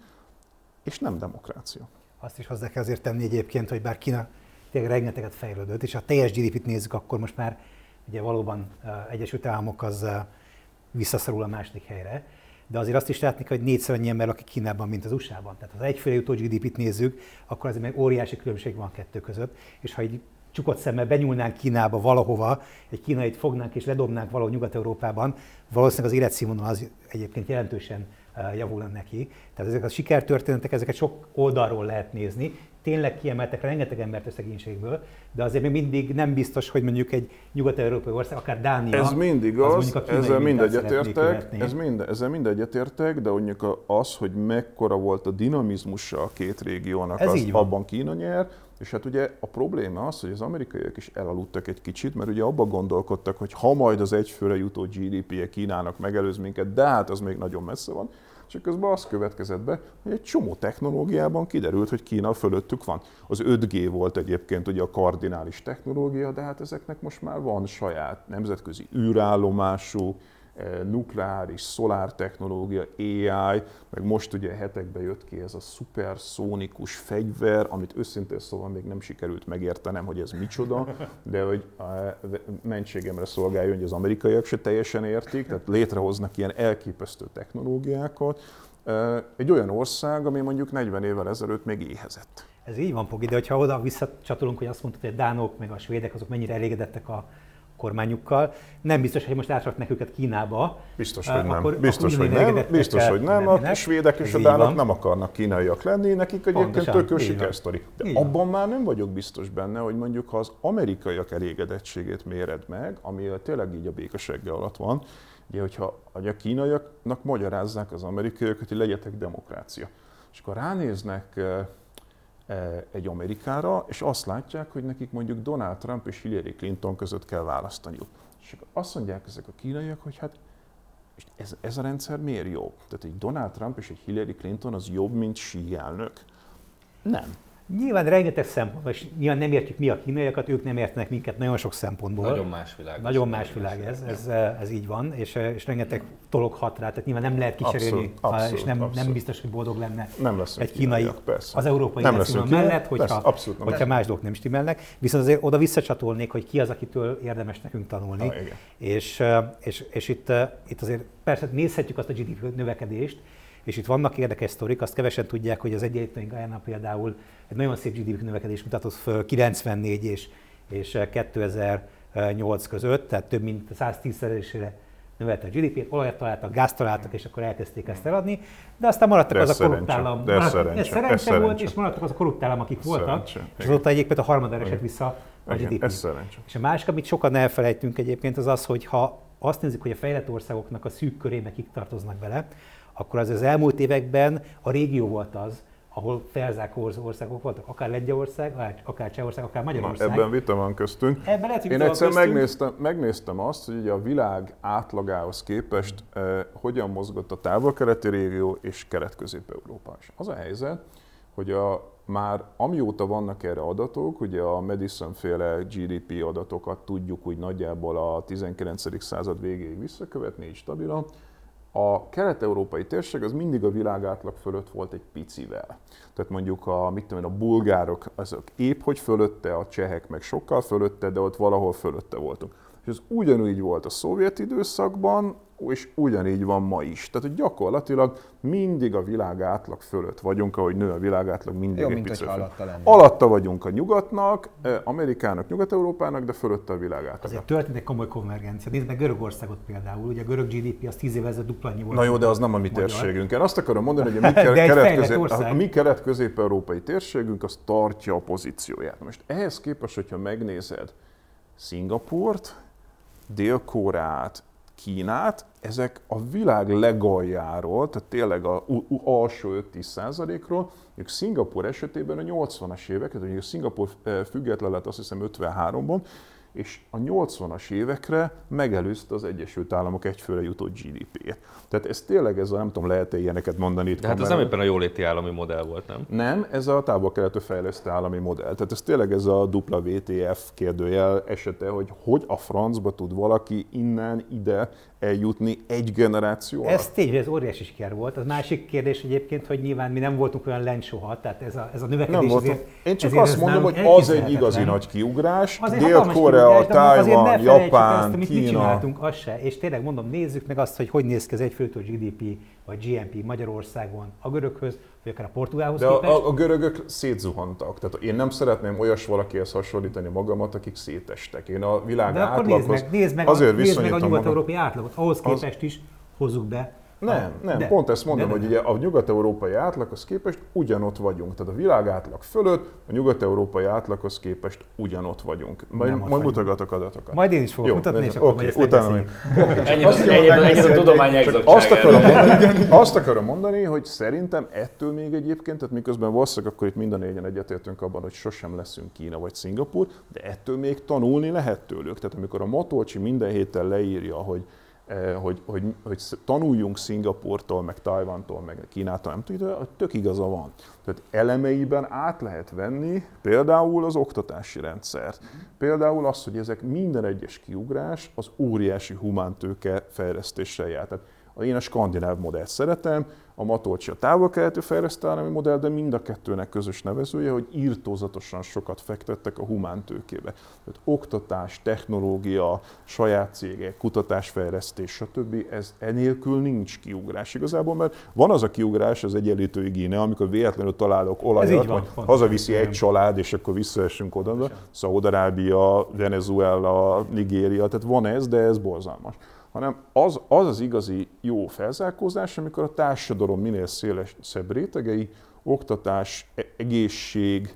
és nem demokrácia. Azt is hozzá kell azért tenni egyébként, hogy bár Kína tényleg rengeteget fejlődött, és ha a teljes gé dé pét nézzük, akkor most már ugye valóban Egyesült Államok az visszaszorul a második helyre, de azért azt is látni kell, hogy négyszer annyi ember lakik Kínában, mint az u es á-ban. Tehát ha az egyfőre jutó gé dé pét nézzük, akkor azért meg óriási különbség van a kettő között, és ha egy csukott szemmel benyúlnánk Kínába valahova, egy kínait fognánk és ledobnánk valahol Nyugat-Európában, valószínűleg az életszínvonal az egyébként jelentősen javulna neki. Tehát ezek a sikertörténetek, ezeket sok oldalról lehet nézni. Tényleg kiemeltek rengeteg embert a szegénységből, de azért még mindig nem biztos, hogy mondjuk egy nyugat-európai ország, akár Dánia, ez mindig az, az ezzel mind egyetértek, ez mind, ezzel mind egyetértek, de mondjuk az, hogy mekkora volt a dinamizmusa a két régiónak, az abban Kína nyer. És hát ugye a probléma az, hogy az amerikaiak is elaludtak egy kicsit, mert ugye abban gondolkodtak, hogy ha majd az egyfőre jutó gé dé pé-je Kínának megelőz minket, de hát az még nagyon messze van. És közben az következett be, hogy egy csomó technológiában kiderült, hogy Kína fölöttük van. Az öt gé volt egyébként ugye a kardinális technológia, de hát ezeknek most már van saját nemzetközi űrállomású, nukleáris, szolár technológia, á i, meg most ugye hetekben jött ki ez a szuperszónikus fegyver, amit őszintén szóval még nem sikerült megértenem, hogy ez micsoda, de hogy mentségemre szolgáljon, hogy az amerikaiak se teljesen értik, tehát létrehoznak ilyen elképesztő technológiákat. Egy olyan ország, ami mondjuk negyven évvel ezelőtt még éhezett. Ez így van, Pogi, de ha oda visszacsatolunk, hogy azt mondtad, hogy a dánok meg a svédek azok mennyire elégedettek a kormányukkal. Nem biztos, hogy most átraknak őket Kínába. Biztos, hogy nem. Akkor, biztos, akkor hogy nem. Biztos, hogy nem. A svédek és a dánok nem akarnak kínaiak lenni, nekik egyébként tök jó sikersztori. De abban már nem vagyok biztos benne, hogy mondjuk ha az amerikaiak elégedettségét méred meg, ami tényleg így a békessége alatt van, ugye, hogyha a kínaiaknak magyarázzák az amerikaiakat, hogy legyetek demokrácia. És akkor ránéznek egy Amerikára, és azt látják, hogy nekik mondjuk Donald Trump és Hillary Clinton között kell választaniuk. És akkor azt mondják ezek a kínaiak, hogy hát ez, ez a rendszer miért jobb? Tehát egy Donald Trump és egy Hillary Clinton az jobb, mint Xi elnök? Nem. Nyilván rengeteg szempont, és nyilván nem értjük mi a kínaiakat, ők nem értenek minket nagyon sok szempontból. Nagyon más világ. Nagyon más világ ez, ez, ez így van, és, és rengeteg dolog hat rá, tehát nyilván nem lehet kicserélni, abszolút, és nem, nem biztos, hogy boldog lenne nem egy kínai persze. az európai nacional mellett, hogyha, persze, hogyha más dolgok nem stimmelnek. Viszont azért oda visszacsatolnék, hogy ki az, akitől érdemes nekünk tanulni. Ah, és, és, és itt, itt azért persze nézhetjük azt a gé dé pé növekedést, és itt vannak érdekes sztorik, azt kevesen tudják, hogy az Egyesült Államok például egy nagyon szép gé dé pé növekedést mutatott föl kilencvennégy és, és kétezer-nyolc között, tehát több mint száztízszeresére növelte a gé dé pét, olajat találtak, gázt találtak, és akkor elkezdték ezt eladni, de aztán maradtak de az a korrupt állam. De ez szerencse, ez szerencse, ez szerencse volt, és maradtak az a korrupt állam, akik voltak, szerencse, és azóta egyébként a harmadára esett vissza a gé dé pé. És a másik, amit sokan elfelejtünk egyébként, az az, hogy ha azt nézzük, hogy a fejlett országoknak a szűk körébe kik tartoznak bele, akkor az az elmúlt években a régió volt az, ahol felzárkózó országok voltak, akár Lengyelország, akár Csehország, akár Magyarország. Na, ebben vita van köztünk. Ebben lehet, Én egyszer megnéztem, megnéztem azt, hogy ugye a világ átlagához képest eh, hogyan mozgott a távol-keleti régió és Kelet-Közép-Európa. És az a helyzet, hogy a, már amióta vannak erre adatok, ugye a Madison-féle gé dé pé adatokat tudjuk úgy nagyjából a tizenkilencedik század végéig visszakövetni, így stabilan. A kelet-európai térség az mindig a világ átlag fölött volt egy picivel. Tehát mondjuk a, mit tudom én, a bulgárok, azok épp hogy fölötte, a csehek meg sokkal fölötte, de ott valahol fölötte voltunk. És ez ugyanúgy volt a szovjet időszakban, és ugyanígy van ma is. Tehát hogy gyakorlatilag mindig a világ átlag fölött vagyunk, ahogy nő a világ átlag, mindig jó, egy mint picit alatta lenne. Alatta vagyunk a nyugatnak, Amerikának, Nyugat-Európának, de fölötte a világ átlag. Azért történt egy komoly konvergencia. Nézd meg Görögországot például, ugye a görög gé dé pé az tíz évvel ezelőtt dupla annyi volt. Na jó, de az nem a mi térségünk. Én azt akarom mondani, hogy a mi, kelet-közép, a mi kelet-közép-európai térségünk az tartja a pozícióját. Most ehhez képest, hogyha megnézed Szingapurt, Dél-Koreát, Kínát, ezek a világ legaljáról, tehát tényleg az alsó öt-tíz százalékról, ők Szingapúr esetében a nyolcvanas évek, tehát ugye Szingapúr független lett azt hiszem ötvenháromban, és a nyolcvanas évekre megelőzte az Egyesült Államok egyfőre jutott gé dé pé-t. Tehát ez tényleg, ez a, nem tudom, lehet-e ilyeneket mondani itt. De hát ez nem éppen a jóléti állami modell volt, nem? Nem, ez a távol-keletű fejlesztő állami modell. Tehát ez tényleg ez a dupla vé té ef kérdőjel esete, hogy hogy a francba tud valaki innen ide eljutni egy generáció alatt. Ez tény, ez óriási siker volt. Az másik kérdés egyébként, hogy nyilván mi nem voltunk olyan lent soha, tehát ez a, ez a növekedés nem azért, Én csak ezért azt mondom, hogy az egy igazi nagy kiugrás. Dél-Korea, Tajvan, Japán, ezt, Kína. Mit csináltunk, az se. És tényleg mondom, nézzük meg azt, hogy hogy néz ki az egyfőtől gé dé pé vagy gé en pé Magyarországon a göröghöz, vagy akár a Portugálhoz De képest. a, a görögök szétzuhantak. Tehát én nem szeretném olyas valakihez hasonlítani magamat, akik szétestek. Én a világ De akkor átlaghoz nézd meg, nézd meg, azért a, nézd meg a magam. nyugat-európai átlagot, ahhoz képest Az... is hozzuk be. Nem, nem, de, pont ezt mondom, de, de, hogy ugye a nyugat-európai átlaghoz képest ugyanott vagyunk. Tehát a világ átlag fölött, a nyugat-európai átlaghoz képest ugyanott vagyunk. Majd, majd mutogatok adatokat. Majd én is fogok Jó, mutatni, és akkor okay, majd ezt utána Ennyit a tudomány exaktságára. Azt akarom mondani, hogy szerintem ettől még egyébként, tehát miközben valószínűleg akkor itt mind a négyen egyetértünk abban, hogy sosem leszünk Kína vagy Szingapúr, de ettől még tanulni lehet tőlük. Tehát amikor a Matolcsi minden héten leírja, hogy Hogy, hogy, hogy tanuljunk Szingapúrtól, meg Tajvantól, meg Kínától, nem tudja, hogy tök igaza van. Tehát elemeiben át lehet venni például az oktatási rendszert. Például az, hogy ezek minden egyes kiugrás az óriási humántőke fejlesztéssel jár. Tehát Én a skandináv modellt szeretem, a Matolcsi a távol-keleti fejlesztő modell, de mind a kettőnek közös nevezője, hogy irtózatosan sokat fektettek a humántőkébe. Tehát oktatás, technológia, saját cégek, kutatásfejlesztés, stb. Ez enélkül nincs kiugrás igazából, mert van az a kiugrás, az egyenlítői gíne, amikor véletlenül találok olajat, vagy hazaviszi egy család, és akkor visszaesünk oda, Szaúd-Arábia, Venezuela, Nigéria, tehát van ez, de ez borzalmas. Hanem az, az az igazi jó felzárkózás, amikor a társadalom minél szélesebb rétegei, oktatás, egészség,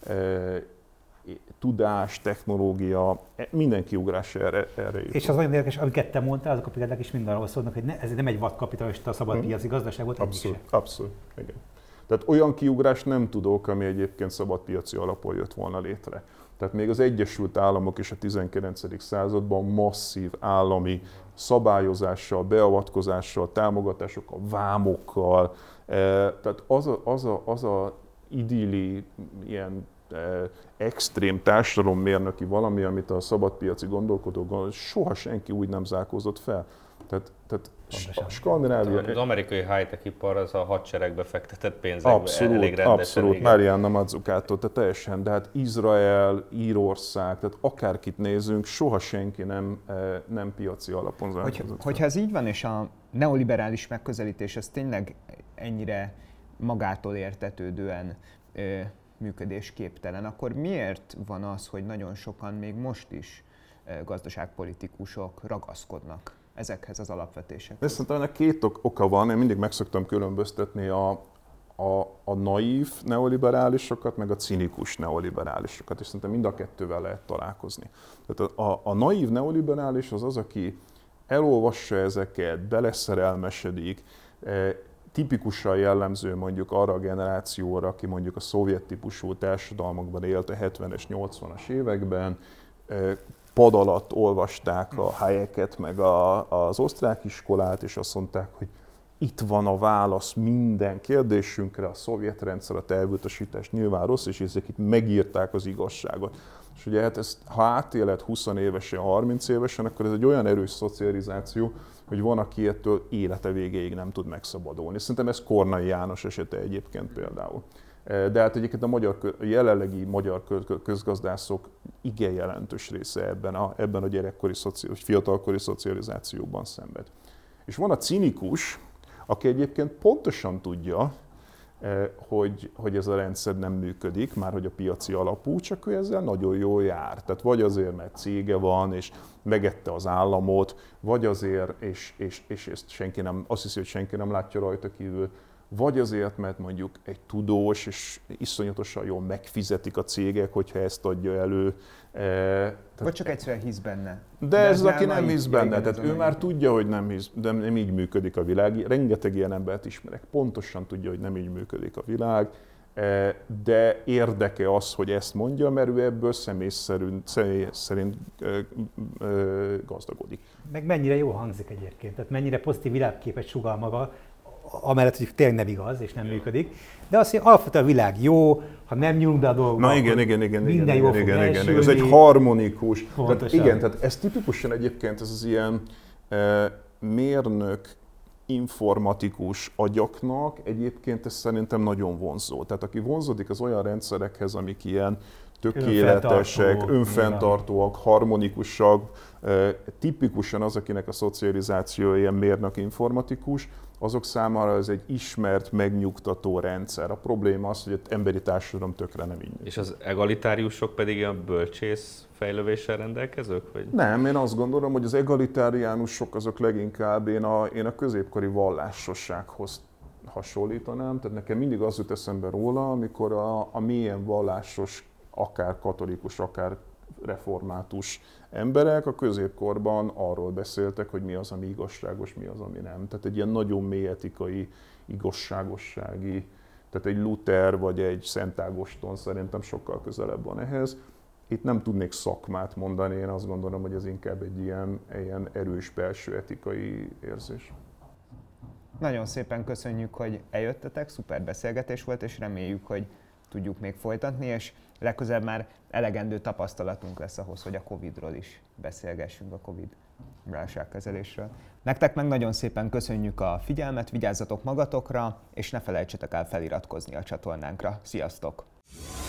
tudás, technológia, minden kiugrás erre, erre jut. És az nagyon érdekes, amiket te mondtál, azok a példák is mind arról szólnak, hogy ne, ez nem egy vadkapitalista szabadpiaci gazdaság volt, abszolút, abszolút, igen. Tehát olyan kiugrás nem tudok, ami egyébként szabadpiaci alapon jött volna létre. Tehát még az Egyesült Államok is a tizenkilencedik században masszív állami szabályozással, beavatkozással, támogatásokkal, vámokkal, tehát az a, az a, az a idilli, ilyen extrém társadalommérnöki valami, amit a szabadpiaci gondolkodók gondol, soha senki úgy nem zárkózott fel. Tehát, tehát a Skandinávia... Az amerikai high-tech ipar az a hadseregbe fektetett pénzekbe abszolút, elég rendesen. Abszolút, Marianna Mazzucato, tehát teljesen, de hát Izrael, Írország, tehát akárkit nézünk, soha senki nem, nem piaci alapon zárkózott Hogy, Hogyha ez így van, és a neoliberális megközelítés ez tényleg ennyire magától értetődően ö, működésképtelen, akkor miért van az, hogy nagyon sokan még most is ö, gazdaságpolitikusok ragaszkodnak ezekhez az alapvetésekhez? Szerintem ennek két oka van, én mindig meg szoktam különböztetni a, a, a naív neoliberálisokat, meg a cinikus neoliberálisokat, és szerintem mind a kettővel lehet találkozni. Tehát a, a, a naív neoliberális az az, aki elolvassa ezeket, beleszerelmesedik, e, tipikusan jellemző mondjuk arra a generációra, aki mondjuk a szovjet típusú társadalmakban élt a hetvenes, nyolcvanas években, e, pad alatt olvasták a Hayeket, meg a, az osztrák iskolát, és azt mondták, hogy itt van a válasz minden kérdésünkre, a szovjet rendszer, a tervutasítás nyilván rossz, és ezek itt megírták az igazságot. És ugye hát ezt, ha átéled húsz évesen, harminc évesen, akkor ez egy olyan erős szocializáció, hogy van, aki ettől élete végéig nem tud megszabadulni. Szerintem ez Kornai János esete egyébként például. De hát egyébként a, magyar, a jelenlegi magyar közgazdászok igen jelentős része ebben a, ebben a gyerekkori, vagy fiatalkori szocializációban szenved. És van a cinikus, aki egyébként pontosan tudja, hogy, hogy ez a rendszer nem működik, már hogy a piaci alapú, csak ő ezzel nagyon jól jár. Tehát vagy azért, mert cége van, és megette az államot, vagy azért, és, és, és ezt senki nem, azt hiszi, hogy senki nem látja rajta kívül, vagy azért, mert mondjuk egy tudós, és iszonyatosan jól megfizetik a cégek, hogyha ezt adja elő. Tehát, vagy csak egyszerűen hisz benne. De, de ez, aki nem hisz benne, tehát ő már tudja, hogy nem hisz, de nem így működik a világ. Rengeteg ilyen embert ismerek, pontosan tudja, hogy nem így működik a világ, de érdeke az, hogy ezt mondja, mert ő ebből személy szerint, személy szerint gazdagodik. Meg mennyire jól hangzik egyébként, tehát mennyire pozitív világképet sugall maga, amellett, hogy tényleg nem igaz és nem működik, de azt, hogy alapvetően a világ jó, ha nem nyúlunk be a dolgokba, na igen, igen, igen, minden igen, jól igen, fog igen, elsülni. ez egy harmonikus, tehát igen, tehát ez tipikusan egyébként ez az ilyen e, mérnök, informatikus agyaknak egyébként ez szerintem nagyon vonzó. Tehát aki vonzódik az olyan rendszerekhez, amik ilyen tökéletesek, önfenntartóak, harmonikusak, tipikusan az, akinek a szocializációja ilyen mérnök informatikus, azok számára ez egy ismert, megnyugtató rendszer. A probléma az, hogy az emberi társadalom tökre nem így. És az egalitáriusok pedig a bölcsész fejlődéssel rendelkezők? Vagy? Nem, én azt gondolom, hogy az egalitáriánusok azok leginkább én a, én a középkori vallásossághoz hasonlítanám. Tehát nekem mindig az jut eszembe róla, amikor a, a mélyen vallásos, akár katolikus, akár református emberek a középkorban arról beszéltek, hogy mi az, ami igazságos, mi az, ami nem. Tehát egy ilyen nagyon mély etikai, igazságossági, tehát egy Luther vagy egy Szent Ágoston szerintem sokkal közelebb van ehhez. Itt nem tudnék szakmát mondani, én azt gondolom, hogy ez inkább egy ilyen, ilyen erős belső etikai érzés. Nagyon szépen köszönjük, hogy eljöttetek, szuper beszélgetés volt, és reméljük, hogy tudjuk még folytatni, és legközelebb már elegendő tapasztalatunk lesz ahhoz, hogy a Covidról is beszélgessünk, a Covid válságkezelésről. Nektek meg nagyon szépen köszönjük a figyelmet, vigyázzatok magatokra, és ne felejtsetek el feliratkozni a csatornánkra. Sziasztok!